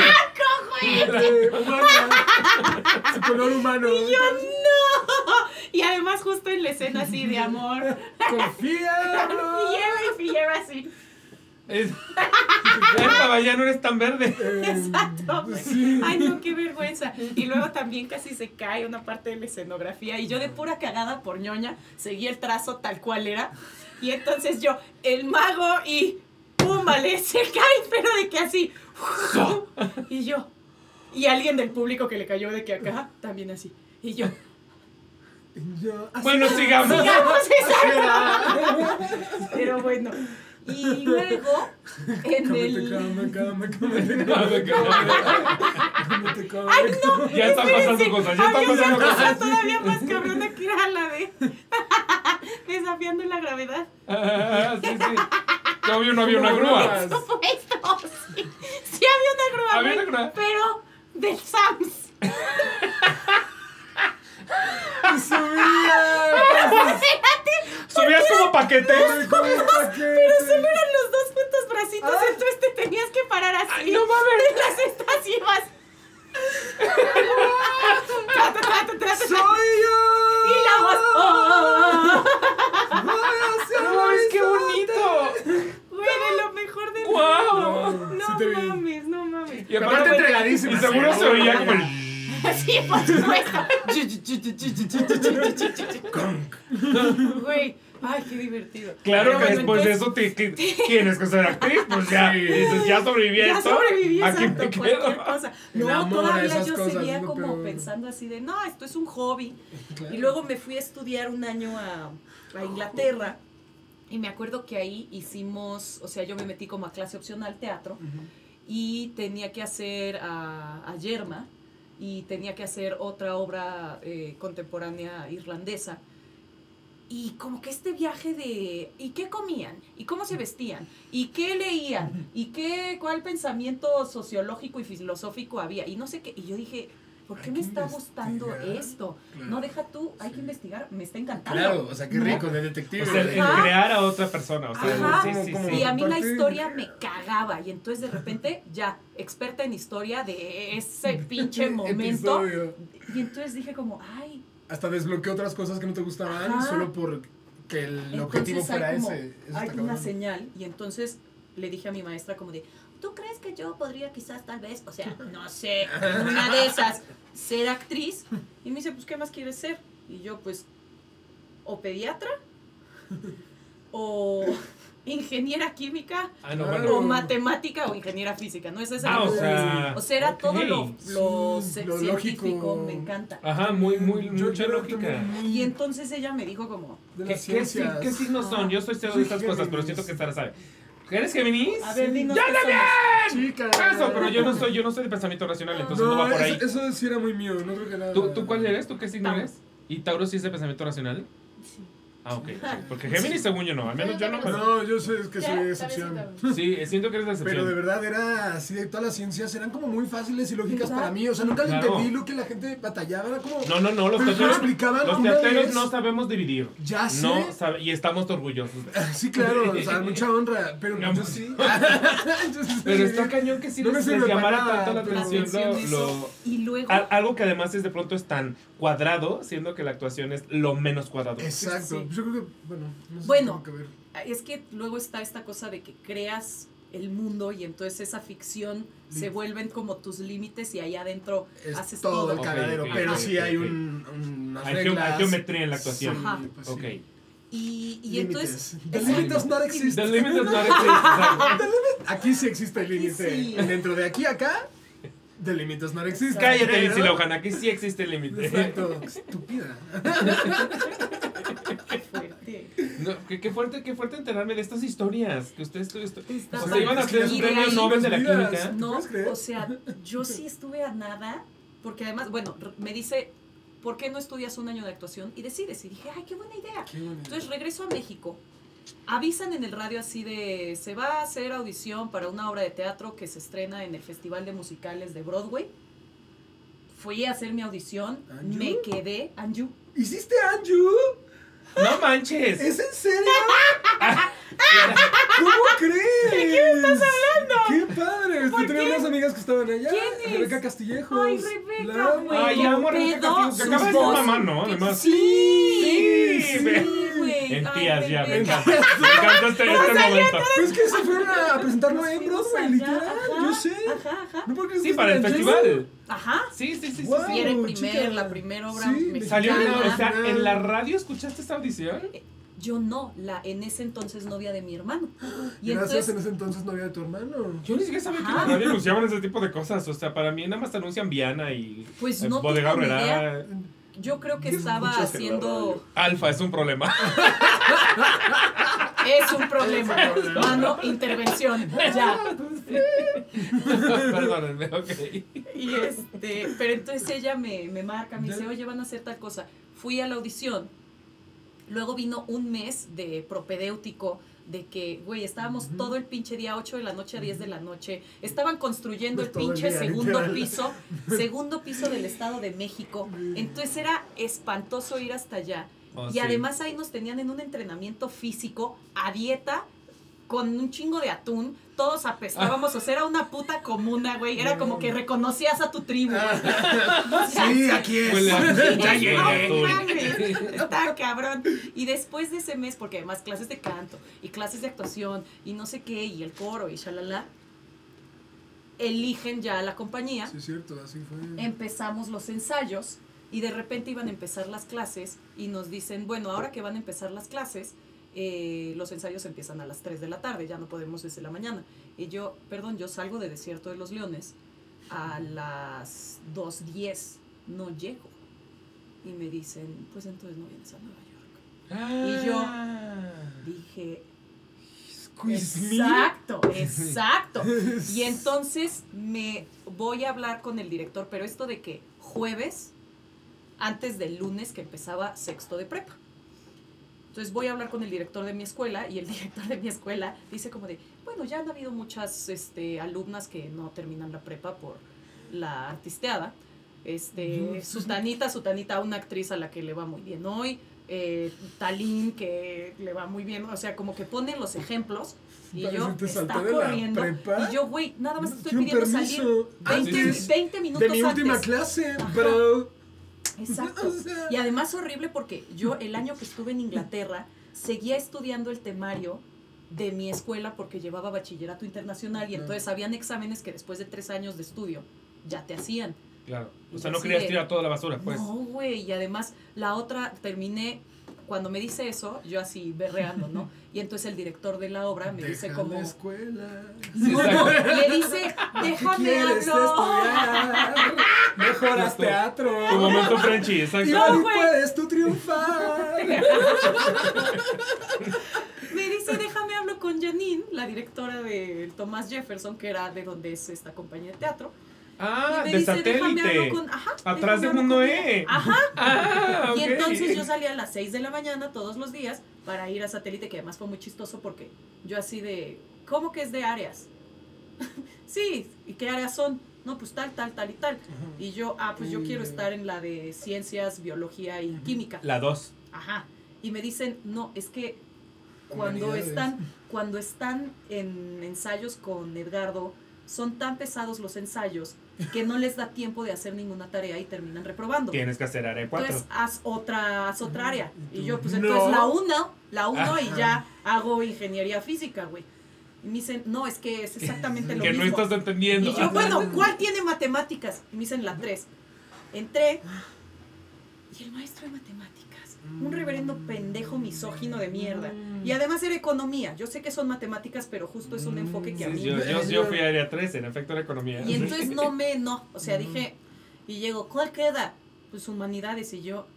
Su color humano. yo, ¡no! Y además, justo en la escena así de amor, Confía. Figuera así. Ya no eres tan verde. Exacto. Sí. Ay, no, qué vergüenza. Y luego también casi se cae una parte de la escenografía. Y yo de pura cagada por ñoña, seguí el trazo tal cual era. Y entonces yo, el mago y ¡pum! Vale, se cae, pero de que así. Y yo. Y alguien del público que le cayó de que acá, también así. Y yo. Bueno, sigamos. Exacto. Pero bueno. Y luego, en el... ¡Ay, no! Ya están pasando cosas, ya están pasando cosas. Todavía más cabrona que era la de... Desafiando la gravedad. Sí. Todavía no había una grúa. Por supuesto, sí. Sí había una grúa, Había una güey, grúa. pero del Sams. ¿Subías como paquete? Pero solo eran los dos juntos bracitos, entonces te tenías que parar así. Ay, no mames. En las estas ibas. ¡Soy yo! Y la voz. ¡No mames, qué bonito! Güey, de lo mejor del ¡Guau! mundo. Sí te vi. No mames. Y Aparte entregadísimo. Y seguro se oía como el... Sí, por supuesto. Güey, ay, qué divertido. Claro Pero que bueno, después de entonces, eso tienes que ser actriz, pues ya. Dices, ya sobreviví a ya esto. sobreviví, Aquí exacto, me cualquier quedo. cosa. El No, amor a todavía esas yo cosas seguía es lo como peor. pensando así de, no, esto es un hobby. Claro. Y luego me fui a estudiar un año a Inglaterra. Y me acuerdo que ahí hicimos, o sea, yo me metí como a clase opcional teatro. Y tenía que hacer a Yerma. Y tenía que hacer otra obra contemporánea irlandesa. Y como que este viaje de, ¿y qué comían? ¿Y cómo se vestían? ¿Y qué leían? ¿Y cuál pensamiento sociológico y filosófico había? Y no sé qué. Y yo dije, ¿por qué me está gustando esto? Claro. No, deja tú, hay que investigar, me está encantando. Claro, o sea, qué ¿no? rico, de detective. O sea, el Ajá. crear a otra persona. O sea, Ajá. sí. Y a mí la Aparte- historia me cagaba. Y entonces de repente, ya, experta en historia de ese pinche momento. Episodio. Y entonces dije como, ay. Hasta desbloqueó otras cosas que no te gustaban Ajá. solo porque el Entonces objetivo fuera hay como, ese. Eso está hay cabrón. una señal. Y entonces le dije a mi maestra como de, ¿tú crees que yo podría quizás tal vez, o sea, no sé, en una de esas, ser actriz? Y me dice, pues, ¿qué más quieres ser? Y yo, pues, o pediatra, o ingeniera química, Ah, no, Claro. o bueno. matemática, o ingeniera física, ¿no? Esa es Ah, o sea. era ok. todo lo Sí, lo científico, lógico. me encanta. Ajá, mucha Yo lógica. también muy Y entonces ella me dijo como, de ¿Qué, las ciencias. qué signos son? Yo estoy cero de estas cosas, pero siento que Sara sabe. ¿Eres Géminis? a ver, dinos ¡Ya qué la somos. bien! Chica. Eso, pero yo no soy de pensamiento racional, entonces no, No, va por ahí. eso sí era muy mío, no creo que nada. ¿Tú cuál eres? ¿Tú qué signo Tauro. eres? ¿Y Tauro sí es de pensamiento racional? Sí. Ah, ok. Porque Géminis, según yo, no. Al menos yo no. Pero No, yo sé que Ya, soy tal excepción. vez sí, tal vez. sí, siento que eres la excepción. Pero de verdad era así, de todas las ciencias eran como muy fáciles y lógicas ¿Verdad? para mí. O sea, nunca le Claro. entendí lo que la gente batallaba. Era como. No, los Pero me teateros, explicaban los una teateros vez. no sabemos dividir. Ya sé. No y estamos orgullosos. Sí, claro, o sea, mucha honra. Pero No, yo sí. Yo sí. Pero está cañón que sí No me les sirve llamara para nada, tanto la pero- atención Y luego, algo que además es de pronto es tan cuadrado, siendo que la actuación es lo menos cuadrado. Exacto. Sí. Yo creo que, bueno, no sé Bueno. si tiene que ver. es que luego está esta cosa de que creas el mundo y entonces esa ficción se vuelven como tus límites y ahí adentro Es haces todo el todo. Ok, cagadero, ok, pero ok, sí ok, hay ok. unas Hay reglas. geometría en la actuación. Sí, Ajá. pues sí. Ok. Y entonces... The limit does not exist. The limit does not exist, exacto. Aquí sí existe el Aquí límite. sí. Dentro de aquí a acá, the limit does not exist. Cállate, Pero- Lindsay Lohan, aquí sí existe el límite. Exacto. Estúpida. Qué fuerte. No, qué fuerte enterarme de estas historias que ustedes Está o sea, iban a hacer un y de premio ahí- Nobel de la vidas. química. No, ¿Puedes creer? o sea, yo sí estuve a nada, porque además, bueno, me dice, ¿por qué no estudias un año de actuación? Y decides, y dije, ay, qué buena idea. Qué bonito. Entonces regreso a México, avisan en el radio así de, se va a hacer audición para una obra de teatro que se estrena en el Festival de Musicales de Broadway. Fui a hacer mi audición, ¿Anju? me quedé, Anju. ¿Hiciste Anju? No manches. ¿Es en serio? ¿Cómo crees? ¿De qué me estás hablando? ¡Qué padre! Yo tenía unas amigas que estaban allá. ¿Quién es? Rebeca Castillejos. Ay, Rebeca, La amo. güey. Ay, amo a Rebeca pedo Castillo, que sus acaba de ser voz. mamá, ¿no? Además. Sí, Sí, Sí, güey. En ay, tías, ya, me venga. encanta. Me encanta este momento. Es que se fueron a presentarlo en Fuimos Broadway, allá, literal, ajá, yo sé. Ajá. ¿No porque Sí, para el festival. Ajá. Sí. Wow. Y era chica. la primera obra Sí, mexicana. Salió Mexicana. o sea, ¿en la radio escuchaste esta audición? Yo no, la en ese entonces novia de mi hermano. Y Gracias, entonces, en ese entonces novia de tu hermano. Yo ni siquiera sabía que en Ajá. la radio anunciaban ese tipo de cosas. O sea, para mí nada más te anuncian Viana y pues no Bodega tengo ni Horrera. idea. Yo creo que ¿Qué estaba escuchas en la haciendo... Alfa es un problema. Es un problema. Mano, intervención. Ya. Perdónenme, ok. Y pero entonces ella me marca, me dice, oye, van a hacer tal cosa. Fui a la audición. Luego vino un mes de propedéutico, de que, güey, estábamos todo el pinche día, 8 de la noche a 10 de la noche. Estaban construyendo el Todo el pinche día, segundo literal. piso del Estado de México. Entonces era espantoso ir hasta allá. Oh, Y sí. además ahí nos tenían en un entrenamiento físico, a dieta, con un chingo de atún. Todos apestábamos, o sea, era una puta comuna, güey. Era como que reconocías a tu tribu. O sea, Sí, aquí es. Huele a- sí, ya no llegué. mames, está cabrón. Y después de ese mes, porque además clases de canto y clases de actuación y no sé qué, y el coro y shalala, eligen ya a la compañía. Sí, es cierto, así fue. Empezamos los ensayos y de repente iban a empezar las clases y nos dicen, bueno, ahora que van a empezar las clases, los ensayos empiezan a las 3 de la tarde, ya no podemos desde la mañana. Y yo salgo de Desierto de los Leones a las 2:10, no llego. Y me dicen, pues entonces no vienes a Nueva York. Y yo dije, Squeeze me. exacto. Y entonces me voy a hablar con el director, pero esto de que jueves, antes del lunes que empezaba sexto de prepa. Entonces voy a hablar con el director de mi escuela y el director de mi escuela dice como de, bueno, ya han habido muchas alumnas que no terminan la prepa por la artisteada. Sutanita, una actriz a la que le va muy bien hoy, Talín, que le va muy bien, o sea, como que ponen los ejemplos y Parece yo que te salté está de la corriendo prepa. y yo, güey, nada más No, estoy quiero un pidiendo salir permiso. 20 minutos De mi última antes. clase, Ajá. bro. Exacto. O sea. Y además horrible porque yo el año que estuve en Inglaterra seguía estudiando el temario de mi escuela porque llevaba bachillerato internacional y entonces habían exámenes que después de 3 años de estudio ya te hacían. Claro. O Y sea, yo no así querías de, tirar toda la basura, pues. No, güey. Y además la otra terminé, cuando me dice eso, yo así berreando, ¿no? Y entonces el director de la obra me dice Deja como... la escuela. No, le dice, ¿Qué déjame quieres hablar. estudiar? Mejoras Justo. teatro. Tu momento Frenchy, exacto. Y No, ahí güey. puedes tú triunfar. Me dice, déjame hablo con Janine, la directora de Thomas Jefferson, que era de donde es esta compañía de teatro. Ah, Y me de dice, déjame satélite. hablo con... Ajá, Atrás de déjame Mundo hablo E. con- Ajá. Ah, ok. Y entonces yo salía a las 6 de la mañana todos los días para ir a satélite, que además fue muy chistoso porque yo así de, ¿cómo que es de áreas? Sí, ¿y qué áreas son? No, pues tal y tal. Y yo, pues yo quiero estar en la de ciencias, biología y química. La 2. Ajá. Y me dicen, no, es que Humanidades. cuando están en ensayos con Edgardo, son tan pesados los ensayos que no les da tiempo de hacer ninguna tarea y terminan reprobando. Tienes que hacer área 4. Entonces haz otra área. Y yo, pues No. entonces la uno y Ajá. ya hago ingeniería física, güey. Y me dicen, no, es que es exactamente lo que mismo. no estás entendiendo. Y yo, bueno, ¿cuál tiene matemáticas? Y me dicen la 3. Entré y el maestro de matemáticas, un reverendo pendejo misógino de mierda. Y además era economía. Yo sé que son matemáticas, pero justo es un enfoque que a Sí, mí... yo fui a área 3, en efecto era economía. Y entonces no, o sea, dije, y llego, ¿cuál queda? Pues humanidades, y yo...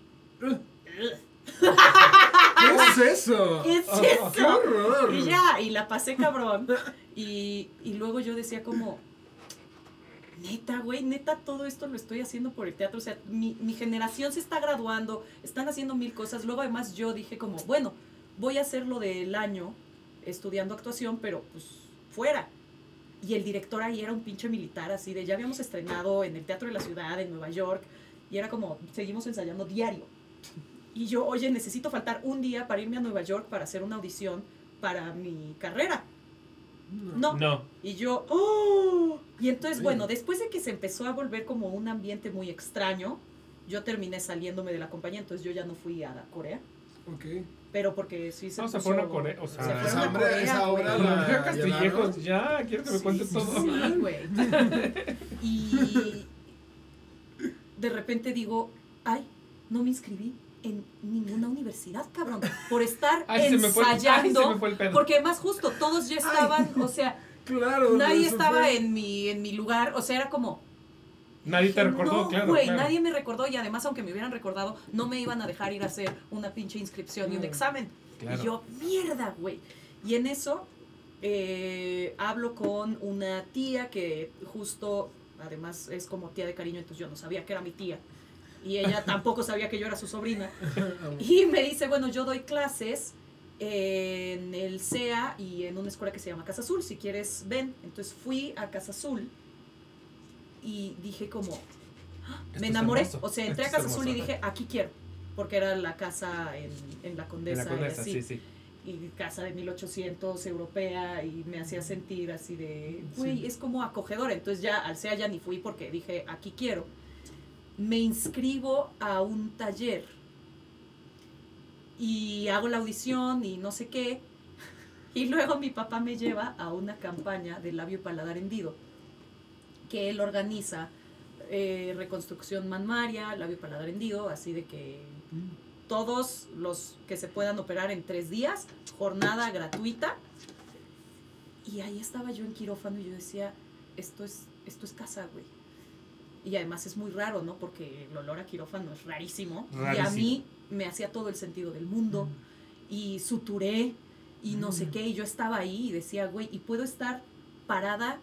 ¿Qué es eso? ¿Qué es ¡Qué eso? horror! Y ya, y la pasé cabrón. Y luego yo decía como, neta, güey, neta, todo esto lo estoy haciendo por el teatro. O sea, mi generación se está graduando, están haciendo 1000 cosas. Luego además yo dije como, bueno, voy a hacer lo del año estudiando actuación, pero pues fuera. Y el director ahí era un pinche militar así de, ya habíamos estrenado en el Teatro de la Ciudad, en Nueva York. Y era como, seguimos ensayando diario. Y yo, oye, necesito faltar un día para irme a Nueva York para hacer una audición para mi carrera. No. Y yo, ¡oh! Y entonces, bueno, después de que se empezó a volver como un ambiente muy extraño, yo terminé saliéndome de la compañía, entonces yo ya no fui a Corea. Ok. pero porque sí se No, se puso... fueron a Corea, o sea... se fueron esa a hambre, Corea, esa güey. obra La la Castillejos, ya, quiero que me cuentes todo. Sí, güey. Y de repente digo, ay, no me inscribí en ninguna universidad, cabrón, por estar ensayando, se me fue el pedo. porque además justo todos ya estaban, o sea, Claro. nadie eso estaba fue. en mi lugar, o sea, era como... Nadie te recordó, no, claro. güey, claro. nadie me recordó y además aunque me hubieran recordado, no me iban a dejar ir a hacer una pinche inscripción y un examen. Claro. Y yo, mierda, güey. Y en eso hablo con una tía que justo, además es como tía de cariño, entonces yo no sabía que era mi tía. Y ella tampoco sabía que yo era su sobrina. Y me dice, bueno, yo doy clases en el CEA y en una escuela que se llama Casa Azul, si quieres ven. Entonces fui a Casa Azul y dije como, me enamoré, o sea, entré a Casa Azul y dije, aquí quiero, porque era la casa en la Condesa, En la Condesa, así, sí. y casa de 1800, europea, y me hacía sentir así de, güey, Sí. es como acogedora, entonces ya al CEA ya ni fui porque dije, aquí quiero. Me inscribo a un taller y hago la audición y no sé qué, y luego mi papá me lleva a una campaña de labio y paladar hendido, que él organiza reconstrucción mamaria, labio y paladar hendido, así de que todos los que se puedan operar en 3 días, jornada gratuita. Y ahí estaba yo en quirófano y yo decía, esto es casa, güey. Y además es muy raro, ¿no? Porque el olor a quirófano es rarísimo. Y a mí me hacía todo el sentido del mundo. Y suturé y no sé qué. Y yo estaba ahí y decía, güey, y puedo estar parada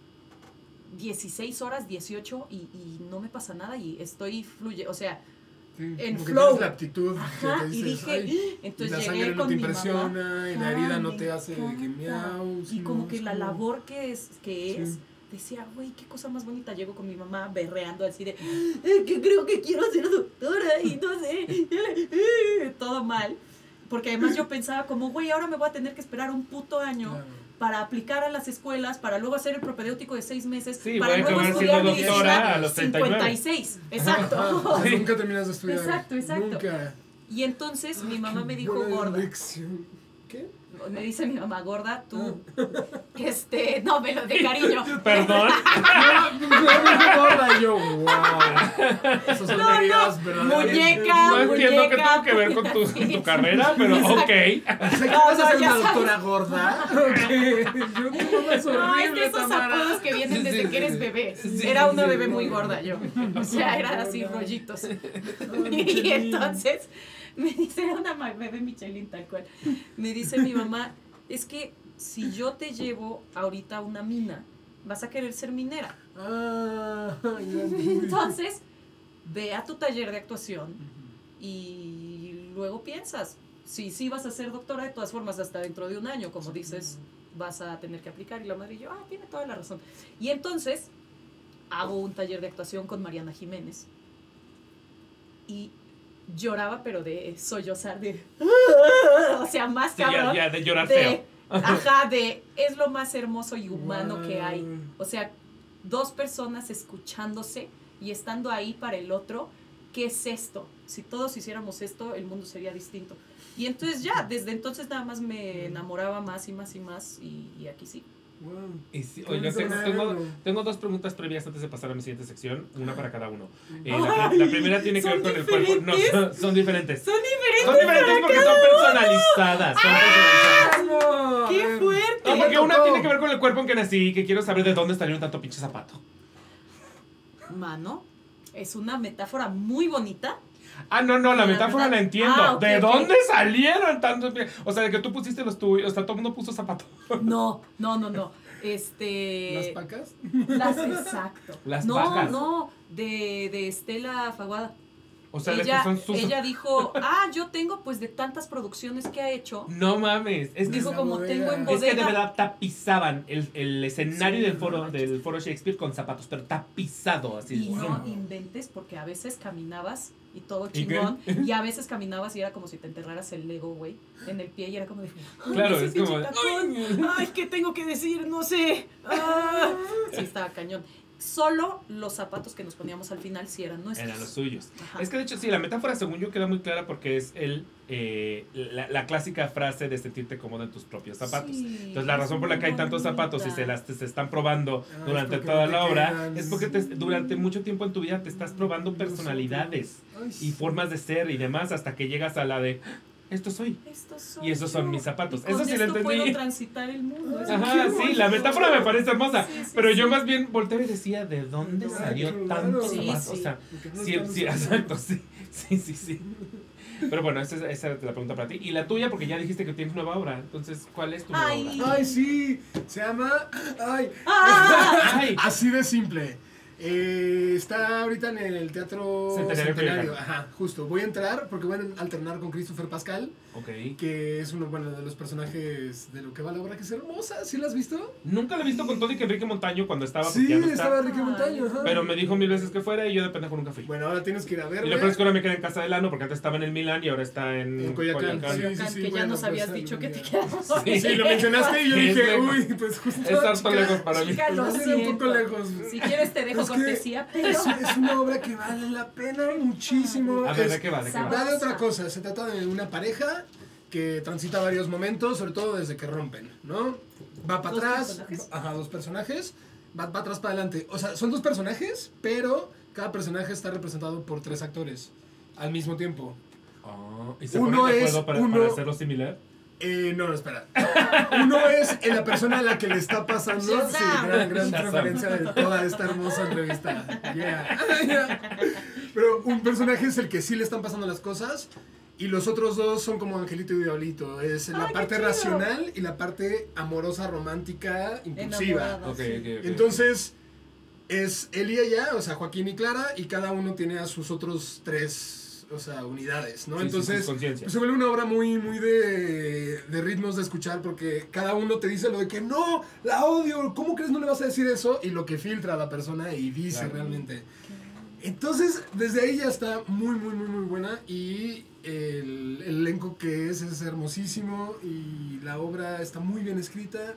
16 horas, 18 y no me pasa nada y estoy o sea, Sí, en como que flow. tienes la actitud Ajá, que te y dices, dije, "Ay", entonces y la llegué sangre no con te mi impresiona mamá. y la herida no Me te hace de que encanta. miau. Y como que la como- labor que es, Sí. decía, güey, qué cosa más bonita. Llego con mi mamá berreando así de, que creo que quiero ser doctora y no sé, todo mal. Porque además yo pensaba como, güey, ahora me voy a tener que esperar un puto año Claro. para aplicar a las escuelas, para luego hacer el propedéutico de 6 meses, Sí, para voy a luego acabar estudiar siendo doctora medicina a los 39. 56. Exacto. Ajá, Sí. Nunca terminas de estudiar. Exacto, exacto. Nunca. Y entonces mi mamá Qué me dijo buena gorda. lección. ¿Qué? Me dice mi mamá, gorda, tú, no, me lo de cariño. Perdón. No, gorda y yo, wow. Esas son heridas verdaderas. Muñeca, No entiendo qué muñeca, tuvo que ver con tu, sí. tu carrera, pero Exacto. ok. ¿Vas No, a ser ya una doctora gorda? Ok. Yo no es No, es horrible, que esos Tamara. apodos que vienen desde Sí, que eres sí. bebé. Sí, Era una sí, bebé no. muy gorda yo. O sea, era así rollitos. Y entonces me dice, era una bebé Michelin tal cual. Me dice mi mamá, es que si yo te llevo ahorita a una mina, vas a querer ser minera. Ah, ya entendí. Entonces, ve a tu taller de actuación y luego piensas, si sí vas a ser doctora, de todas formas, hasta dentro de un año, como dices, vas a tener que aplicar. Y la madre y yo, tiene toda la razón. Y entonces, hago un taller de actuación con Mariana Jiménez. Y lloraba, pero de sollozar, de... O sea, más Sí, cabrón. ya de llorar de, feo. ajá, de... Es lo más hermoso y humano Wow. que hay. O sea, 2 personas escuchándose y estando ahí para el otro. ¿Qué es esto? Si todos hiciéramos esto, el mundo sería distinto. Y entonces ya, desde entonces nada más me enamoraba más y más y más. Y aquí sí. Wow. Y sí, Qué oigan, bonito. tengo 2 preguntas previas antes de pasar a mi siguiente sección, una para cada uno. Ay, La primera tiene que ver ¿son con el cuerpo. No, diferentes? son diferentes. Son diferentes. Son diferentes porque son personalizadas. Son personalizadas. No, ¡Qué a ver. fuerte! No, porque ¿Qué una tocó? tiene que ver con el cuerpo en que nací, que quiero saber de dónde salió tanto pinche zapato. Mano, es una metáfora muy bonita. Ah, no, la La metáfora verdad- la entiendo. Ah, ok, ¿De ok. dónde salieron tantos? O sea, de que tú pusiste los tuyos, o sea, todo el mundo puso zapato. No. ¿Las pacas? Exacto. Las no, vacas. No, de Estela Faguada. O sea, de ella, que son sus... ella dijo, yo tengo pues de tantas producciones que ha hecho. No mames, es que Dijo la como bodega. tengo en es que de bodega. verdad tapizaban el escenario Sí, del foro Shakespeare con zapatos, pero tapizado así. Y no Wow. inventes porque a veces caminabas y todo ¿Y qué? chingón. Y a veces caminabas y era como si te enterraras el Lego, güey, en el pie y era como de... "Ay, Claro, ese es como pinche de, tacón. Ay, ¿qué tengo que decir? No sé. Sí, estaba cañón. solo los zapatos que nos poníamos al final sí eran nuestros. Eran los suyos. Ajá. Es que de hecho, sí, la metáfora, según yo, queda muy clara porque es la clásica frase de sentirte cómodo en tus propios zapatos. Sí, Entonces, la razón por la que hay tantos zapatos y se están probando durante porque toda no te la obra quedan. es porque durante mucho tiempo en tu vida te estás probando personalidades Ay, y formas de ser y demás hasta que llegas a la de esto soy. Estos son Y esos son yo. mis zapatos. Y con Eso sí lo esto puedo entendí. transitar el mundo. Ajá, sí, la metáfora me parece hermosa. Sí, sí, pero sí. yo más bien volteé y decía, ¿de dónde Ay, salió claro. tanto Sí, zapatos? sí. O sea, Porque no sí, estamos sí, hablando. exacto, sí. Pero bueno, esa es la pregunta para ti. Y la tuya, porque ya dijiste que tienes nueva obra. Entonces, ¿cuál es tu nueva Ay. obra? Ay, sí, se llama... Ay, Ay, así de simple. Está ahorita en el Teatro Centenario Centenario. Coyoacán. Ajá, justo. Voy a entrar porque voy a alternar con Christopher Pascal, ok. que es uno, bueno, de los personajes de lo que va la obra, que es hermosa. ¿Sí la has visto? Nunca la he visto con todo y que Enrique Montaño cuando estaba, porque Sí, ya no está. estaba Enrique Ay. Montaño. Ajá. Pero me dijo 1000 veces que fuera y yo de pendejo nunca fui. Bueno, ahora tienes que ir a Y verla. lo peor es que ahora me quedé en casa de Lano porque antes estaba en el Milán y ahora está en Coyoacán. Coyoacán. Sí, Coyoacán, sí, que ya bueno, nos habías pues, dicho que te ya. quedamos. Sí. Sí, lo mencionaste y yo Es dije, lejos. uy, pues justo. Es harto chica, lejos para mí. Chica, lo Va a ser un siento. poco lejos. Si quieres te dejo Es que cortesía, pero... Es una obra que vale la pena muchísimo. A ver, Es- ¿de qué va? ¿De qué va? Va de otra cosa, se trata de una pareja que transita varios momentos, sobre todo desde que rompen, ¿no? Va para ¿Dos atrás, personajes? ajá, dos personajes, va atrás para adelante. O sea, son dos personajes, pero cada personaje está representado por 3 actores al mismo tiempo. Oh, ¿y se Uno ponen de es- acuerdo para uno- hacerlo similar? No, espera. Uno es la persona a la que le está pasando. Sí, Shazam. gran Shazam. referencia de toda esta hermosa entrevista. Yeah. Pero un personaje es el que sí le están pasando las cosas. Y los otros dos son como Angelito y Diablito. Es la Ay, parte qué chido. racional y la parte amorosa, romántica, impulsiva. Enamorada, Ok, sí. ok. Entonces, es él y ella, o sea, Joaquín y Clara, y cada uno tiene a sus otros 3, o sea, unidades, ¿no? Sí, Entonces, conciencia. pues se vuelve una obra muy, muy de ritmos de escuchar, porque cada uno te dice lo de que no, la odio, ¿cómo crees no le vas a decir eso? Y lo que filtra a la persona y dice Claro. realmente. Entonces, desde ahí ya está muy, muy, muy, muy buena, y el elenco que es hermosísimo, y la obra está muy bien escrita.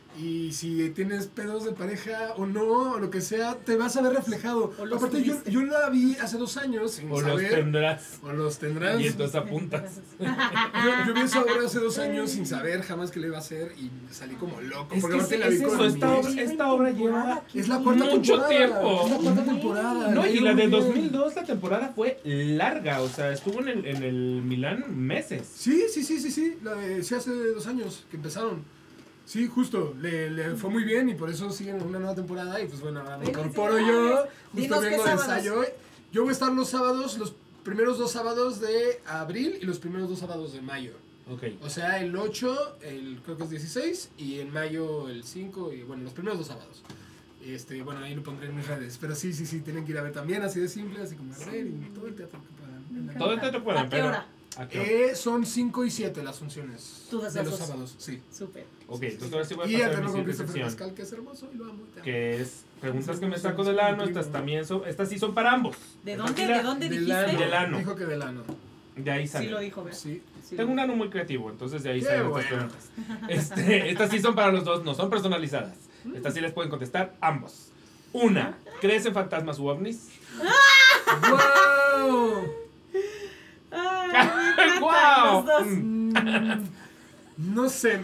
Y si tienes pedos de pareja o no, o lo que sea, te vas a ver reflejado. O los Aparte, tuviste. yo la vi hace 2 años sin O los saber. tendrás. O los tendrás. Y entonces apuntas. Yo vi esa obra hace 2 años sin saber jamás qué le iba a hacer y salí como loco. Es porque que aparte sí, la vi es con eso, amigos. esta obra lleva... Es la cuarta mucho temporada. tiempo. Es la cuarta temporada. No, le ha y ido la de muy bien. 2002, la temporada fue larga, o sea, estuvo en el Milán meses. Sí. Sí, hace 2 años que empezaron. Sí, justo, le fue muy bien y por eso siguen una nueva temporada y pues bueno, ahora me incorporo yo, justo Dinos qué vengo de sábados. ensayo. Yo voy a estar los sábados, los primeros 2 sábados de abril y los primeros 2 sábados de mayo. Ok. O sea, el 8, creo que es 16 y en mayo el 5 y bueno, los primeros 2 sábados. Bueno, ahí lo pondré en mis redes, pero sí, tienen que ir a ver también, así de simple, así como a ver y todo el teatro que puedan. Todo el teatro pueden, ¿A qué pero... hora? ¿A qué hora? Son 5 y 7 las funciones Tú das de las los dos. sábados, sí. Súper. Ok, entonces ahora sí voy a Y pasar a alterno mi con siguiente Christopher sección, Pascal, que es hermoso y lo amo. te amo. que es preguntas que me saco del ano, estas también son, estas sí son para ambos. ¿De dónde? Tranquila, ¿De dónde Del dijiste? ano. Del ano. Dijo que del ano. De ahí sale. Sí lo dijo, ¿verdad? Sí. Sí. Tengo un ano muy creativo, entonces de ahí Qué salen bueno. estas preguntas. Estas sí son para los dos, no son personalizadas. Estas sí les pueden contestar ambos. Una, ¿crees en fantasmas u ovnis? ¡Wow! Ay, me encantan ¡Guau! los dos. No sé.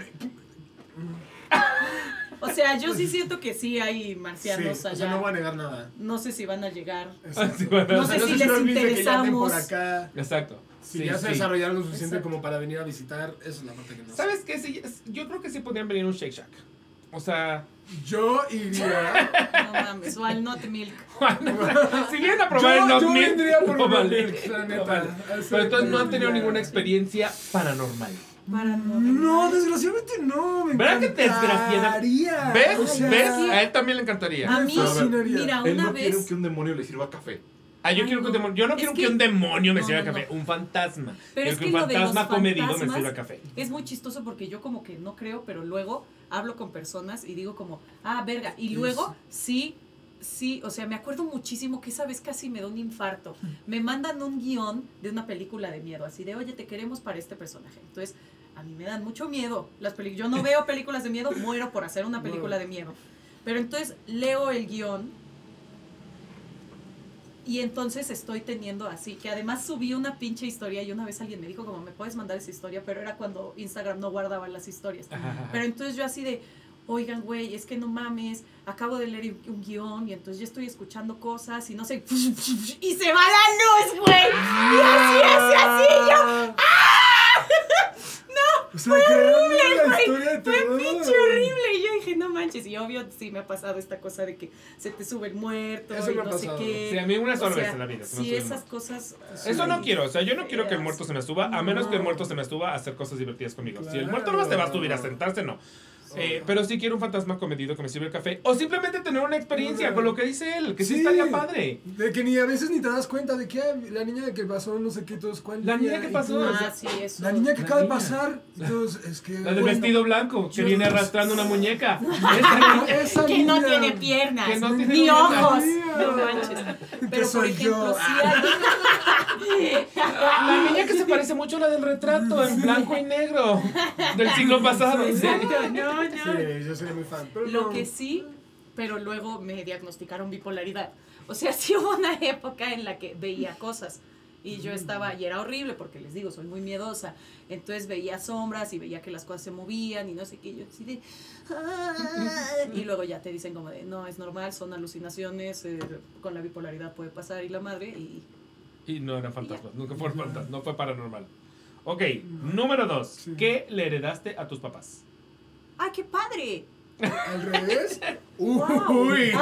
O sea, yo sí siento que sí hay marcianos Sí, o allá. sea, no voy a negar nada. No sé si van a llegar. Exacto. Sí, bueno, No sé si les los viste que ya anden por interesamos. acá. Exacto. Si Sí, ya se sí. desarrollaron lo suficiente Exacto. como para venir a visitar, esa es la parte que no sé. ¿Sabes qué? Sí, yo creo que sí podrían venir a un Shake Shack. O sea, Yo iría. No mames, o al Not Milk. si vienen a probar el Not yo Milk, vendría por no un vale, Milk, la no neta. vale. Así Pero entonces no han tenido ya. ninguna experiencia paranormal. No, desgraciadamente no. Me ¿Verdad que te encantaría. ¿Ves? O sea, ¿Ves? A él también le encantaría. A mí, Me fascinaría. mira, Él una no quiere vez. que un demonio le sirva café. Ah, yo Ay, quiero que un no. demonio. Yo no Es quiero que- que un demonio me no, sirva no, café. no. Un fantasma. Pero es Quiero que un lo de los fantasma comedido me fantasmas sirva café. es muy chistoso porque yo como que no creo, pero luego hablo con personas y digo como, verga. Y luego sí, o sea, me acuerdo muchísimo que esa vez casi me da un infarto. Me mandan un guión de una película de miedo, así de, oye, te queremos para este personaje. Entonces, a mí me dan mucho miedo las películas. Yo no veo películas de miedo, muero por hacer una película de miedo. Pero entonces leo el guión Y entonces estoy teniendo así, que además subí una pinche historia y una vez alguien me dijo como, ¿me puedes mandar esa historia? Pero era cuando Instagram no guardaba las historias. Pero entonces yo así de, oigan, güey, es que no mames, acabo de leer un guión y entonces yo estoy escuchando cosas y no sé, y se va la luz, güey. Y así, yo, O sea, creando la historia de fue terror. pinche horrible. Y yo dije, no manches. Y obvio, sí me ha pasado esta cosa de que se te sube el muerto Eso y me ha no sé pasado. qué. Sí, a mí una sola O sea, vez en la vida. se me sí, sube el esas muerto. cosas. Eso no quiero, o sea, yo no quiero que el muerto se me suba, a menos que el No. muerto se me suba a hacer cosas divertidas conmigo. Si el Claro. muerto no se va a subir a sentarse, no. Pero sí quiero un fantasma comedido que me sirva el café. O simplemente tener una experiencia Claro. con lo que dice él, que sí Sí. estaría padre. De que ni a veces ni te das cuenta de que la niña de que pasó, no sé qué, todos, ¿cuál La niña que Y pasó. tú, Ah, sí, eso. la niña que La acaba de niña. pasar. Entonces, es que. La del bueno, vestido blanco, que yo- viene arrastrando una muñeca. esa Que no niña. tiene piernas, Que no tiene ni piernas. ojos. Mía. No manches. Que Pero por soy ejemplo, yo. sí hay. La niña que se parece mucho a la del retrato, en blanco y negro, del siglo pasado. Exacto, no, no. Sí, yo sería muy fan. Pero Lo no. que sí, pero luego me diagnosticaron bipolaridad. O sea, sí hubo una época en la que veía cosas y yo estaba, y era horrible porque les digo, soy muy miedosa. Entonces veía sombras y veía que las cosas se movían y no sé qué. Y yo así de, y luego ya te dicen como de, no, es normal, son alucinaciones, con la bipolaridad puede pasar y la madre. Y no eran fantasmas, nunca fueron fantasmas, no fue paranormal. Ok, número 2. Sí. ¿Qué le heredaste a tus papás? ¡Ay, qué padre! ¿Al revés? Wow. Uy.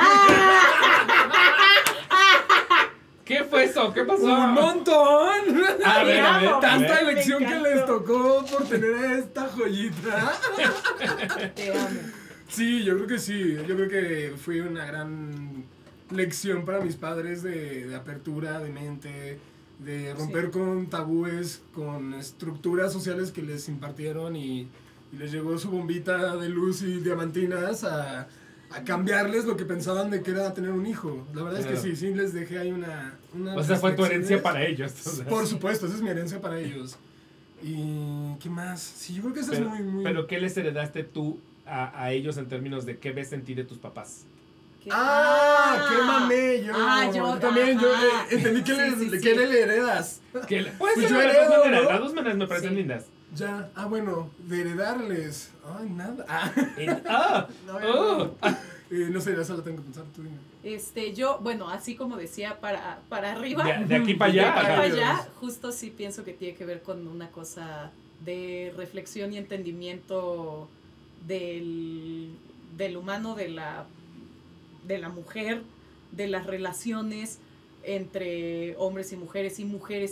¿Qué fue eso? ¿Qué pasó? ¡Un montón! A ver, a ver, a Tanta ver. elección Me que encantó. les tocó por tener a esta joyita. Te amo. Sí, yo creo que sí. Yo creo que fue una gran lección para mis padres de apertura de mente, de romper Sí. con tabúes, con estructuras sociales que les impartieron y les llegó su bombita de luz y diamantinas a cambiarles lo que pensaban de que era tener un hijo. La verdad es Claro. que sí les dejé ahí una O sea, fue tu herencia lecciones. para ellos. O sea. Por supuesto, esa es mi herencia para ellos. ¿Y qué más? Sí, yo creo que eso es muy... Pero ¿qué les heredaste tú a ellos en términos de qué ves en ti de tus papás? ¿Qué? ¡Qué mamé! Yo también, ajá. entendí que, Sí, que sí. le heredas. Puede Pues ser yo de las heredo, dos maneras. ¿no? Las dos maneras me parecen Sí. lindas. Ya, bueno, de heredarles. Ay, nada. Oh. No sé, esa la tengo que pensar, tú dime. Yo, bueno, así como decía, para arriba, De aquí para allá. de aquí ajá. para allá, justo sí pienso que tiene que ver con una cosa de reflexión y entendimiento del humano, de la mujer, de las relaciones entre hombres y mujeres,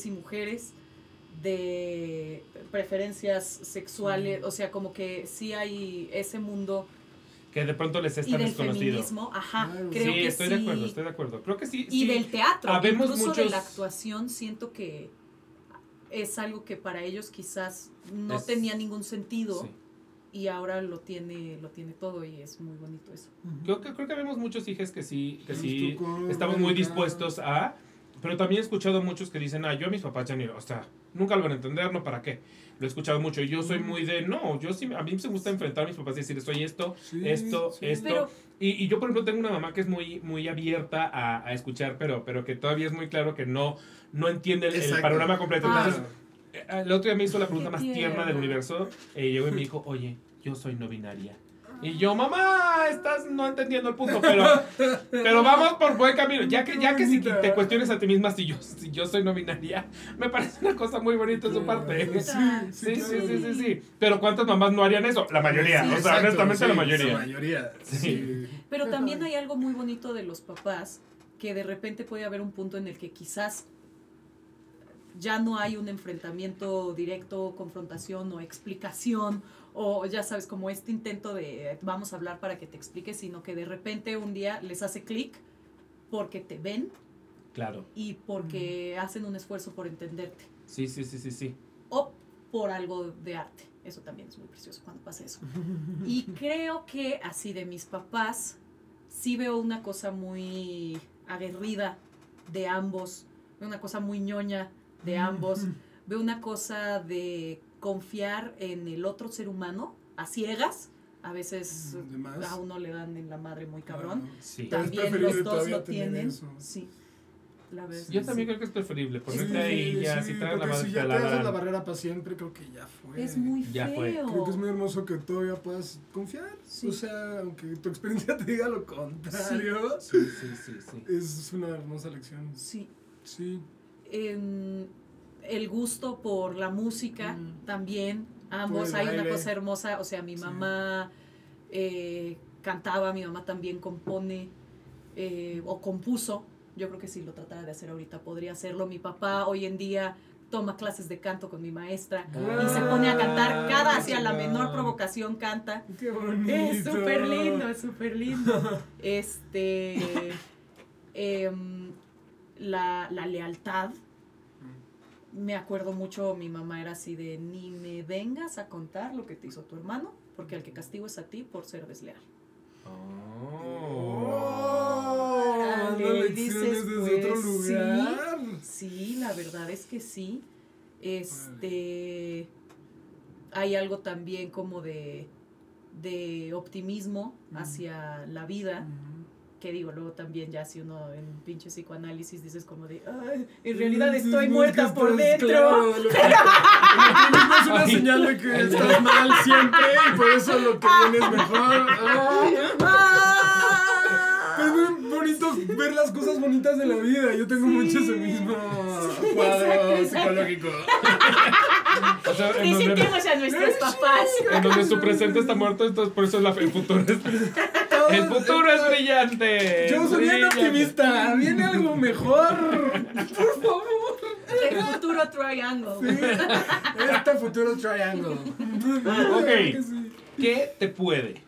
de preferencias sexuales, o sea, como que sí hay ese mundo Que de pronto les es y tan del desconocido. feminismo, ajá, Claro. creo Sí, que estoy sí. de acuerdo. Creo que sí. Y sí. del teatro, Habemos incluso de muchos- la actuación, siento que es algo que para ellos quizás no Es- tenía ningún sentido Sí. y ahora lo tiene todo y es muy bonito eso. Creo que vemos muchos hijos que sí Nos tocó estamos muy educar. dispuestos a... Pero también he escuchado muchos que dicen, yo a mis papás ya ni... O sea, nunca lo van a entender, ¿no? ¿Para qué? Lo he escuchado mucho. Y yo soy muy de... No, yo sí... A mí me gusta enfrentar a mis papás y decir, soy esto, Sí, esto. sí. Pero- Y yo, por ejemplo, tengo una mamá que es muy, muy abierta a escuchar, pero que todavía es muy claro que no entiende el Exacto. panorama completo. Ah. Entonces, el otro día me hizo la pregunta Qué más tierna del tierna. universo. Llegó y me dijo, oye, yo soy no binaria. Y yo, mamá, estás no entendiendo el punto, pero vamos por buen camino. Ya que si te cuestiones a ti misma si yo soy no binaria, me parece una cosa muy bonita de su parte. Sí. Pero ¿cuántas mamás no harían eso? La mayoría, Sí, o sea, exacto, honestamente sí, la mayoría. La mayoría, sí. Pero también hay algo muy bonito de los papás, que de repente puede haber un punto en el que quizás ya no hay un enfrentamiento directo, confrontación o explicación, o ya sabes, como este intento de vamos a hablar para que te expliques, sino que de repente un día les hace clic porque te ven Claro. y porque hacen un esfuerzo por entenderte, Sí. o por algo de arte. Eso también es muy precioso cuando pasa eso. Y creo que así de mis papás, sí veo una cosa muy aguerrida de ambos, veo una cosa muy ñoña de ambos, veo una cosa de confiar en el otro ser humano a ciegas. A veces De más. a uno le dan en la madre muy cabrón. Claro. Sí. Pero es También preferible los dos todavía lo tener tienen. eso. Sí. La verdad. Yo también creo que es preferible ponerte ahí ya, si traes la porque madre si te ya te la haces la dan. barrera para siempre, creo que ya fue. Es muy Ya fue. feo. Creo que es muy hermoso que todavía puedas confiar. Sí. O sea, aunque tu experiencia te diga lo contrario, Sí. es una hermosa lección. Sí. Sí. El gusto por la música también. Ambos, Por el hay una baile. cosa hermosa. O sea, mi mamá cantaba, mi mamá también compone o compuso. Yo creo que si lo tratara de hacer ahorita podría hacerlo. Mi papá hoy en día toma clases de canto con mi maestra y se pone a cantar cada hacia la menor provocación canta. Qué bonito. Es súper lindo, es súper lindo. La lealtad. Me acuerdo mucho, mi mamá era así de, ni me vengas a contar lo que te hizo tu hermano, porque al que castigo es a ti por ser desleal. Dando Y lecciones desde otro lugar. Sí, la verdad es que sí. Hay algo también como de optimismo hacia la vida, que digo, luego también ya si uno en pinche psicoanálisis dices como de, ay, en realidad estoy muerta por dentro. Claro, el optimismo es una señal de que estás mal siempre y por eso lo que viene es mejor. Es muy bonito ver las cosas bonitas de la vida. Yo tengo mucho ese mismo cuadro psicológico. O sea, Y sentimos a nuestros papás. en donde su presente está muerto, entonces por eso el futuro es... El futuro es brillante. Yo soy bien brilla. optimista. Viene algo mejor. Por favor. El futuro triangle. Sí. Este futuro triangle. Ok. Que sí. ¿Qué te puede?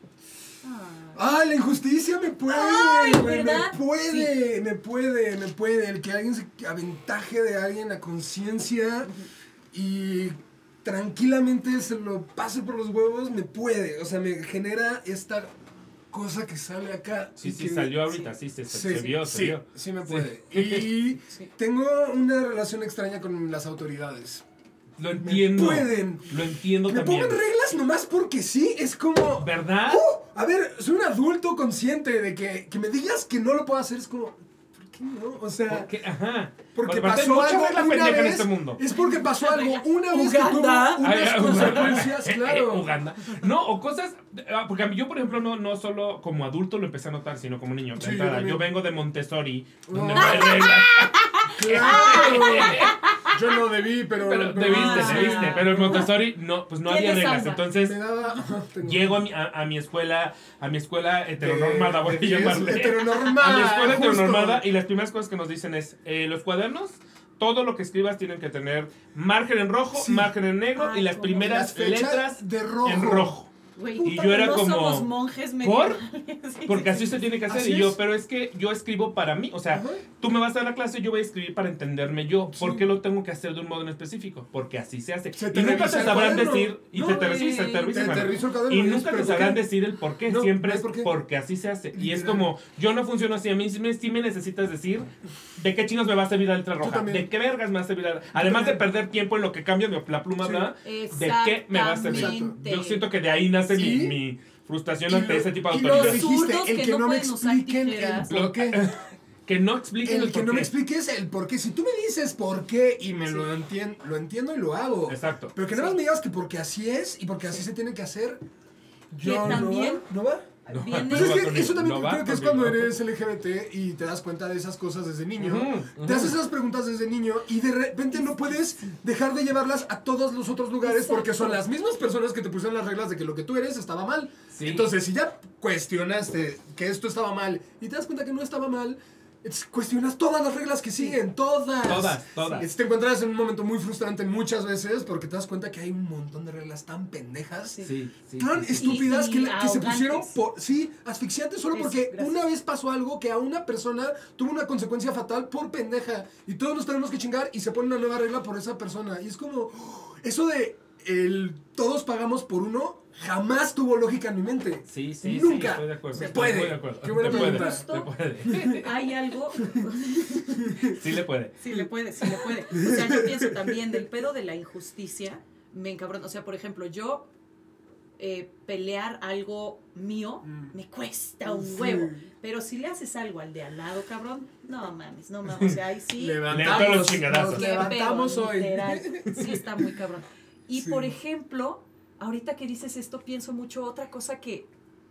Ah, la injusticia me puede. Ay, güey, ¿verdad? me puede. El que alguien se aventaje de alguien a conciencia y tranquilamente se lo pase por los huevos, me puede. O sea, me genera esta cosa que sale acá. Sí, y sí, que salió ahorita, sí, se vio, se vio. Sí me puede. Y tengo una relación extraña con las autoridades. Lo entiendo. pueden. Lo entiendo Me también. pongan reglas nomás porque sí, es como... ¿Verdad? A ver, soy un adulto consciente de que me digas que no lo puedo hacer, es como... ¿Por qué no? O sea... Porque, ajá. Porque aparte hay pasó mucha algo regla una pendeja vez, en este mundo. es porque pasó algo una vez que tuvo Uganda. unas consecuencias, claro. Uganda. No, o cosas... Porque a mí, yo, por ejemplo, no solo como adulto lo empecé a notar, sino como niño. De Sí, entrada, yo también. yo vengo de Montessori, donde Oh. no hay reglas. Claro. Yo no debí, pero Debiste. Pero en Montessori no, pues no había ¿Quién es reglas. Alma? Entonces... Me daba... Llego a mi escuela heteronormada, voy a llamarle. Heteronormada. A mi escuela justo. heteronormada, y las primeras cosas que nos dicen es, los cuadernos, todo lo que escribas tienen que tener margen en rojo, Sí. margen en negro, Ay, y las como primeras las fechas letras de rojo. en rojo. Güey, Y yo era no como, somos monjes ¿por? medievales. Sí, Porque sí, así se tiene que hacer. Así Y yo, es. pero es que yo escribo para mí. O sea, Ajá. tú me vas a dar la clase, yo voy a escribir para entenderme yo. ¿Por Sí. qué lo tengo que hacer de un modo en específico? Porque así se hace. Se te Y nunca revisa te el sabrán cuaderno. decir, y No, te güey. revisan, te revisan. Te reviso el cuaderno, Y y es, nunca ¿pero te por sabrán qué? decir el por qué. No, Siempre no hay es por qué. porque así se hace. Y es Literal. como, yo no funciono así. A mí sí me necesitas decir de qué chinos me va a servir la letra roja. también. De qué vergas me va a servir la... Además de también. perder tiempo en lo que cambia la pluma, Sí. ¿verdad? ¿De qué me va a servir? Exactamente. Yo siento que de ahí nace Sí. mi frustración Y ante lo- ese tipo de y lo autoridad. dijiste, Zurdos el que que no no me pueden usar expliquen el tijeras. por qué. Que no expliquen el El que por no me qué. expliques el por qué. Si tú me dices por qué y me lo entiendo y lo hago. Exacto. Pero que nada más me digas que porque así es y porque así se tiene que hacer. Yo Que también- ¿No va? No, Viene- Pues no es va que conmigo, eso también no va creo que es conmigo. cuando eres LGBT y te das cuenta de esas cosas desde niño. Ujú, Te ujú. haces esas preguntas desde niño y de repente no puedes dejar de llevarlas a todos los otros lugares porque son las mismas personas que te pusieron las reglas de que lo que tú eres estaba mal. Sí. Entonces, si ya cuestionaste que esto estaba mal y te das cuenta que no estaba mal, cuestionas todas las reglas que siguen, todas. Todas. Te encuentras en un momento muy frustrante muchas veces porque te das cuenta que hay un montón de reglas tan pendejas. Sí, sí. Tan sí. estúpidas Y que se ahogantes. pusieron asfixiantes solo Eso, porque gracias. una vez pasó algo que a una persona tuvo una consecuencia fatal por pendeja y todos nos tenemos que chingar y se pone una nueva regla por esa persona y es como eso de todos pagamos por uno jamás tuvo lógica en mi mente. Sí, sí, Nunca. sí, estoy de acuerdo. Se estoy puede. muy de acuerdo. Qué buena Te puede, pregunta. te puede. Hay algo. Sí le puede. Sí le puede, sí le puede. O sea, yo pienso también del pedo de la injusticia, me encabrona. O sea, por ejemplo, yo pelear algo mío, me cuesta un huevo. Pero si le haces algo al de al lado, cabrón, no mames, o sea, ahí sí. Levantamos los chingadazos. Levantamos hoy. Literal, sí está muy cabrón. Y por ejemplo, ahorita que dices esto, pienso mucho otra cosa que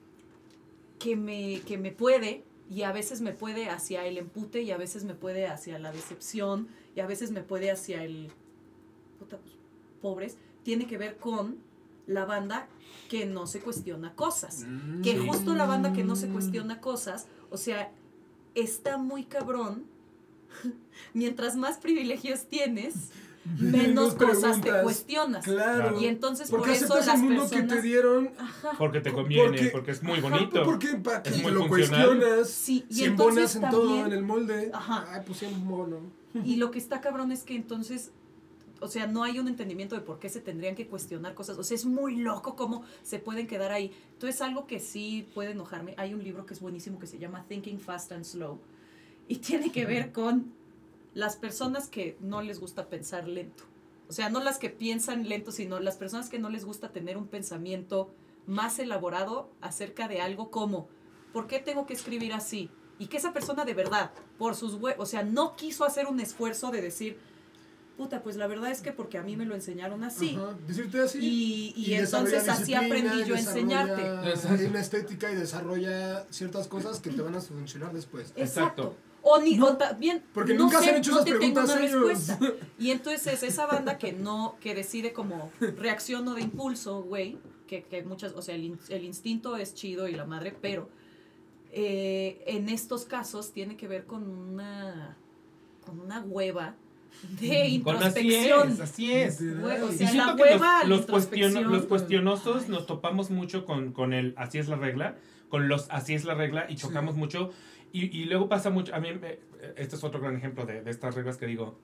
me puede, y a veces me puede hacia el empute, y a veces me puede hacia la decepción, y a veces me puede hacia el... puta, pues, pobres, tiene que ver con la banda que no se cuestiona cosas. Que justo la banda que no se cuestiona cosas, o sea, está muy cabrón. Mientras más privilegios tienes, menos cosas te cuestionas. Claro. Y entonces porque por eso aceptas las el mundo personas... que te dieron. Ajá. Porque te conviene, porque es muy bonito. Porque para que es muy lo funcional. cuestionas. Sí, y si entonces embonas en también, todo en el molde. Ajá. Ay, pues sí, mono. Y lo que está cabrón es que entonces, o sea, no hay un entendimiento de por qué se tendrían que cuestionar cosas. O sea, es muy loco cómo se pueden quedar ahí. Entonces, algo que sí puede enojarme. Hay un libro que es buenísimo que se llama Thinking Fast and Slow. Y tiene que ver con las personas que no les gusta pensar lento. O sea, no las que piensan lento, sino las personas que no les gusta tener un pensamiento más elaborado acerca de algo como, ¿por qué tengo que escribir así? Y que esa persona de verdad, por sus o sea, no quiso hacer un esfuerzo de decir, puta, pues la verdad es que porque a mí me lo enseñaron así. Ajá, decirte así. Y entonces así aprendí yo a enseñarte. Hay una estética y desarrolla ciertas cosas que te van a funcionar después. Exacto. O también, porque no nunca sé, se han hecho esas te tengo preguntas una ellos. respuesta. Y entonces esa banda que decide como reacción o de impulso, güey, que muchas, o sea, el instinto es chido y la madre, pero en estos casos tiene que ver con una hueva de introspección. Así es. O Y sea, siento la que hueva los introspección. cuestionosos nos topamos mucho con el así es la regla, con los así es la regla y chocamos mucho. Y luego pasa mucho, a mí, este es otro gran ejemplo de estas reglas que digo,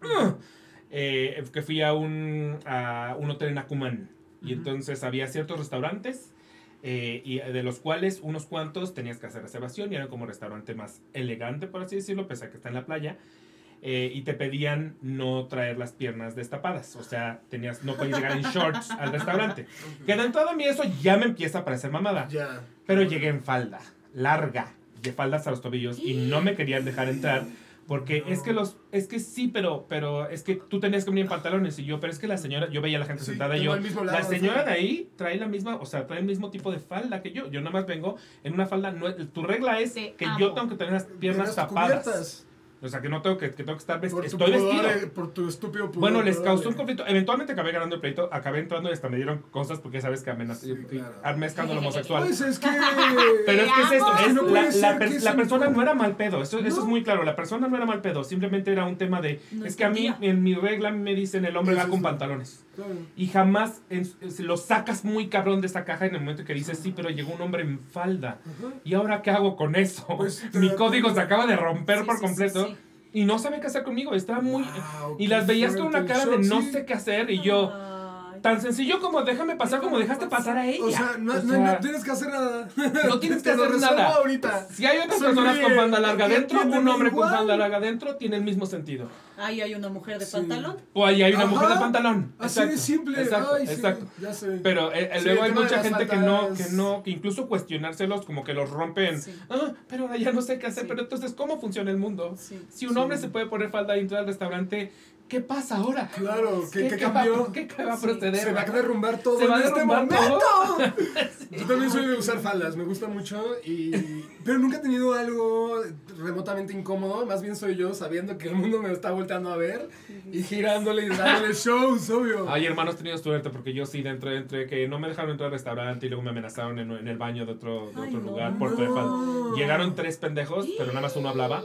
que fui a un hotel en Acuman, y entonces había ciertos restaurantes, y de los cuales unos cuantos tenías que hacer reservación, y era como restaurante más elegante, por así decirlo, pese a que está en la playa, y te pedían no traer las piernas destapadas, o sea, no podías llegar en shorts al restaurante, que de entrada a mí eso ya me empieza a parecer mamada, pero llegué en falda, larga, de faldas a los tobillos, y no me querían dejar entrar porque es que sí, pero es que tú tenías que venir en pantalones, y pero es que la señora, yo veía a la gente sentada y yo, la señora de ahí trae la misma, o sea, trae el mismo tipo de falda que yo nada más vengo en una falda, tu regla es que yo tengo que tener las piernas tapadas. Cubiertas. O sea, que no tengo que estar vestido. Estoy vestido. Por tu estúpido pudor. Bueno, les causó un conflicto. Eventualmente acabé ganando el pleito. Acabé entrando y hasta me dieron cosas porque sabes que armé escándalo homosexual. Pues es que... Pero es que es esto. La persona no era mal pedo. Eso es muy claro. La persona no era mal pedo. Simplemente era un tema de... Es que a mí, en mi regla, me dicen el hombre va con pantalones. Claro. Y jamás lo sacas muy cabrón de esta caja en el momento que dices, sí, pero llegó un hombre en falda. ¿Y ahora qué hago con eso? Pues, mi código se acaba de romper por completo. Sí. Y no sabía qué hacer conmigo, estaba muy... y las veías con una cara de no sé qué hacer, y yo... Tan sencillo como déjame pasar como dejaste pasar a ella. O sea, no tienes que hacer nada. No tienes que hacer nada. Ahorita. Si hay otras personas con falda larga adentro, un hombre con falda larga adentro, tiene el mismo sentido. Ahí hay una mujer de pantalón. O ahí hay una mujer de pantalón. Así de simple. Exacto. Ya sé. Pero luego hay mucha gente que incluso cuestionárselos como que los rompen. Sí. Pero ahora ya no sé qué hacer. Sí. Pero entonces, ¿cómo funciona el mundo? Sí. Si un hombre se puede poner falda y entrar al restaurante, ¿qué pasa ahora? Claro, ¿qué cambió? ¿Qué va a proceder? Se va a derrumbar todo en este momento. Yo también soy de usar faldas, me gusta mucho, pero nunca he tenido algo remotamente incómodo. Más bien soy yo sabiendo que el mundo me está volteando a ver y girándole y dándole shows, obvio. Ay, hermanos, he tenido suerte porque yo sí, entre que no me dejaron entrar al restaurante y luego me amenazaron en el baño de otro lugar por de falda. Llegaron 3 pendejos, pero nada más uno hablaba.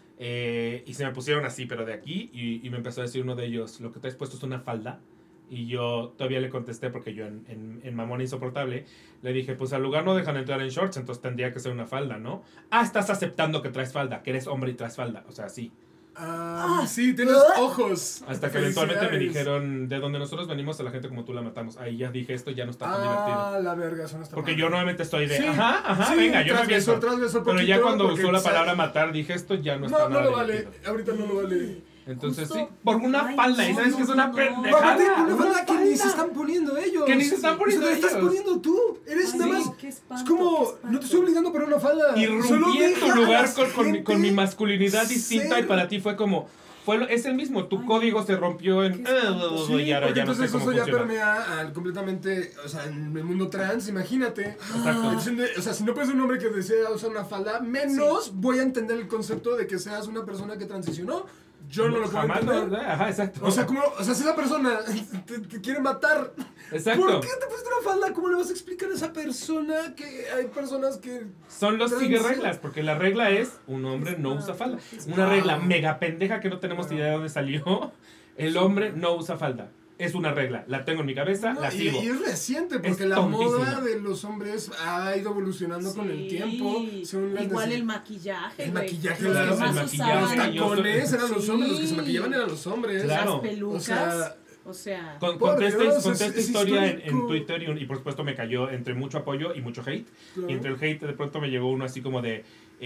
Y se me pusieron así, pero de aquí, y me empezó a decir uno de ellos, lo que te has puesto es una falda. Y yo todavía le contesté, porque yo en mamón insoportable, le dije, pues al lugar no dejan entrar en shorts, entonces tendría que ser una falda, ¿no? Estás aceptando que traes falda, que eres hombre y traes falda, o sea, sí. Sí, tienes ojos. Hasta que eventualmente me dijeron, de donde nosotros venimos, a la gente como tú la matamos. Ahí ya dije, esto ya no está tan divertido. La verga, eso no está porque mal. yo nuevamente estoy de, sí, venga, yo me pienso. Pero ya cuando usó la palabra matar, dije, esto ya no está nada no lo vale, ahorita no lo vale. Entonces Justo, sí, por una falda, y sabes que es una pendejada. Aparte, una falda que ni se están poniendo ellos. Que ni se están poniendo te la estás ellos. poniendo tú. Eres Ay, nada sí, más. qué espanto, Es como, qué espanto. no te estoy obligando a poner una falda. Irrumpí en tu deja a lugar la con mi gente masculinidad distinta y ser. para ti fue como, es el mismo, tu Ay, código se rompió en... qué espanto. Sí, y ahora porque ya no sé entonces cómo eso ya funciona. permea completamente, o sea, en el mundo trans, imagínate. Exacto. O sea, si no puedes ser un hombre que desea usar una falda, menos voy a entender el concepto de que seas una persona que transicionó. Yo no lo puedo Jamás entender. Ajá, exacto. O sea, si esa persona te quiere matar, Exacto. ¿por qué te pusiste una falda? ¿Cómo le vas a explicar a esa persona que hay personas que... Son los sigue reglas, porque la regla es, un hombre no usa falda. Una regla mega pendeja que no tenemos idea de dónde salió. El hombre no usa falda. Es una regla. La tengo en mi cabeza, No, la sigo. y es reciente, porque Es la tontísima. moda de los hombres ha ido evolucionando con el tiempo. Según las igual el necesidades. maquillaje, El güey. maquillaje, Los claro, que más el maquillaje, usaban, yo- Tacones eran los hombres, los que se Sí. maquillaban eran los hombres. Claro. las pelucas, o sea, Conté Por esta, Dios, conté es esta historia en histórico. Twitter y por supuesto me cayó entre mucho apoyo y mucho hate. Claro. Y entre el hate de pronto me llegó uno así como de,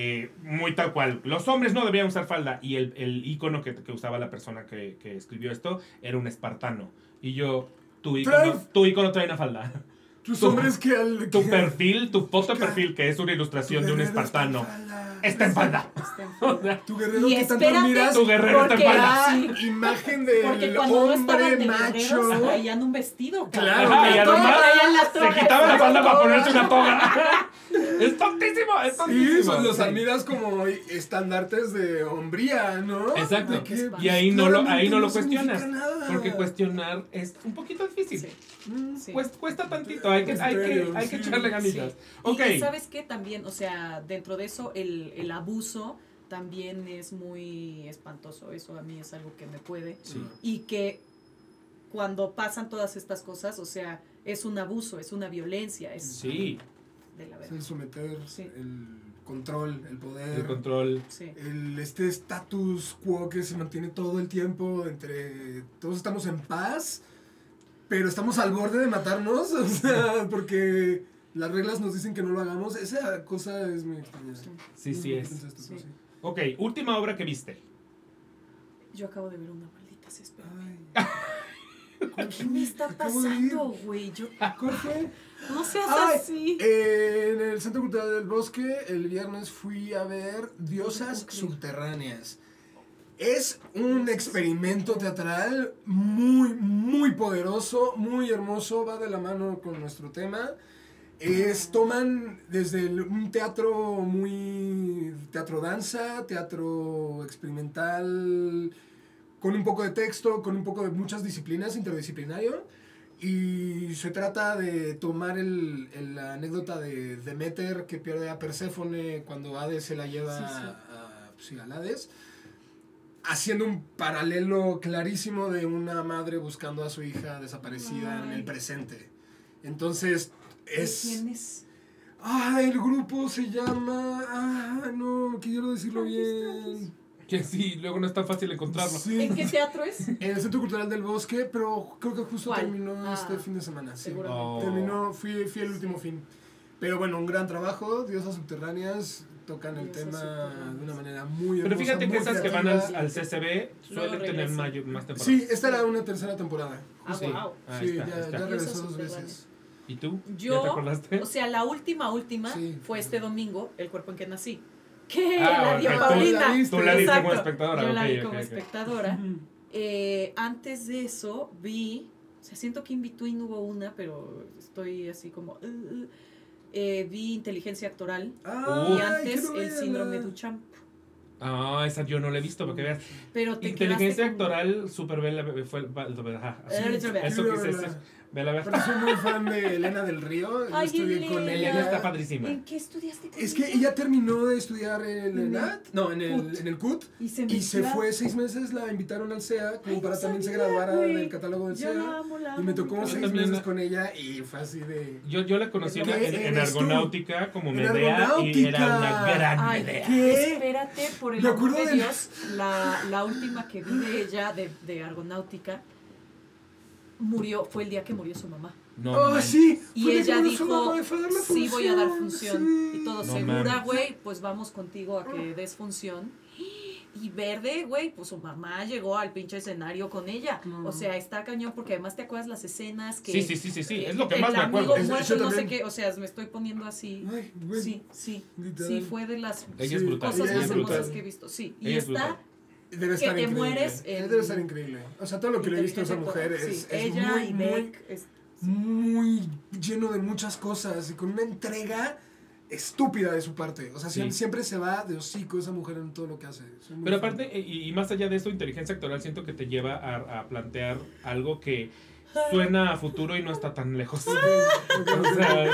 muy tal cual, los hombres no deberían usar falda. Y el icono que usaba la persona que escribió esto era un espartano. Y yo, tu icono trae una falda. Tus hombres que al... Tu que- perfil, tu foto de perfil, que es una ilustración de un guerrero espartano, está en falda. está en falda. está en falda. Tu guerrero Y que tanto espérate, miras. Tu guerrero está en porque falda. sí, Imagen porque del cuando no estaban hombre de macho. guerreros traían un vestido, Claro, Ajá, y Todos además traían la se toga, quitaba la falda para toga. ponerse una toga. Es tontísimo, es Sí, tontísimo. los Sí. admiras como estandartes de hombría, ¿no? Exacto. De que Y ahí no lo claramente cuestionas. significa nada. Porque cuestionar es un poquito difícil. Sí, sí. Cuesta tantito, hay que echarle ganitas. Sí. Ok. Y ¿sabes qué? También, o sea, dentro de eso, el abuso también es muy espantoso. Eso a mí es algo que me puede. Sí. Y que cuando pasan todas estas cosas, o sea, es un abuso, es una violencia, es Sí, de la Es verdad. el someter, Sí. el control, el poder. el control. Sí. Este status quo que se mantiene todo el tiempo entre todos estamos en paz, pero estamos al borde de matarnos, o sea, porque las reglas nos dicen que no lo hagamos. Esa cosa es muy extraña. Sí es. Pienso esto, pero Sí. sí. Ok, última obra que viste. Yo acabo de ver una maldita césped. Ay, ¿Qué me está acabo de pasando, ir. güey? Yo ¿Cuál fue? no seas Ay, así. En el Centro Cultural del Bosque, el viernes fui a ver Diosas No puedo creer. Subterráneas. Es un experimento teatral muy, muy poderoso, muy hermoso, va de la mano con nuestro tema. Toman desde un teatro muy... teatro danza, teatro experimental, con un poco de texto, con un poco de muchas disciplinas, interdisciplinario. Y se trata de tomar la anécdota de Deméter que pierde a Perséfone cuando Hades se la lleva al Hades, haciendo un paralelo clarísimo de una madre buscando a su hija desaparecida en el presente. Entonces ¿Quién es? el grupo se llama... no quiero decirlo bien. Que sí, luego no es tan fácil encontrarlo. Sí. ¿En qué teatro es? En el Centro Cultural del Bosque, pero creo que justo ¿Cuál? terminó este fin de semana. Sí. Seguramente. Terminó, fui el último fin. Pero bueno, un gran trabajo. Diosas Subterráneas tocan el Diosas tema Subterráneas. de una manera muy hermosa. Pero fíjate que muy esas que van creativa. al CCB suelen tener regresan. más temporadas. Sí, esta era una tercera temporada. Ah, Sí. wow. Ahí Sí, está, ya ahí está. regresó Diosas 2 Subterráneas. veces. ¿Y tú? Yo, ¿Ya te acordaste? o sea, la última Sí. fue este domingo, El cuerpo en que nací. Que Ah, la dio ok, Paulina. tú la viste como Exacto. espectadora, Yo la ok, vi ok, como ok. espectadora. Antes de eso vi, o sea, siento que in between hubo una, pero estoy así como... vi Inteligencia Actoral y Ay, antes quiero El verla. Síndrome de Duchamp. Ah, esa yo no la he visto, para que veas. Pero te Inteligencia quedaste como- actoral, super bella, fue... Ajá, así. Sí, Eso quiero que es verla. Vela, Pero soy muy fan de Elena del Río. Yo Ay, estudié con Elena. Elena está ella. padrísima. ¿En qué estudiaste con Es que ella? ella terminó de estudiar en En el el NAT, no, en CUT. el CUT. Y se Y se mezcla- fue 6 meses, la invitaron al CEA como Ay, para no también se sabía, graduara güey. del catálogo del Yo CEA. la amo, la Y me amo, tocó mi 6 también meses la- con ella y fue así de... Yo la conocí en, ¿Qué en eres tú? Argonáutica como En Medea y era una Argonáutica. gran Ay, Medea. ¿Qué? espérate, por el Me amor acuerdo de de- Dios, la última que vi de ella, de Argonáutica, fue el día que murió su mamá. No, ¡Oh, man. sí! Y Fue de ella que dijo, fue a dar la sí voy a dar función, función. sí. Y todo, No segura, mames. güey, pues vamos contigo a que des función. Y Verde, güey, pues su mamá llegó al pinche escenario con ella. O sea, está cañón porque además te acuerdas las escenas que... Sí, es lo que más me acuerdo. Muerto, no sé qué, o sea, me estoy poniendo así. Ay, güey. Sí, fue de las Ella es brutal. cosas Ella más es hermosas brutal. que he visto. Sí, Ella y es brutal. Debe estar que te increíble. mueres Debe estar increíble. O sea, todo lo que le he visto a esa mujer es ella muy, y muy, Beck muy lleno de muchas cosas y con una entrega estúpida de su parte. O sea, siempre se va de hocico esa mujer en todo lo que hace. Pero aparte, y más allá de eso, inteligencia actoral siento que te lleva a plantear algo que suena a futuro y no está tan lejos. O sea,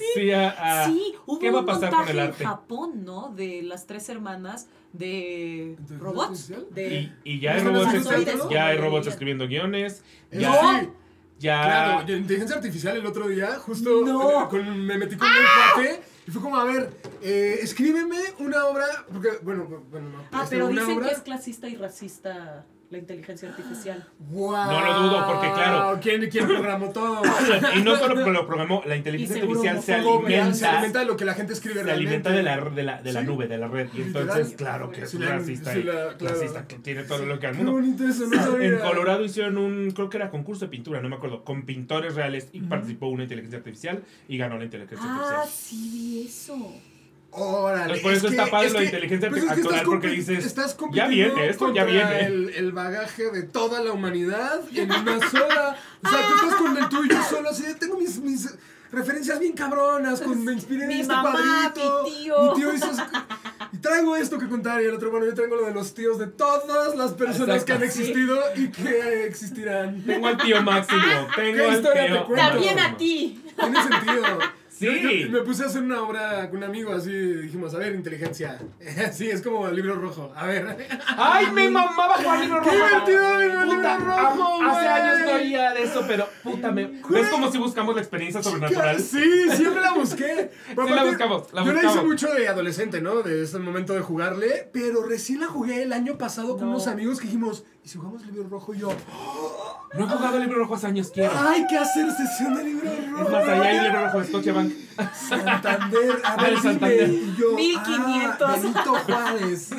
sí, hubo ¿qué va a un pasar con montaje el en arte? Japón, ¿no? De las 3 hermanas de ¿Inteligencia robots. artificial? Y ya hay ¿No robots, están androides? ya hay robots escribiendo guiones. Eso Ya, sí. ya. Claro, yo, inteligencia artificial el otro día, justo me metí con un cuate y fue como, a ver, escríbeme una obra, porque, bueno, no. Pero una dicen obra. que es clasista y racista la inteligencia artificial. Wow. No lo dudo, porque claro. ¿Quién programó todo? Y no solo lo programó, la inteligencia artificial se alimenta de lo que la gente escribe se realmente. alimenta de la nube, de la red. Y entonces, Literal. claro que es Sí, racista claro. clasista, que tiene todo lo que al Qué mundo. bonito eso, no sabía. En Colorado hicieron creo que era concurso de pintura, no me acuerdo, con pintores reales y participó una inteligencia artificial y ganó la inteligencia artificial. Sí vi eso. Órale. Entonces, por eso está padre la inteligencia artificial, porque dices, ya viene, esto ya viene. El bagaje de toda la humanidad en una sola. O sea, tú estás con el tuyo solo, así de, tengo mis referencias bien cabronas, me inspiré en Mi este mamá, cuadrito. mi tío hizo y traigo esto que contar y el otro, bueno, yo traigo lo de los tíos de todas las personas que han existido y que existirán. Tengo al tío Máximo, ¿Qué historia te cuento? También a ti. Tiene sentido. Sí. Yo me puse a hacer una obra con un amigo, así dijimos, a ver, inteligencia. Sí, es como el libro rojo. A ver. ¡Ay, mi mamá bajó al libro rojo! ¡Qué divertido el libro Puta, rojo! hace güey! años no oía de eso, pero puta, ¿ves como si buscamos la experiencia sobrenatural? Sí, siempre la busqué. Pero Sí, la aparte, buscamos. Yo la hice mucho de adolescente, ¿no? De ese momento de jugarle, pero recién la jugué el año pasado con unos amigos que dijimos, ¿y si jugamos libro rojo? Y yo, No he jugado el libro rojo hace años, quiero. hay que hacer sesión de libro rojo. Es más, allá hay un libro rojo de Scotiabank. Santander, a ver, el dime. Santander. Y yo, 1500. Benito Juárez,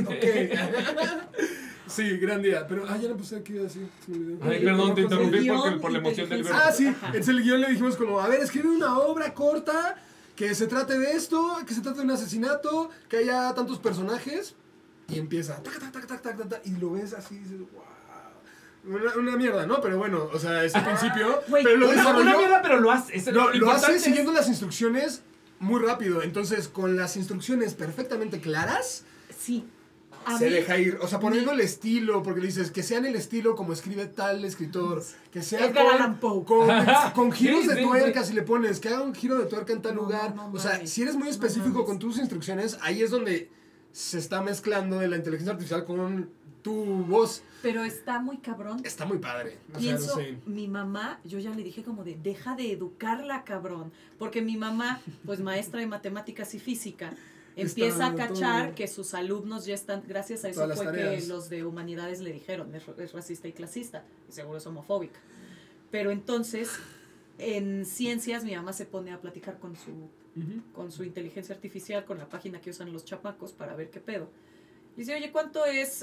ok. Sí, gran día, pero ya no puse aquí así. Ay, perdón, te interrumpí guión, por la emoción del libro. Sí, en el guión le dijimos como, a ver, escribe una obra corta que se trate de esto, que se trate de un asesinato, que haya tantos personajes, y empieza, tac, tac, tac, tac, tac, tac, y lo ves así, y dices, wow. Una mierda, ¿no? Pero bueno, o sea, es el principio. Güey, pero lo Una desarrolló. mierda, pero lo hace. Lo hace siguiendo las instrucciones muy rápido. Entonces, con las instrucciones perfectamente claras, Sí. se deja ir. O sea, poniendo el estilo, porque le dices que sean el estilo como escribe tal escritor, que sea Edgar Allan Poe. con giros Sí, de sí, tuerca, si le pones que haga un giro de tuerca en tal No, lugar. no O sea, mames. si eres muy específico mames. con tus instrucciones, ahí es donde se está mezclando la inteligencia artificial con tu voz. Pero está muy cabrón. Está muy padre. O sea, Pienso, no sé. mi mamá, yo ya le dije como de, deja de educarla, cabrón. Porque mi mamá, pues maestra de matemáticas y física, empieza a Está cachar todo. que sus alumnos ya están, gracias a eso Todas las fue tareas. que los de humanidades le dijeron, es racista y clasista, y seguro es homofóbica. Pero entonces, en ciencias, mi mamá se pone a platicar con su inteligencia artificial, con la página que usan los chamacos para ver qué pedo. Y dice, oye, ¿cuánto es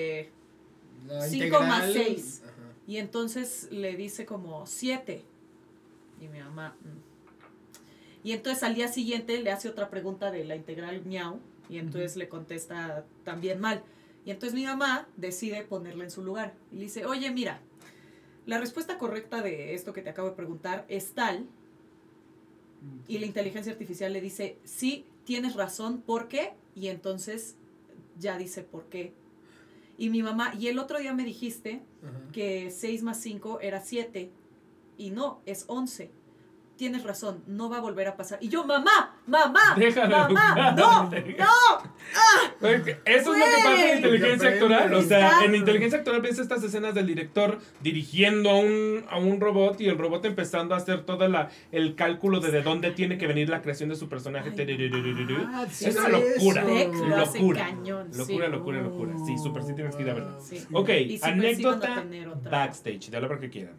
5 más 6? Ajá. Y entonces le dice como 7. Y mi mamá... Y entonces al día siguiente le hace otra pregunta de la integral miau. Y entonces le contesta también mal. Y entonces mi mamá decide ponerla en su lugar. Y le dice, oye, mira, la respuesta correcta de esto que te acabo de preguntar es tal. Y la inteligencia artificial le dice, sí, tienes razón, ¿por qué? Y entonces ya dice por qué. Y mi mamá, y el otro día me dijiste que 6 más 5 era 7. Y no, es 11. Tienes razón, no va a volver a pasar. Y yo, mamá, Déjala mamá, no. Eso es lo que pasa en inteligencia Güey. actoral. O sea, Exacto. en inteligencia actoral ves estas escenas del director dirigiendo a un robot y el robot empezando a hacer todo el cálculo de dónde tiene que venir la creación de su personaje. Sí, Es una locura. Beck lo hace Locura. cañón, Locura, sí. locura. Sí, súper sí tienes que ir a verla. Sí. Y Ok, sí, pues, sí van a anécdota tener otra. backstage, de la obra que quieran.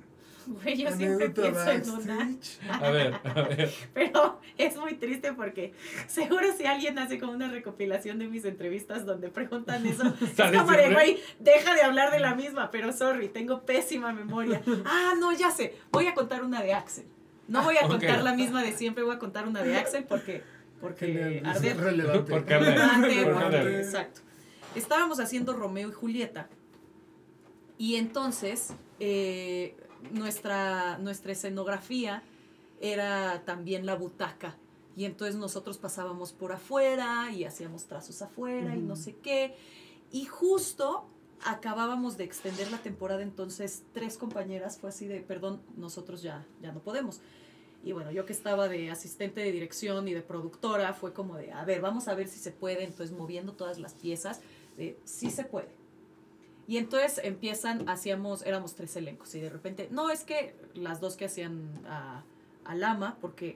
Güey, yo siempre pienso en una. A ver. Pero es muy triste porque seguro si alguien hace como una recopilación de mis entrevistas donde preguntan eso, es como de, güey, deja de hablar de la misma, pero sorry, tengo pésima memoria. Ah, no, ya sé, voy a contar una de Axel. No voy a contar la misma de siempre, voy a contar una de Axel porque es relevante. Porque, exacto. Estábamos haciendo Romeo y Julieta y entonces nuestra escenografía era también la butaca y entonces nosotros pasábamos por afuera y hacíamos trazos afuera y no sé qué, y justo acabábamos de extender la temporada, entonces 3 compañeras fue así de, perdón, nosotros ya no podemos. Y bueno, yo que estaba de asistente de dirección y de productora, fue como de, a ver, vamos a ver si se puede. Entonces, moviendo todas las piezas, sí se puede. Y entonces éramos 3 elencos. Y de repente, no, es que las 2 que hacían a Lama, porque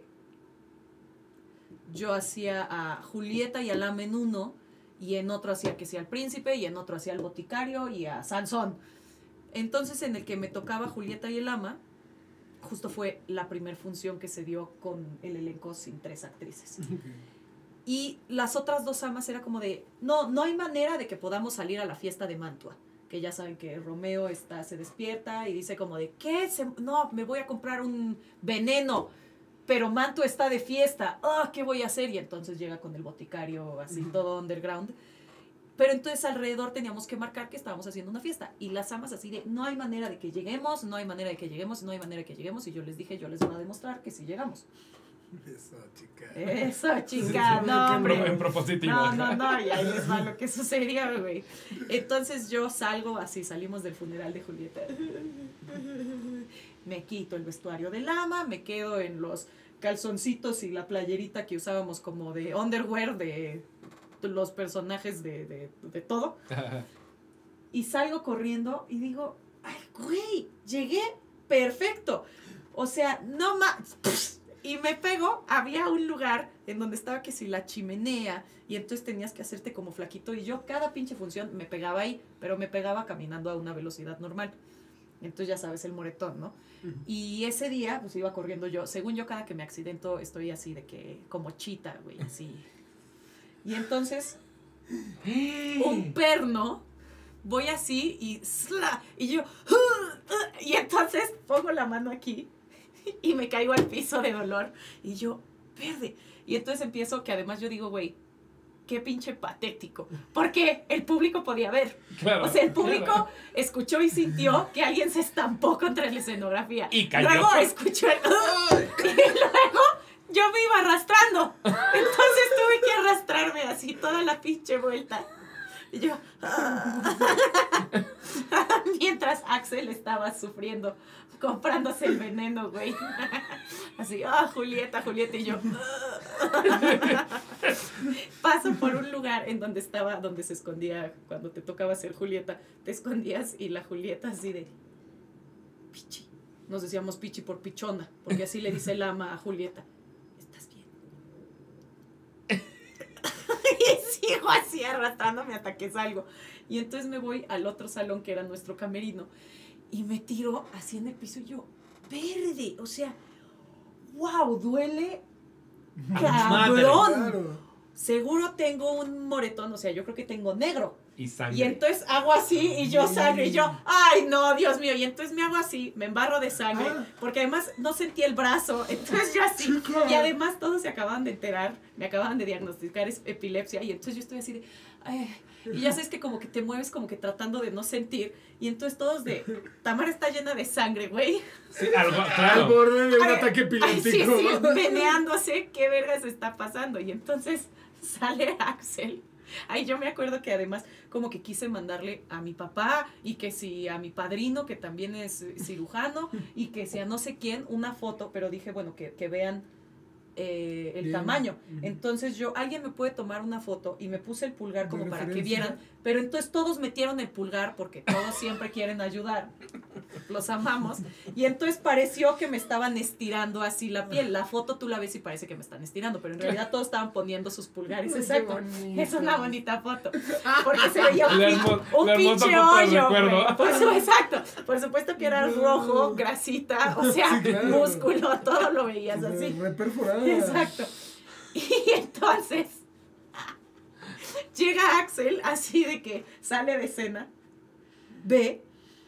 yo hacía a Julieta y a Lama en uno, y en otro hacía que sea al príncipe, y en otro hacía al boticario y a Sansón. Entonces, en el que me tocaba Julieta y el Lama, justo fue la primera función que se dio con el elenco sin 3 actrices. Okay. Y las otras 2 amas era como de, no hay manera de que podamos salir a la fiesta de Mantua. Que ya saben que Romeo se despierta y dice como de, ¿qué? No, me voy a comprar un veneno, pero Mantua está de fiesta. ¿Qué voy a hacer? Y entonces llega con el boticario así, todo underground. Pero entonces alrededor teníamos que marcar que estábamos haciendo una fiesta. Y las amas así de, no hay manera de que lleguemos, no hay manera de que lleguemos, no hay manera de que lleguemos. Y yo les dije, yo les voy a demostrar que sí llegamos. Eso, chica, no, hombre. En propositivo. No, y ahí les va lo que sucedía, güey. Entonces yo salimos del funeral de Julieta. Me quito el vestuario de Lama, me quedo en los calzoncitos y la playerita que usábamos como de underwear de los personajes de todo. Y salgo corriendo y digo, ay, güey, llegué perfecto. O sea, no más. Y me pego, había un lugar en donde estaba que si la chimenea, y entonces tenías que hacerte como flaquito, y yo cada pinche función me pegaba ahí, pero me pegaba caminando a una velocidad normal. Entonces ya sabes, el moretón, ¿no? Y ese día, pues iba corriendo yo, según yo cada que me accidento estoy así de que, como chita, güey, así. Y entonces, un perno, voy así y yo, y entonces pongo la mano aquí y me caigo al piso de dolor y yo, verde. Y entonces empiezo, que además yo digo, güey, qué pinche patético, porque el público podía ver. Claro, o sea, el público escuchó y sintió que alguien se estampó contra la escenografía. Y cayó. Luego escuchó el y luego yo me iba arrastrando. Entonces tuve que arrastrarme así toda la pinche vuelta. Y yo, mientras Axel estaba sufriendo, comprándose el veneno, güey. Así, Julieta, y yo. Paso por un lugar en donde se escondía, cuando te tocaba ser Julieta, te escondías y la Julieta así de pichi. Nos decíamos pichi por pichona, porque así le dice Lama a Julieta. ¿Estás bien? Y sigo así arrastrándome hasta que salgo. Y entonces me voy al otro salón que era nuestro camerino y me tiro así en el piso y yo, verde, o sea, wow, duele cabrón. Claro. Seguro tengo un moretón, o sea, yo creo que tengo negro. Y sangre. Y entonces hago así y yo sangre y yo, ay no, Dios mío. Y entonces me hago así, me embarro de sangre, porque además no sentí el brazo. Entonces yo así, y además todos se acababan de enterar, me acababan de diagnosticar epilepsia. Y entonces yo estoy así de, ay. Y ya sabes que como que te mueves como que tratando de no sentir. Y entonces todos de, Tamara está llena de sangre, güey. Sí, claro. Al borde de un ataque epiléptico. Sí, meneándose, qué vergas está pasando. Y entonces sale Axel. Ay, yo me acuerdo que además como que quise mandarle a mi papá y que si a mi padrino, que también es cirujano, y que si a no sé quién, una foto, pero dije, bueno, que vean el bien, tamaño. Entonces alguien me puede tomar una foto y me puse el pulgar como para que vieran, pero entonces todos metieron el pulgar porque todos siempre quieren ayudar. los amamos. Y entonces pareció que me estaban estirando así la piel. La foto tú la ves y parece que me están estirando, pero en realidad todos estaban poniendo sus pulgares. Exacto. Es una bonita foto. Porque se veía un pinche hoyo. Exacto. Por supuesto que era rojo, grasita, o sea, sí, claro. Músculo, todo lo veías así. Reperforada. Exacto. Y entonces llega Axel así de que sale de cena, ve,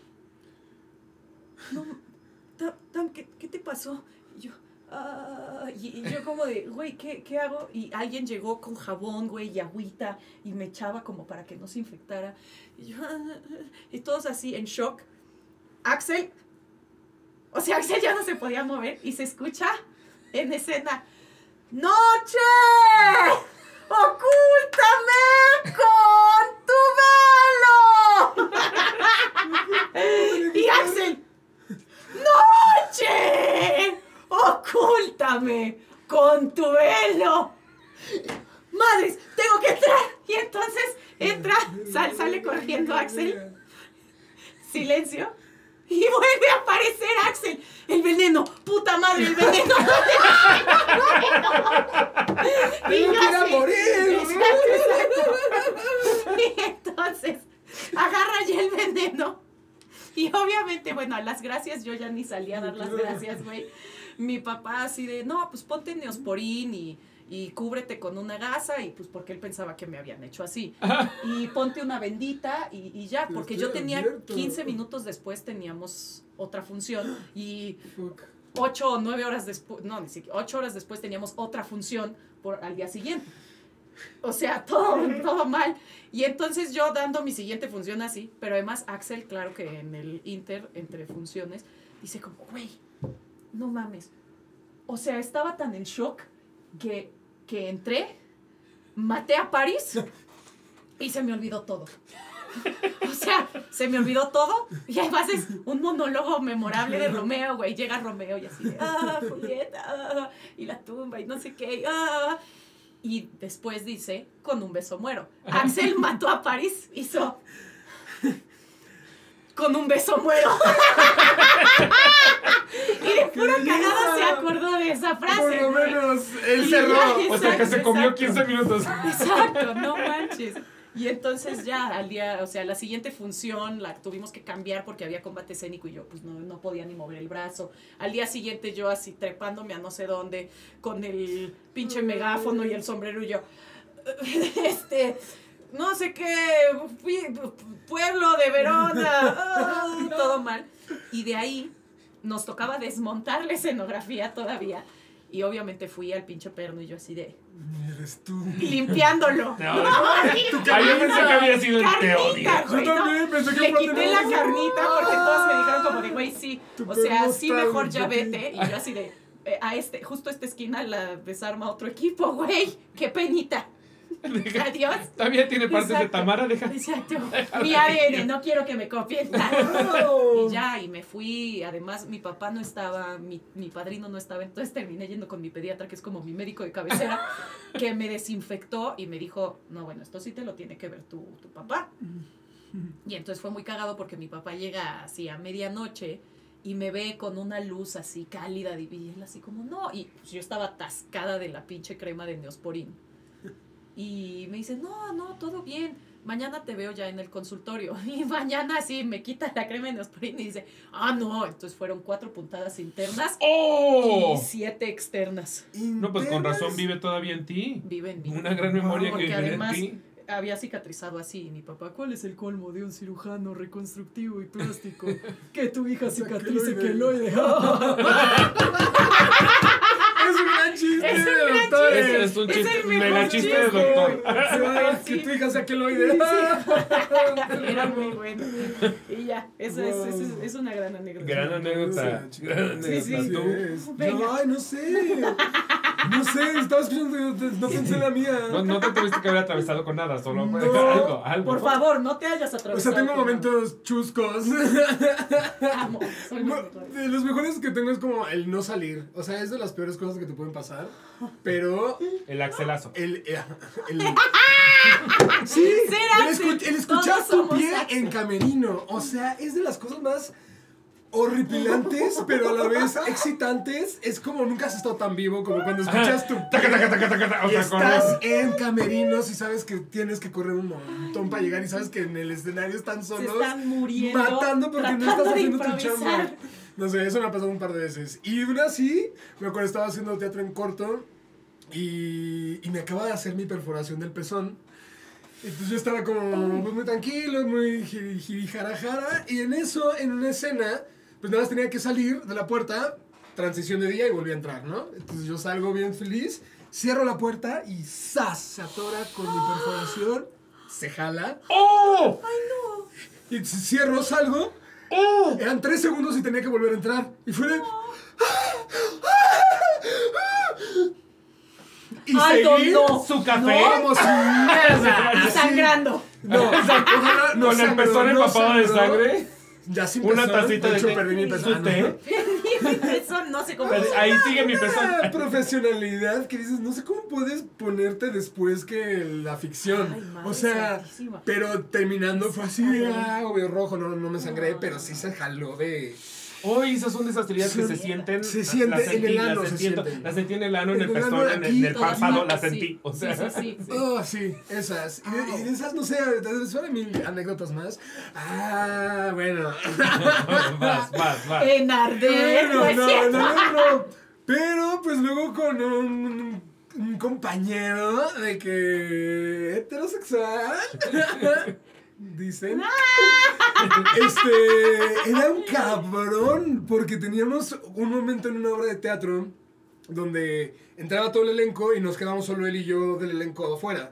no, Tam, ¿qué te pasó? Y yo, y yo como de, güey, ¿qué hago? Y alguien llegó con jabón, güey, y agüita, y me echaba como para que no se infectara. Y yo, y todos así en shock. Axel ya no se podía mover, y se escucha en escena, ¡Noche! ¡Ocúltame con tu velo! Y Axel, ¡Noche! ¡Ocúltame con tu velo! ¡Madres! ¡Tengo que entrar! Y entonces entra, sale corriendo Axel. Silencio. Y vuelve a aparecer Axel. El veneno. ¡Puta madre, el veneno! Y yo quiero morir. Exacto. Y entonces agarra ya el veneno. Y obviamente, bueno, a las gracias yo ya ni salí a dar las gracias, güey. Mi papá así de, no, pues ponte Neosporin y cúbrete con una gasa, y pues porque él pensaba que me habían hecho así. Y ponte una bendita y ya, porque yo tenía 15 minutos después teníamos otra función y 8 o 9 horas después, no, ni siquiera, 8 horas después teníamos otra función al día siguiente. O sea, todo mal. Y entonces yo dando mi siguiente función así, pero además Axel, claro que en el entre funciones, dice como, güey, no mames. O sea, estaba tan en shock que entré, maté a Paris y se me olvidó todo. O sea, se me olvidó todo y además es un monólogo memorable de Romeo, güey. Llega Romeo y así de, Julieta, y la tumba y no sé qué, y después dice, con un beso muero. Axel mató a Paris, hizo, con un beso muero. Y de pura cagada se acordó de esa frase. Por lo menos él cerró. Exacto, o sea, que se comió 15 minutos. Exacto, no manches. Y entonces ya al día, o sea, la siguiente función la tuvimos que cambiar porque había combate escénico y yo pues no podía ni mover el brazo. Al día siguiente yo así trepándome a no sé dónde con el pinche megáfono y el sombrero y yo, no sé qué, pueblo de Verona, todo mal. Y de ahí nos tocaba desmontar la escenografía todavía. Y obviamente fui al pinche perno y yo así de... Eres tú. Limpiándolo. No, yo pensé que había sido el te odio. Yo también pensé que le quité la carnita porque todos me dijeron como de, güey, sí. O sea, sí, mejor ya vete. Y yo así de, justo a esta esquina la desarma otro equipo, güey. Qué penita. Adiós. Todavía tiene partes de Tamara, deja. Exacto. Mi ADN, no quiero que me copien. Y ya, y me fui. Además, mi papá no estaba, mi padrino no estaba, entonces terminé yendo con mi pediatra, que es como mi médico de cabecera, que me desinfectó y me dijo, no, bueno, esto sí te lo tiene que ver tu papá. Y entonces fue muy cagado porque mi papá llega así a medianoche y me ve con una luz así cálida y él así como, no. Y pues yo estaba atascada de la pinche crema de Neosporin. Y me dice, no, todo bien. Mañana te veo ya en el consultorio. Y mañana sí me quita la crema de Neosporin y dice, no. Entonces fueron 4 puntadas internas y 7 externas. No, pues con razón vive todavía en ti. Vive en mí. Una gran memoria que vive en ti. Había cicatrizado así. Y mi papá, ¿cuál es el colmo de un cirujano reconstructivo y plástico? Que tu hija cicatrice queloide. Es un gran chiste es de doctor. Es un chiste, mega chiste de doctor. Que tu hija sea queloide. Era muy bueno. Y ya, eso es una gran anécdota. Gran anécdota. Sí. ¿Tú? Ay, no sé, estaba escuchando, no pensé en la mía. No te tuviste que haber atravesado con nada, solo algo. Por favor, no te hayas atravesado. O sea, tengo momentos chuscos. Amo, son los mejores. De los mejores que tengo es como el no salir. O sea, es de las peores cosas que te pueden pasar. Pero... El axelazo. Sí, el escuchar tu pie en camerino. O sea, es de las cosas más horripilantes, pero a la vez excitantes. Es como nunca has estado tan vivo como cuando escuchas tu taca, taca, taca, taca, taca, o y sea, estás correr. en camerinos y sabes que tienes que correr un montón para llegar y sabes que en el escenario están solos. Se están muriendo. Matando porque no estás haciendo tu improvisar. chamba. No sé, eso me ha pasado un par de veces. Y una así, me acuerdo, estaba haciendo teatro en corto y me acaba de hacer mi perforación del pezón. Entonces yo estaba como pues, muy tranquilo, muy jirijarajara. Y en eso, en una escena, pues nada más tenía que salir de la puerta, transición de día y volví a entrar, ¿no? Entonces yo salgo bien feliz, cierro la puerta y ¡zas! Se atora con mi perforación, se jala. ¡Oh! ¡Ay, no! Y cierro, salgo. ¡Oh! Eran 3 segundos y tenía que volver a entrar. Y fue de... Y ¡Ay, seguí no! Su café. como si nada. Y sangrando. No, ojalá no Con el sangró, pezón no empapado de sangró. sangre. Ya sin Una pezón, tacita de hecho, té. perdí mi pezón. Su té. Mi pezón no sé cómo. Ahí sigue mi pezón. Una profesionalidad que dices, no sé cómo puedes ponerte después que la ficción. Ay, madre o sea, santísima. pero terminando fue así, Ay. obvio rojo, no me sangré, pero sí se jaló de... Hoy esas son de esas teorías que se sienten. Se siente las en el ano, las se sentí, siente. las sentí en el ano, en el En el pezón, ano, en aquí, el párpado, Ajá, las sí. sentí. O sea, Sí. Oh, sí, esas. Y de esas, no sé, suenan mil anécdotas más. Ah, bueno. vas. En arder, no es cierto. No. Pero, pues luego con un compañero de que heterosexual. Dicen. Era un cabrón. Porque teníamos un momento en una obra de teatro donde entraba todo el elenco y nos quedamos solo él y yo del elenco afuera.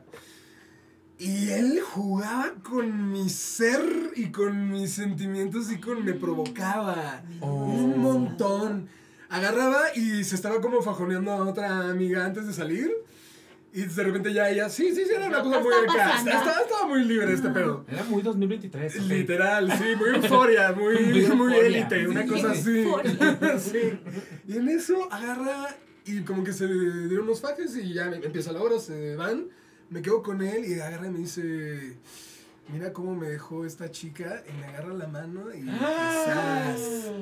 Y él jugaba con mi ser y con mis sentimientos y me provocaba un montón. Agarraba y se estaba como fajoneando a otra amiga antes de salir. Y de repente ya ella, sí, era una cosa muy acá. Estaba muy libre este pedo. Era muy 2023. ok. Literal, sí, muy euforia, muy Euforia. élite, una cosa así. Euforia. Sí. Y en eso agarra y como que se dieron unos fajes y ya empieza la obra, se van. Me quedo con él y agarra y me dice, mira cómo me dejó esta chica. Y me agarra la mano y quizás.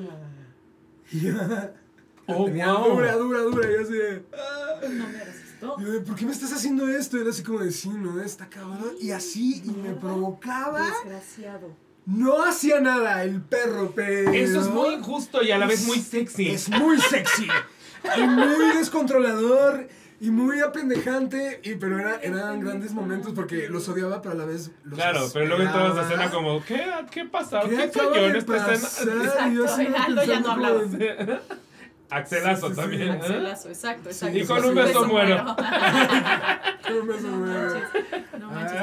Y yo, Oh, tenía wow. dura. Y así de, No me resisto. y yo, ¿por qué me estás haciendo esto? Y él así como de, sí, no, está cabrón. Y así, y me provocaba. Desgraciado. No hacía nada el perro, pero... Eso es muy injusto y a la vez muy sexy. Es muy sexy. Y muy descontrolador. Y muy apendejante. Pero eran grandes momentos porque los odiaba, pero a la vez los Claro, pero luego entrabas a esperaba. escena como, ¿qué pasa? ¿Qué ¿Quién soy acaba yo en de esta escena? pasar? Y yo así Exacto, Aldo ya no pensando hablaba. como- Axelazo Sí, sí, sí. también. ¿eh? Axelazo, exacto. Sí, Y con un beso muero. ¿Cómo me No muero? manches. No manches.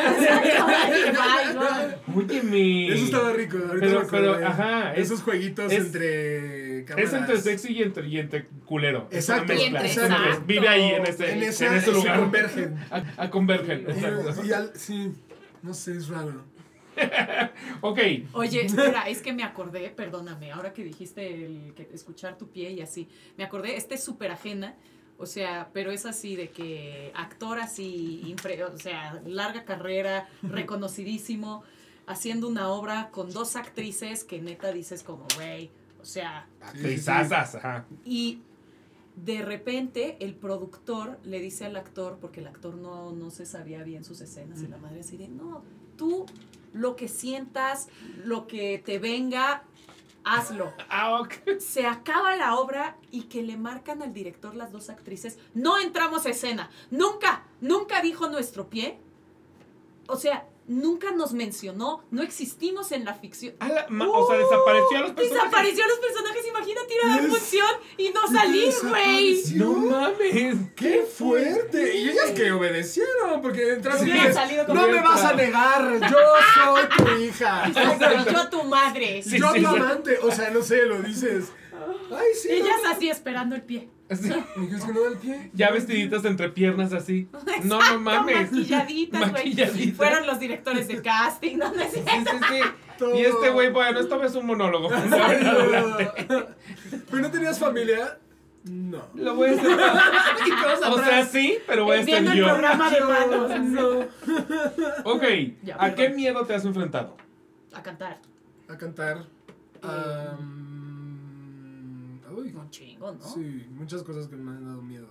Ah. Bye. Oye, mi... Eso estaba rico. Ahorita Pero, me acordé. ajá, Esos jueguitos es- entre Es cámaras. entre sexy y entre culero. Es una Exacto, mezcla, y es entre una mezcla. exacto. Vive ahí en En ese esa lugar. se convergen. Convergen, exacto. Sí, no sé, es raro. Ok. Oye, espera, es que me acordé, perdóname, ahora que dijiste que escuchar tu pie y así, me acordé, es súper ajena, o sea, pero es así de que actor así, o sea, larga carrera, reconocidísimo, haciendo una obra con 2 actrices que neta dices como, güey, o sea, Actrizazas, ajá. y de repente el productor le dice al actor, porque el actor no se sabía bien sus escenas, y la madre así de, no, tú lo que sientas, lo que te venga, hazlo. Ah, ok. Se acaba la obra y que le marcan al director las 2 actrices, no entramos a escena, nunca dijo nuestro pie, o sea, nunca nos mencionó, no existimos en la ficción. O sea, desapareció a los personajes. Desapareció a los personajes, imagínate ir a dar función y no salir, güey. No mames. ¡Qué fuerte! Y ellas que obedecieron, porque entraron y Hubieran dices, salido como- no me vas a negar, yo soy tu hija. Y yo tu madre. Sí, Yo sí, tu sí. amante, o sea, no sé, lo dices. Ay, sí. Ellas no, así esperando el pie. Sí. ¿Me crees que no da el pie? Ya vestiditas entre piernas así. No mames. Maquilladitas, güey. Maquilladitas. Fueron los directores de casting, ¿no? Sí, sí, sí. Todo. Y este güey, bueno, esto es un monólogo. Ay, no. ¿Pero no tenías familia? No. Lo voy a hacer. O sea, sí, pero voy a Viendo estar el yo. programa de manos. No. Ok, Ya, ¿a qué perdón. miedo te has enfrentado? A cantar. A cantar. Un chingo, ¿no? Sí, muchas cosas que me han dado miedo.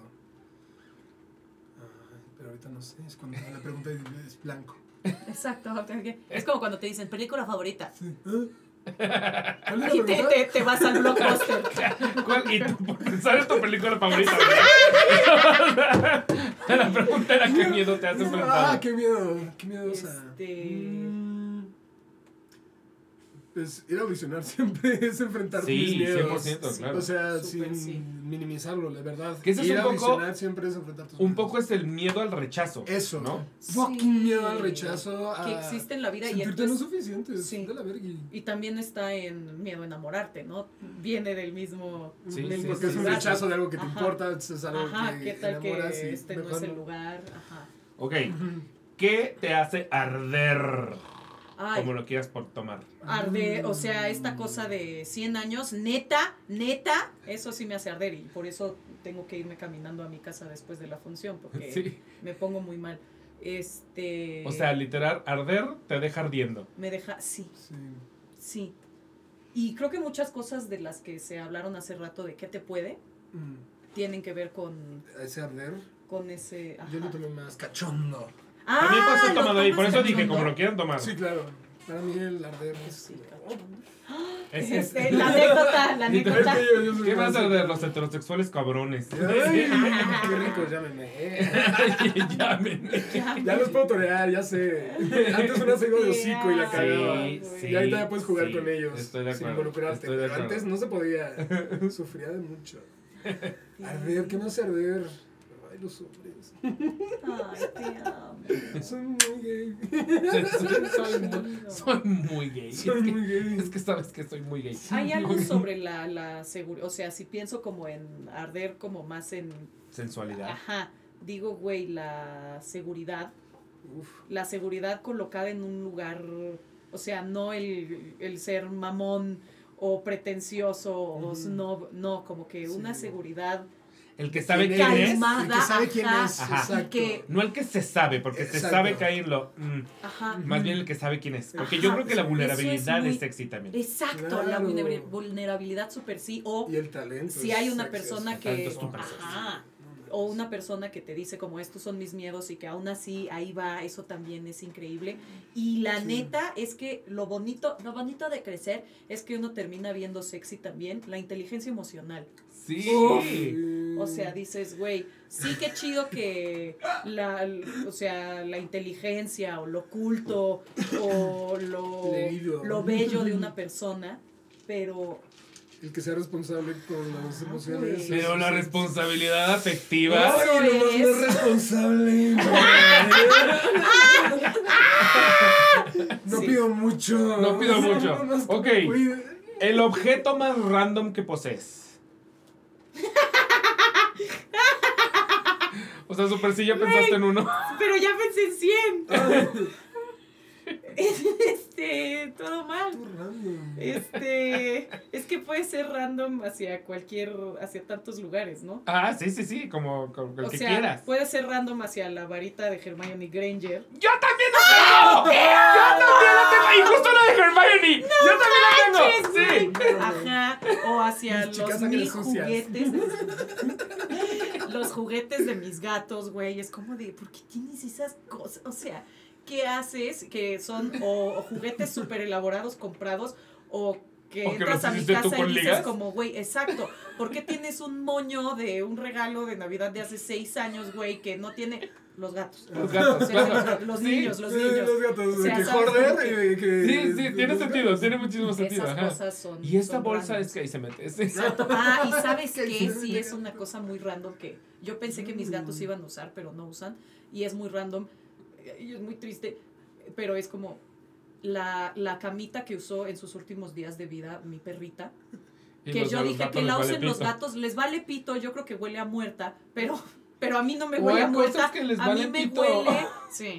Pero ahorita no sé, es cuando la pregunta es blanco. Exacto. Es como cuando te dicen película favorita. Sí. ¿Cuál es la Y pregunta? te vas al blockbuster. ¿Y cuál es tu película favorita? La pregunta era ¿qué miedo te has enfrentado? Qué miedo, qué miedosa. Pues ir a audicionar siempre es enfrentar mis Sí, miedos. 100%, claro. O sea, Súper, sin sí. minimizarlo, la verdad. Que ese es ir un a poco- audicionar siempre es enfrentar tus Un miedos. poco es el miedo al rechazo. Eso, ¿no? Fucking miedo al rechazo. Que existe en la vida y sentirte no entonces, suficiente. sí. De la verga. y también está en miedo a enamorarte, ¿no? Viene del mismo... Sí, del sí, Porque es un mismo rechazo de algo que te Ajá. importa, es algo Ajá, que ¿qué tal enamoras que y este no mejor es el lugar? Ajá. Ok. ¿Qué te hace arder? Ay, Como lo quieras por tomar. arde, o sea, esta cosa de 100 años, neta, eso sí me hace arder y por eso tengo que irme caminando a mi casa después de la función porque Sí. me pongo muy mal. O sea, literal, arder te deja ardiendo. Me deja, sí, Sí. sí. Y creo que muchas cosas de las que se hablaron hace rato de qué te puede, tienen que ver con Ese arder, ese... yo lo ajá. tomé más cachondo. También pasó ¿lo tomado ahí, por tomas eso dije, cachondo? como lo quieran tomar. Sí, claro. Para mí el arder es... Sí, cachondo. Es- La anécdota. Es que yo soy ¿Qué más- vas a arder? Los heterosexuales cabrones. Ay, qué rico, llámenme. Llámenme. Ya los puedo torear, ya sé. Antes una se iba de hocico y la cagaba. Sí, sí, Y ahorita ya puedes jugar sí, con ellos. estoy de sin acuerdo, involucrarte. estoy de Pero acuerdo. antes no se podía. Sufría de mucho. Arder, ¿qué me hace arder? Ay, los hombres. Ay, te amo. Son muy gay. Soy muy gay. Soy muy gay. Es que sabes que soy muy gay. Hay algo sobre la seguridad, o sea, si pienso como en arder como más en... Sensualidad. Ajá, digo, güey, la seguridad Uf. colocada en un lugar, o sea, no el ser mamón o pretencioso, o snob, no, como que una Sí. seguridad El que sabe ¿Quién quién es? es. calmada, El que sabe quién ajá, es. Ajá. Exacto. y que, No el que se sabe, porque se Exacto. sabe caerlo. ajá, Más bien el que sabe quién es. Porque Ajá, yo creo que la sí. vulnerabilidad Eso es es muy- sexy también. exacto, la Claro. vulnerabilidad super sí, o Y el talento. si es hay una sexy, persona es que, talento es súper sexy. ajá, o una persona que te dice como estos son mis miedos y que aún así ahí va, eso también es increíble. Y la Sí. neta es que lo bonito de crecer es que uno termina viendo sexy también, la inteligencia emocional. Sí. Sí. O sea, dices, güey, sí que chido que o sea, la inteligencia o lo oculto o Leído. lo bello de una persona, pero El que sea responsable con las Ah, emociones. güey. Pero la responsabilidad afectiva. Eso Ay, no, no es. es responsable. No Sí. pido mucho. No pido mucho. No, Ok. cuide. El objeto más random que posees. O sea, super si ya pensaste en uno. pero ya pensé en 100. Ay, Todo mal. tú random. Es que puede ser random hacia tantos lugares, ¿no? Ah, sí, como el O que sea, quieras. puede ser random hacia la varita de Hermione Granger. ¡Yo también la tengo! ¡Yo también la tengo! Y justo la de Hermione. ¡Yo también la tengo! Sí. Ajá, o hacia Mis los chicas 1000 sangre sucias. juguetes. Los juguetes de mis gatos, güey. Es como de, ¿por qué tienes esas cosas? O sea, ¿qué haces? Que son o juguetes súper elaborados comprados o que O que entras los a mi hiciste tú casa y con dices ligas. como, güey, exacto. ¿Por qué tienes un moño de un regalo de Navidad de hace 6 años, güey, que no tiene los gatos? Los gatos, O sea, claro. los Sí. niños. Los gatos. O sea, de que ¿sabes? Jorder Como que y de que. Sí, tiene sentido, tiene muchísimo sentido. Esas Ajá. cosas son. Y esta son bolsa random. es que ahí se mete. Sí. Exacto. Ah, y ¿sabes Que qué? sí, Sí, es una cosa muy random que yo pensé que mis gatos iban a usar, pero no usan. Y es muy random. Y es muy triste. Pero es como la camita que usó en sus últimos días de vida mi perrita. Y Que los- yo a los dije gatos que la les vale usen los pito. gatos. Les vale pito, yo creo que huele a muerta. Pero a mí no me O huele hay a muerta. cosas que les A vale mí me pito. huele. Sí.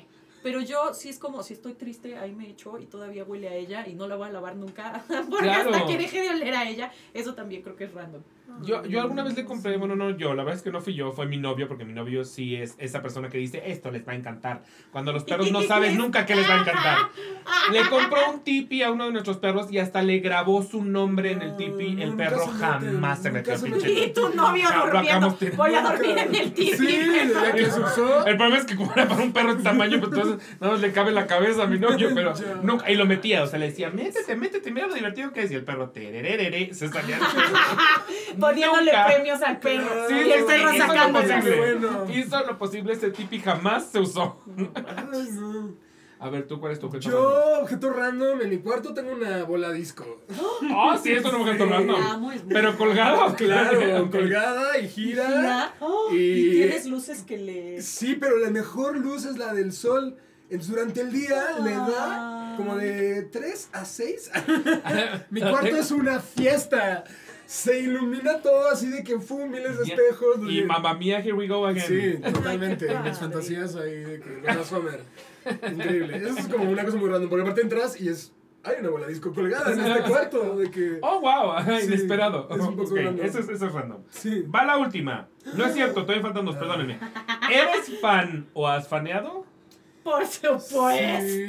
Pero yo sí es como, si estoy triste, ahí me echo y todavía huele a ella y no la voy a lavar nunca. Porque Claro. hasta que deje de oler a ella, eso también creo que es random. Yo alguna vez le compré, bueno, no yo, la verdad es que no fui yo, fue mi novio, porque mi novio sí es esa persona que dice, esto les va a encantar. Cuando los perros no sabes nunca qué les va a encantar. Le compró un tipi a uno de nuestros perros y hasta le grabó su nombre en el tipi. El perro jamás se metió a pinche. Y tu novio durmiendo, voy a dormir en el tipi. Sí, desde que se usó. El problema es que como era para un perro de tamaño, pues entonces nada más le cabe en la cabeza a mi novio, pero nunca, y lo metía, o sea, le decía, métete, mira lo divertido que es, y el perro, tererere, se salía. Poniéndole Nunca. premios al perro. Sí, Y el perro hizo lo sacándole. posible. Bueno. Hizo lo posible, ese tipi jamás se usó. Ay, no. A ver, ¿tú cuál es tu objeto? Yo, objeto random, en mi cuarto tengo una bola disco. Ah, sí, eso no es un objeto random. La amo, es muy Pero colgado. Claro, Ok. colgada y gira. Gira. Y tienes luces que le... Sí, pero la mejor luz es la del sol. Entonces, durante el día le da como de 3 a 6. Mi cuarto es una fiesta. Se ilumina todo así de que miles de espejos. Y mamá mía, here we go again. Sí, totalmente. Ay, qué Mis padre. fantasías ahí de que Donna Summer. Increíble. Eso es como una cosa muy random. Porque aparte entras y hay una bola disco colgada en este cuarto. De que, Oh, wow, Sí, inesperado. es un poco Ok, random. eso es random. sí. Va la última. No es cierto, todavía faltan dos, perdónenme. ¿Eres fan o has faneado? Por supuesto. Sí.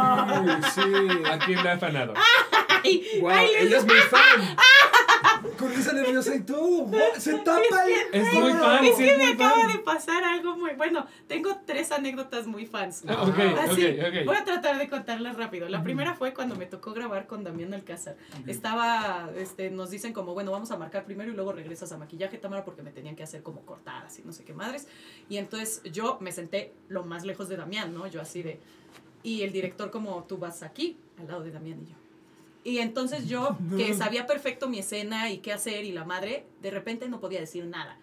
¿A quién le has faneado? Ay, Wow, ay, ella es muy fan. Con risa nerviosa y todo. Se tapa el... Es muy fan, es sí, que es me muy acaba fan. de pasar algo muy bueno. Tengo 3 anécdotas muy fans. Ok, Así, ok. voy a tratar de contarlas rápido. La primera fue cuando me tocó grabar con Damián Alcázar. Estaba, nos dicen como, bueno, vamos a marcar primero y luego regresas a maquillaje, Tamara, porque me tenían que hacer como cortadas y no sé qué madres. Y entonces yo me senté lo más lejos de Damián, ¿no? Yo así de... Y el director como, tú vas aquí, al lado de Damián y yo. Y entonces yo, que sabía perfecto mi escena y qué hacer y la madre, de repente no podía decir nada.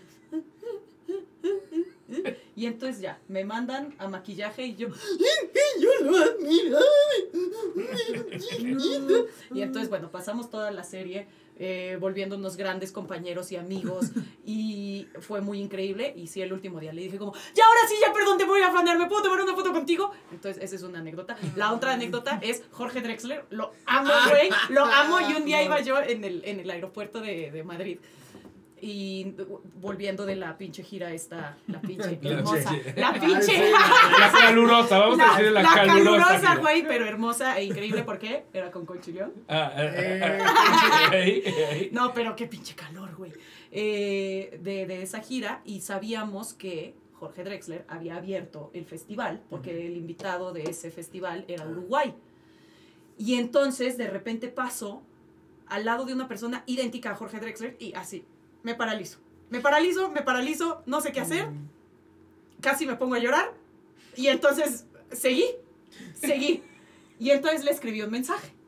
Y entonces ya, me mandan a maquillaje y yo lo admiraba. Y entonces, bueno, pasamos toda la serie volviéndonos grandes compañeros y amigos y fue muy increíble. Y sí, el último día le dije como, ya ahora sí, ya perdón, te voy a afanar, ¿me puedo tomar una foto contigo? Entonces, esa es una anécdota. La otra anécdota es Jorge Drexler, lo amo, güey, lo amo. Y un día iba yo en el aeropuerto de Madrid. Y volviendo de la pinche gira esta, la pinche hermosa, la pinche... La calurosa, vamos a decirle la calurosa. gira. Güey, pero hermosa e increíble, ¿por qué? Era con Conchilión. No, pero qué pinche calor, güey. De esa gira, y sabíamos que Jorge Drexler había abierto el festival, porque el invitado de ese festival era Uruguay. Y entonces, de repente paso al lado de una persona idéntica a Jorge Drexler, y así, me paralizo, no sé qué hacer, casi me pongo a llorar, y entonces seguí, y entonces le escribí un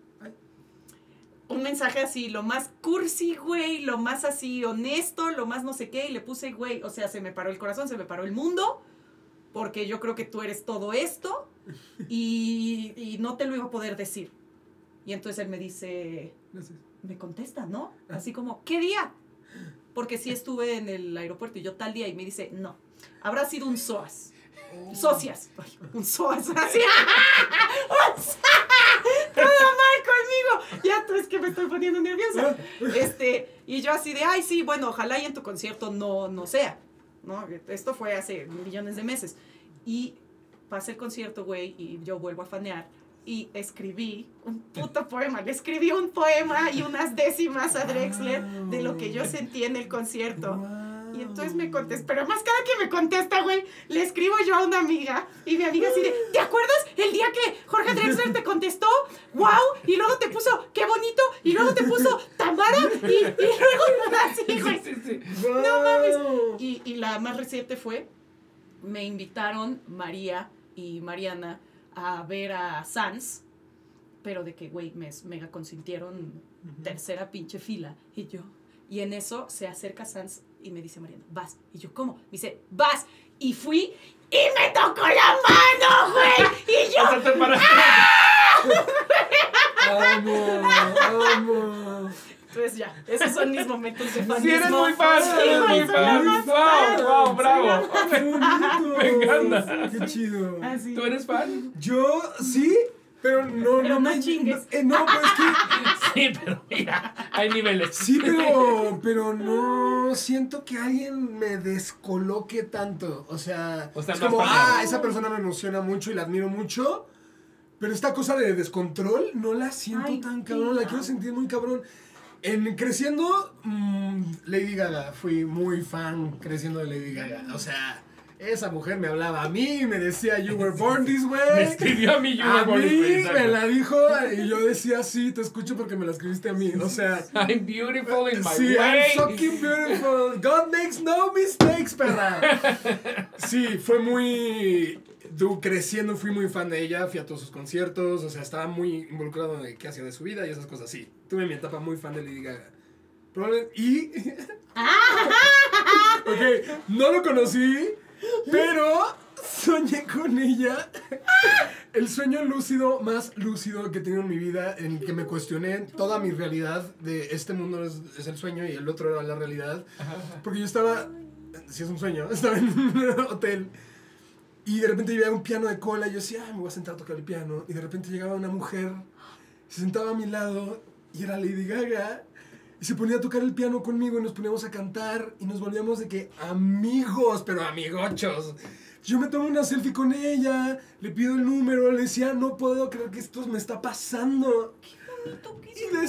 mensaje así, lo más cursi, güey, lo más así honesto, lo más no sé qué, y le puse, güey, o sea, se me paró el corazón, se me paró el mundo, porque yo creo que tú eres todo esto, y no te lo iba a poder decir. Y entonces él me dice, me contesta, ¿no? Así como, ¿qué día? Porque sí estuve en el aeropuerto y yo tal día, y me dice, no, habrá sido un SOAS. Socias. Ay, un SOAS, así. Todo mal conmigo. Ya, tú es que me estoy poniendo nerviosa. Y yo así de, ay, sí, bueno, ojalá y en tu concierto no sea. ¿No? Esto fue hace millones de meses. Y pasé el concierto, güey, y yo vuelvo a fanear. Y escribí un puto poema. Le escribí un poema y unas décimas a Drexler de lo que yo sentí en el concierto. Y entonces me contesta, pero más cada que me contesta, güey, le escribo yo a una amiga, y mi amiga así de, ¿te acuerdas el día que Jorge Drexler te contestó? ¡Wow! Y luego te puso, ¡qué bonito! Y luego te puso, ¡Tamara! Y luego así, güey. Sí. No mames. Y la más reciente fue, me invitaron María y Mariana a ver a Sanz, pero de que, güey, me mega consintieron tercera pinche fila. Y en eso se acerca Sanz y me dice, Mariana, vas. Y yo, ¿cómo? Me dice, vas. Y fui y me tocó la mano, güey. Y yo, O sea, te paraste. Amo. Entonces ya, esos son mis momentos de fanismo. Sí, eres muy fan, eres muy fan. Wow, bravo. Me encanta. Qué chido. Así. ¿Tú eres fan? Yo sí, pero no, Pero no me chingues. No, pero es que Sí, pero mira, hay niveles. sí, pero no siento que alguien me descoloque tanto. O sea no es has como, fallado. esa persona me emociona mucho y la admiro mucho. Pero esta cosa de descontrol no la siento Ay, tan cabrón, la quiero sentir muy cabrón. Creciendo, Lady Gaga, fui muy fan creciendo de Lady Gaga. O sea, esa mujer me hablaba a mí, me decía, you were born this Me way. escribió a mí, yo A me mí me la dijo y yo decía, sí, te escucho porque me la escribiste a mí. O sea, I'm beautiful in my sí, way. I'm fucking beautiful. God makes no mistakes, perra. Sí, fue muy... creciendo fui muy fan de ella, fui a todos sus conciertos, o sea, estaba muy involucrado en qué hacía de su vida y esas cosas, sí. Tuve mi etapa muy fan de Lady Gaga. Y... ok, no lo conocí, pero soñé con ella. El sueño lúcido más lúcido que he tenido en mi vida, en que me cuestioné toda mi realidad de este mundo es el sueño y el otro era la realidad. Porque yo estaba, si es un sueño, estaba en un hotel. Y de repente llegaba un piano de cola y yo decía, me voy a sentar a tocar el piano. Y de repente llegaba una mujer, se sentaba a mi lado y era Lady Gaga. Y se ponía a tocar el piano conmigo y nos poníamos a cantar y nos volvíamos de que amigos, pero amigochos. Yo me tomo una selfie con ella, le pido el número, le decía, no puedo creer que esto me está pasando. Qué bonito que Y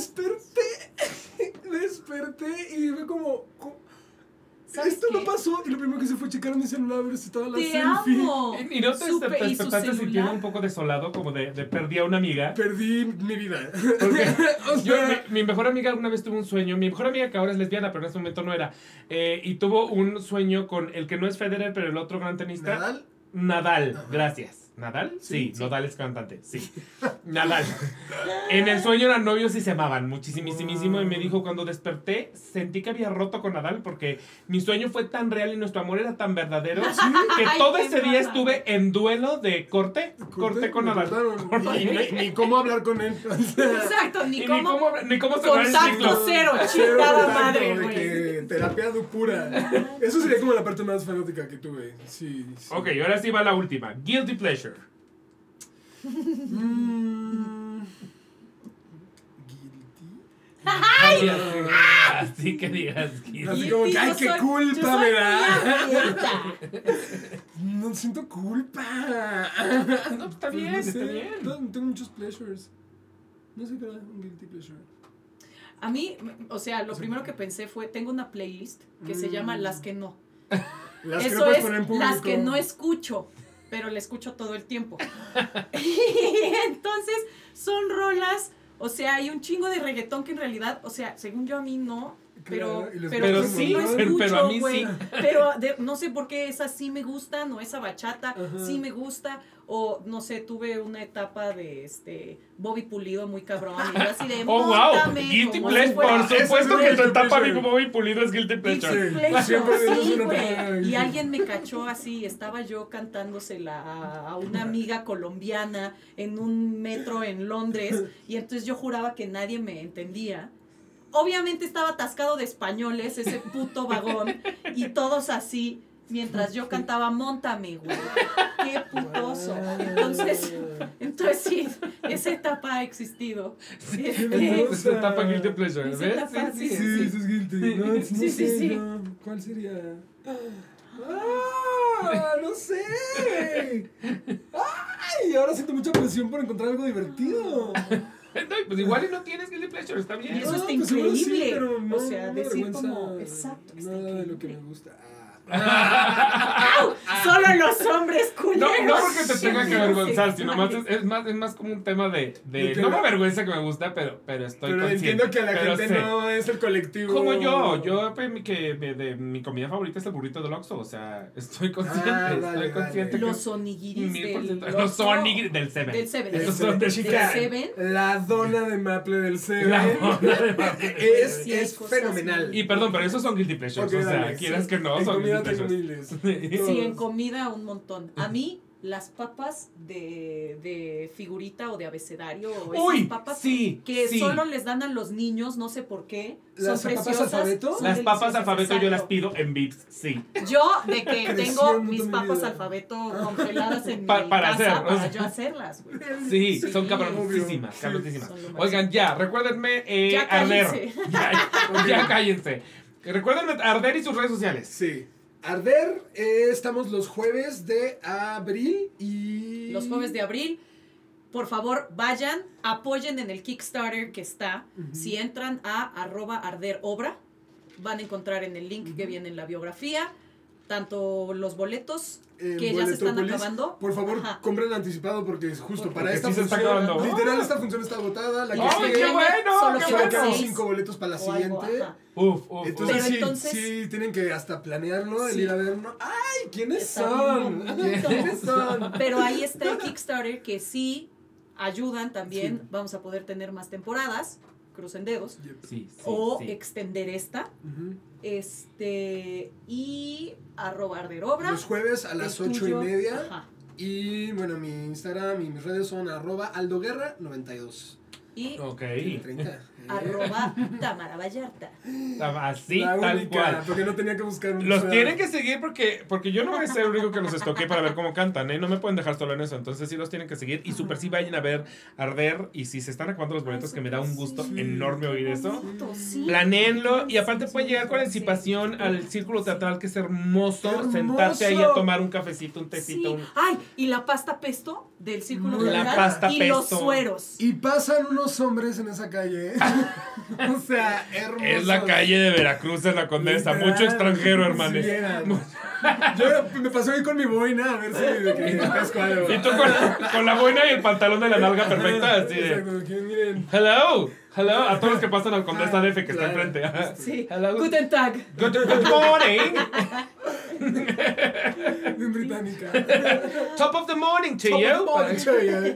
desperté y fue como esto no pasó. Y lo primero que hice fue checar mi celular a ver si estaba la ¡Te selfie. amo! ¿Y no te Súper, ¿y su despertaste sintiendo celular? un poco desolado, como de perdí a una amiga? Perdí mi vida. Porque O yo, sea, mi mejor amiga alguna vez tuvo un sueño, mi mejor amiga que ahora es lesbiana, pero en este momento no era, y tuvo un sueño con el que no es Federer, pero el otro gran tenista. ¿Nadal? Nadal, Ajá. gracias. ¿Nadal? Sí, Sí. Nodal es cantante, sí. Nadal. En el sueño eran novios y se amaban muchísimo. Y me dijo, cuando desperté, sentí que había roto con Nadal porque mi sueño fue tan real y nuestro amor era tan verdadero que Ay, todo qué ese día mala. estuve en duelo de corte con me Nadal. cortaron. Ni cómo hablar con él. O sea, Exacto, Y ni cómo cerrar el Contacto ciclo. cero, cero chingada contacto, madre, de güey. que terapia pura. Eso sería como la parte más fanática que tuve. Sí. Ok, ahora sí va la última. Guilty pleasure. Guilty. Así que digas guilty. Así como que, ay, qué culpa me da. No siento culpa. No, está bien, Pues está bien. Tengo muchos pleasures. No sé qué era un guilty pleasure. A mí, o sea, lo primero que pensé fue, tengo una playlist que se llama Las que no. Las que no Eso puedes es, poner en público. las que no escucho, pero la escucho todo el tiempo. Y entonces, son rolas, o sea, hay un chingo de reggaetón que en realidad, o sea, según yo a mí no, pero, Claro, y les Pero gusta sí, un montón. pero a mí güey. sí. Pero no sé por qué esas sí me gustan, o esa bachata Ajá. sí me gusta, o no sé, tuve una etapa de Bobby Pulido muy cabrón, y yo así de Oh, wow. móntame, Guilty como pleasure. si fuera- Por Ese es supuesto que tu guilty etapa pleasure. mi Bobby Pulido es guilty pleasure. Sí. Pleasure, Siempre es sí, una güey. etapa- Y alguien me cachó así, estaba yo cantándosela a una amiga colombiana en un metro en Londres, y entonces yo juraba que nadie me entendía. Obviamente estaba atascado de españoles ese puto vagón, y todos así, mientras yo cantaba Móntame, güey. Qué putoso. Entonces sí, esa etapa ha existido. Es tu etapa guilty pleasure, Esa ¿ves? etapa, Sí, eso es guilty. No, Sí, sí, sé, sí. no. ¿Cuál sería? No sé. Ay, ahora siento mucha presión por encontrar algo divertido. No, pues igual y no tienes guilty pleasure, está bien. Y eso No, está pues seguro increíble. sí, pero no, O sea, no me decir avergüenza como, exacto, está nada de lo que me increíble. gusta. Solo los hombres No, culeros. no porque te tenga que avergonzar, sino más sexuales. es más como un tema De que no me la- avergüenza que me gusta, pero estoy Pero consciente. entiendo que a la pero gente sé. no es el colectivo. Como yo pues, mi comida favorita es el burrito del Oxxo, o sea, estoy consciente, vale, estoy vale. consciente que Los onigiris 1000%. del Los Oxxo. onigiris del Seven. Del Seven. Esos Del son de Seven. chica. Seven. La dona de Maple del Seven. La dona de Maple del es, Sí, hay es cosas fenomenal. Y perdón, pero esos son guilty pleasures, Ok, o sea, dale, quieras sí. que no, En son comida guilty tengo pleasures. miles. Sí, en comida un montón. A mí, las papas de figurita o de abecedario o ¡Uy! esas papas Sí, que sí. solo les dan a los niños, no sé por qué. ¿Las son papas preciosas. alfabeto? son Las papas deliciosas, alfabeto yo las exacto. pido en Vips, sí. Yo, de que tengo Creciendo mis mi papas vida. alfabeto congeladas en Para mi casa hacer, o para sea. yo hacerlas, güey. Sí, Sí, son obvio. cabroncísimas, Sí. cabroncísimas. Son lo máximo. Oigan, ya, recuérdenme Ya arder. cállense. Ya cállense. Recuérdenme arder y sus redes sociales. Sí. Arder, estamos los jueves de abril y... Los jueves de abril. Por favor, vayan, apoyen en el Kickstarter que está. Si entran a @arderobra, van a encontrar en el link que viene en la biografía tanto los boletos que ya se están Boletópolis. acabando. Por favor, Ajá. compren anticipado porque es justo para Porque esta sí se está función. acabando. Literal, esta función está agotada. La que ¡Ay, sigue, qué bueno! Solo ¡Qué solo quedan quedan bueno! 5 boletos para la o algo, siguiente. ajá. Uf. Entonces, Pero sí, entonces- sí, tienen que hasta planearlo, el Sí. ir a ver uno. ¡Ay! ¿Quiénes Está son? bien bonito. ¿Quiénes son? Pero ahí está el Kickstarter que sí ayudan también. Sí. Vamos a poder tener más temporadas, crucen dedos, Sí, sí, o sí. extender esta. Ujú. Y @arderobra. Los jueves a las el 8:30. Ajá. Y bueno, mi Instagram y mis redes son @aldoguerra92. Y Ok. Tiene 30. @Tamara Vallarta. Así, La tal única, cual. porque no tenía que buscar un Los usuario. tienen que seguir porque yo no voy a ser el único que los estoquee para ver cómo cantan, ¿eh? No me pueden dejar solo en eso. Entonces sí los tienen que seguir. Y súper sí vayan a ver Arder. Y si se están acabando los boletos, que me da un gusto Sí. enorme oír eso. Sí. Planéenlo y aparte pueden llegar con anticipación al círculo teatral, que es hermoso. ¡Hermoso! Sentarse ahí a tomar un cafecito, un Sí. tecito. Ay, y la pasta pesto del círculo La teatral pasta y los pesto. sueros. Y pasan unos hombres en esa calle. O sea, hermosos. Es la calle de Veracruz en la Condesa. Literal. Mucho extranjero, Sí, hermanes. eran. Yo me pasó ahí con mi boina a ver si de que pesco algo. Y tú con la boina y el pantalón de la nalga perfecta, así de... Exacto, que miren. Hello, hello, a todos los que pasan al Condesa Ah, DF que está claro. enfrente. Ajá. Sí. Hello. Guten Tag. Good morning. Bien británica. Top of the morning to Top you. of the morning to you.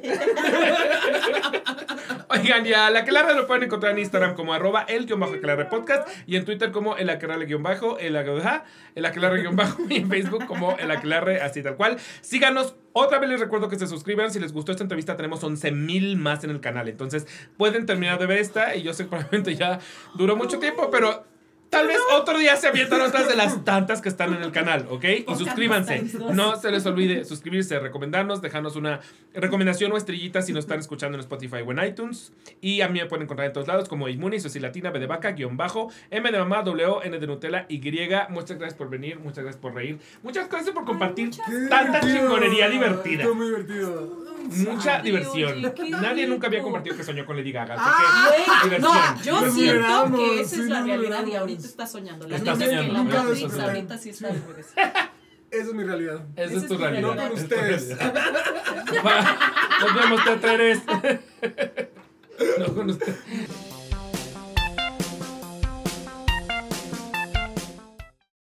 Oigan, ya, La Aquelarre lo pueden encontrar en Instagram como @el_aquelarre podcast y en Twitter como el aquelarre_, el aquelarre_ y en Facebook como el aquelarre, así tal cual. Síganos. Otra vez les recuerdo que se suscriban. Si les gustó esta entrevista, tenemos 11,000 más en el canal. Entonces, pueden terminar de ver esta. Y yo sé que probablemente ya duró mucho tiempo, pero tal vez otro día se avientan otras de las tantas que están en el canal, ¿ok? Y Pocas suscríbanse. más tantas. No se les olvide suscribirse, recomendarnos, dejarnos una recomendación o estrellita si nos están escuchando en Spotify o en iTunes. Y a mí me pueden encontrar en todos lados como Inmune, Soy Latina, B de Vaca, _, M de Mamá, W, N de Nutella, Y. Muchas gracias por venir, muchas gracias por reír. Muchas gracias por compartir muchas Qué tanta divertido. chingonería divertida. Estuvo muy divertido. Mucha Ay, diversión. oye, qué Nadie nunca había rico. compartido que soñó con Lady Gaga. Güey, Así que, no, diversión. yo Nos siento liberamos, que esa es sí, la nos realidad y liberamos. ahorita está soñando. La Está neta es que soñando, la nunca Matrix desperté. ahorita sí está al revés. Esa es mi realidad. Esa Esa es tu es mi realidad. No con Es tu ustedes. realidad. Va, nos vemos, T3. No con ustedes.